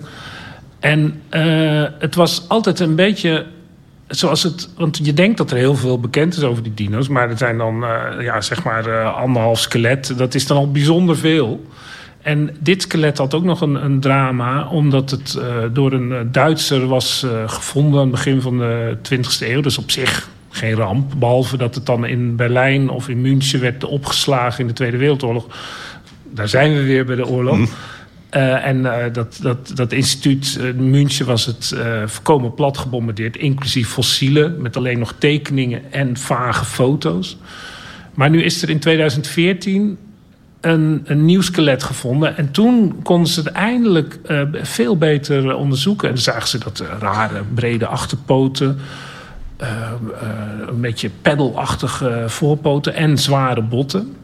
I: En uh, het was altijd een beetje zoals het... Want je denkt dat er heel veel bekend is over die dino's, maar er zijn dan uh, ja, zeg maar uh, anderhalf skelet. Dat is dan al bijzonder veel. En dit skelet had ook nog een, een drama, omdat het uh, door een Duitser was uh, gevonden aan het begin van de twintigste eeuw. Dus op zich geen ramp, behalve dat het dan in Berlijn of in München werd opgeslagen in de Tweede Wereldoorlog. Daar zijn we weer bij de oorlog. Mm. Uh, en uh, dat, dat, dat instituut uh, München was het uh, volkomen plat gebombardeerd, inclusief fossielen, met alleen nog tekeningen en vage foto's. Maar nu is er in tweeduizend veertien een, een nieuw skelet gevonden. En toen konden ze het eindelijk uh, veel beter onderzoeken. En dan zagen ze dat uh, rare, brede achterpoten, Uh, uh, een beetje peddelachtige voorpoten en zware botten.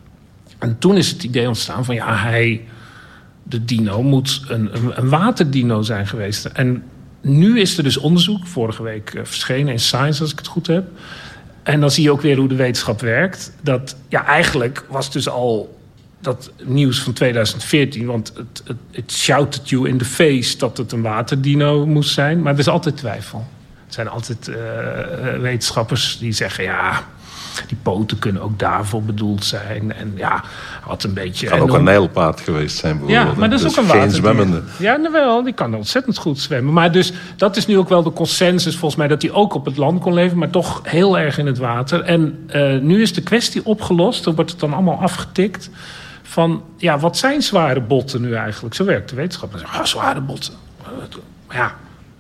I: En toen is het idee ontstaan van ja, hij, de dino moet een, een, een waterdino zijn geweest. En nu is er dus onderzoek, vorige week uh, verschenen in Science, als ik het goed heb. En dan zie je ook weer hoe de wetenschap werkt. Dat ja, eigenlijk was dus al dat nieuws van tweeduizend veertien, want het, het, het shouted you in the face dat het een waterdino moest zijn, maar er is altijd twijfel. Er zijn altijd uh, wetenschappers die zeggen, ja, die poten kunnen ook daarvoor bedoeld zijn. En ja, had een beetje...
H: Het kan ook een nijlpaard geweest zijn bijvoorbeeld.
I: Ja, maar dat is
H: dus
I: ook een
H: geen
I: waterdier.
H: zwemmende.
I: Ja, nou wel, die kan ontzettend goed zwemmen. Maar dus, dat is nu ook wel de consensus volgens mij, dat hij ook op het land kon leven, maar toch heel erg in het water. En uh, nu is de kwestie opgelost, dan wordt het dan allemaal afgetikt, van, ja, wat zijn zware botten nu eigenlijk? Zo werkt de wetenschap. Dan zeggen, ah, zware botten. Maar ja,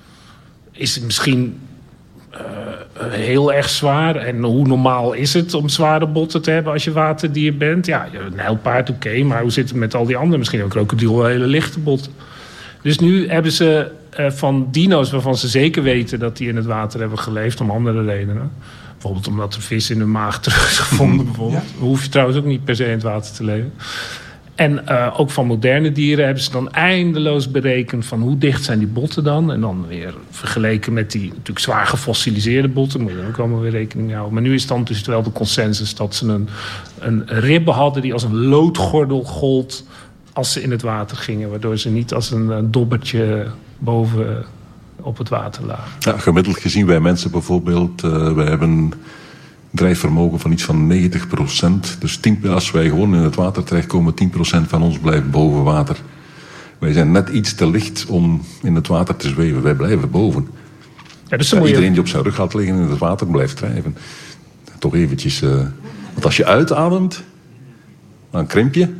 I: is het misschien uh, heel erg zwaar? En hoe normaal is het om zware botten te hebben als je waterdier bent? Ja, een nijlpaard, oké, okay, maar hoe zit het met al die andere? Misschien een krokodil, hele lichte botten. Dus nu hebben ze uh, van dino's waarvan ze zeker weten dat die in het water hebben geleefd, om andere redenen. Bijvoorbeeld omdat er vis in hun maag terug is gevonden. Bijvoorbeeld. Ja. Hoef je trouwens ook niet per se in het water te leven. En uh, ook van moderne dieren hebben ze dan eindeloos berekend van hoe dicht zijn die botten dan. En dan weer vergeleken met die natuurlijk zwaar gefossiliseerde botten. Moet je er ook allemaal weer rekening mee houden. Maar nu is dan dus wel de consensus dat ze een, een ribbe hadden die als een loodgordel gold als ze in het water gingen. Waardoor ze niet als een, een dobbertje boven op het water lagen.
H: Ja, gemiddeld gezien, wij mensen bijvoorbeeld, uh, wij hebben een drijfvermogen van iets van negentig procent. Dus tien, als wij gewoon in het water terechtkomen, tien procent van ons blijft boven water. Wij zijn net iets te licht om in het water te zweven. Wij blijven boven.
I: Ja, dus
H: ja,
I: moet je...
H: Iedereen die op zijn rug gaat liggen in het water blijft drijven. Toch eventjes. Uh, want als je uitademt, dan krimp je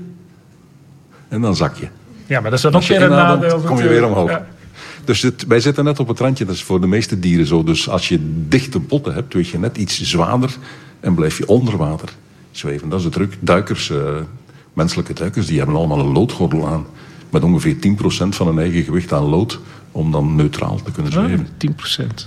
H: en dan zak je.
I: Ja, maar dat is dan ook weer een nadeel.
H: Dan kom je weer omhoog. Ja. Dus het, wij zitten net op het randje, dat is voor de meeste dieren zo. Dus als je dichte botten hebt, weet je net iets zwaarder en blijf je onder water zweven. Dat is het druk. Duikers, uh, menselijke duikers, die hebben allemaal een loodgordel aan. Met ongeveer tien procent van hun eigen gewicht aan lood, om dan neutraal te kunnen zweven.
I: Ja, tien procent.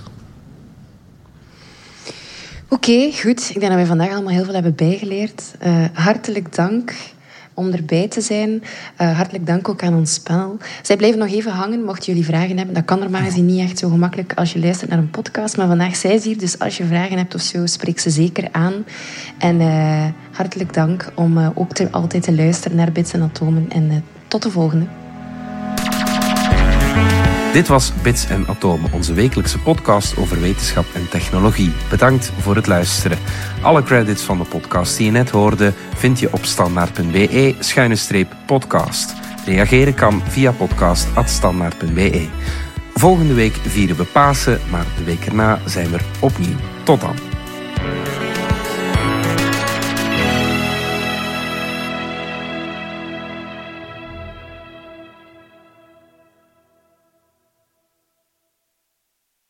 E: Oké, okay, goed. Ik denk dat wij vandaag allemaal heel veel hebben bijgeleerd. Uh, hartelijk dank om erbij te zijn. Uh, hartelijk dank ook aan ons panel. Zij blijven nog even hangen, mochten jullie vragen hebben. Dat kan normaal gezien niet echt zo gemakkelijk als je luistert naar een podcast. Maar vandaag zijn ze hier, dus als je vragen hebt of zo, spreek ze zeker aan. En uh, hartelijk dank om uh, ook te, altijd te luisteren naar Bits en Atomen. En uh, tot de volgende.
D: Dit was Bits en Atomen, onze wekelijkse podcast over wetenschap en technologie. Bedankt voor het luisteren. Alle credits van de podcast die je net hoorde vind je op standaard.be schuine streep podcast. Reageren kan via podcast at standaard.be. Volgende week vieren we Pasen, maar de week erna zijn we er opnieuw. Tot dan.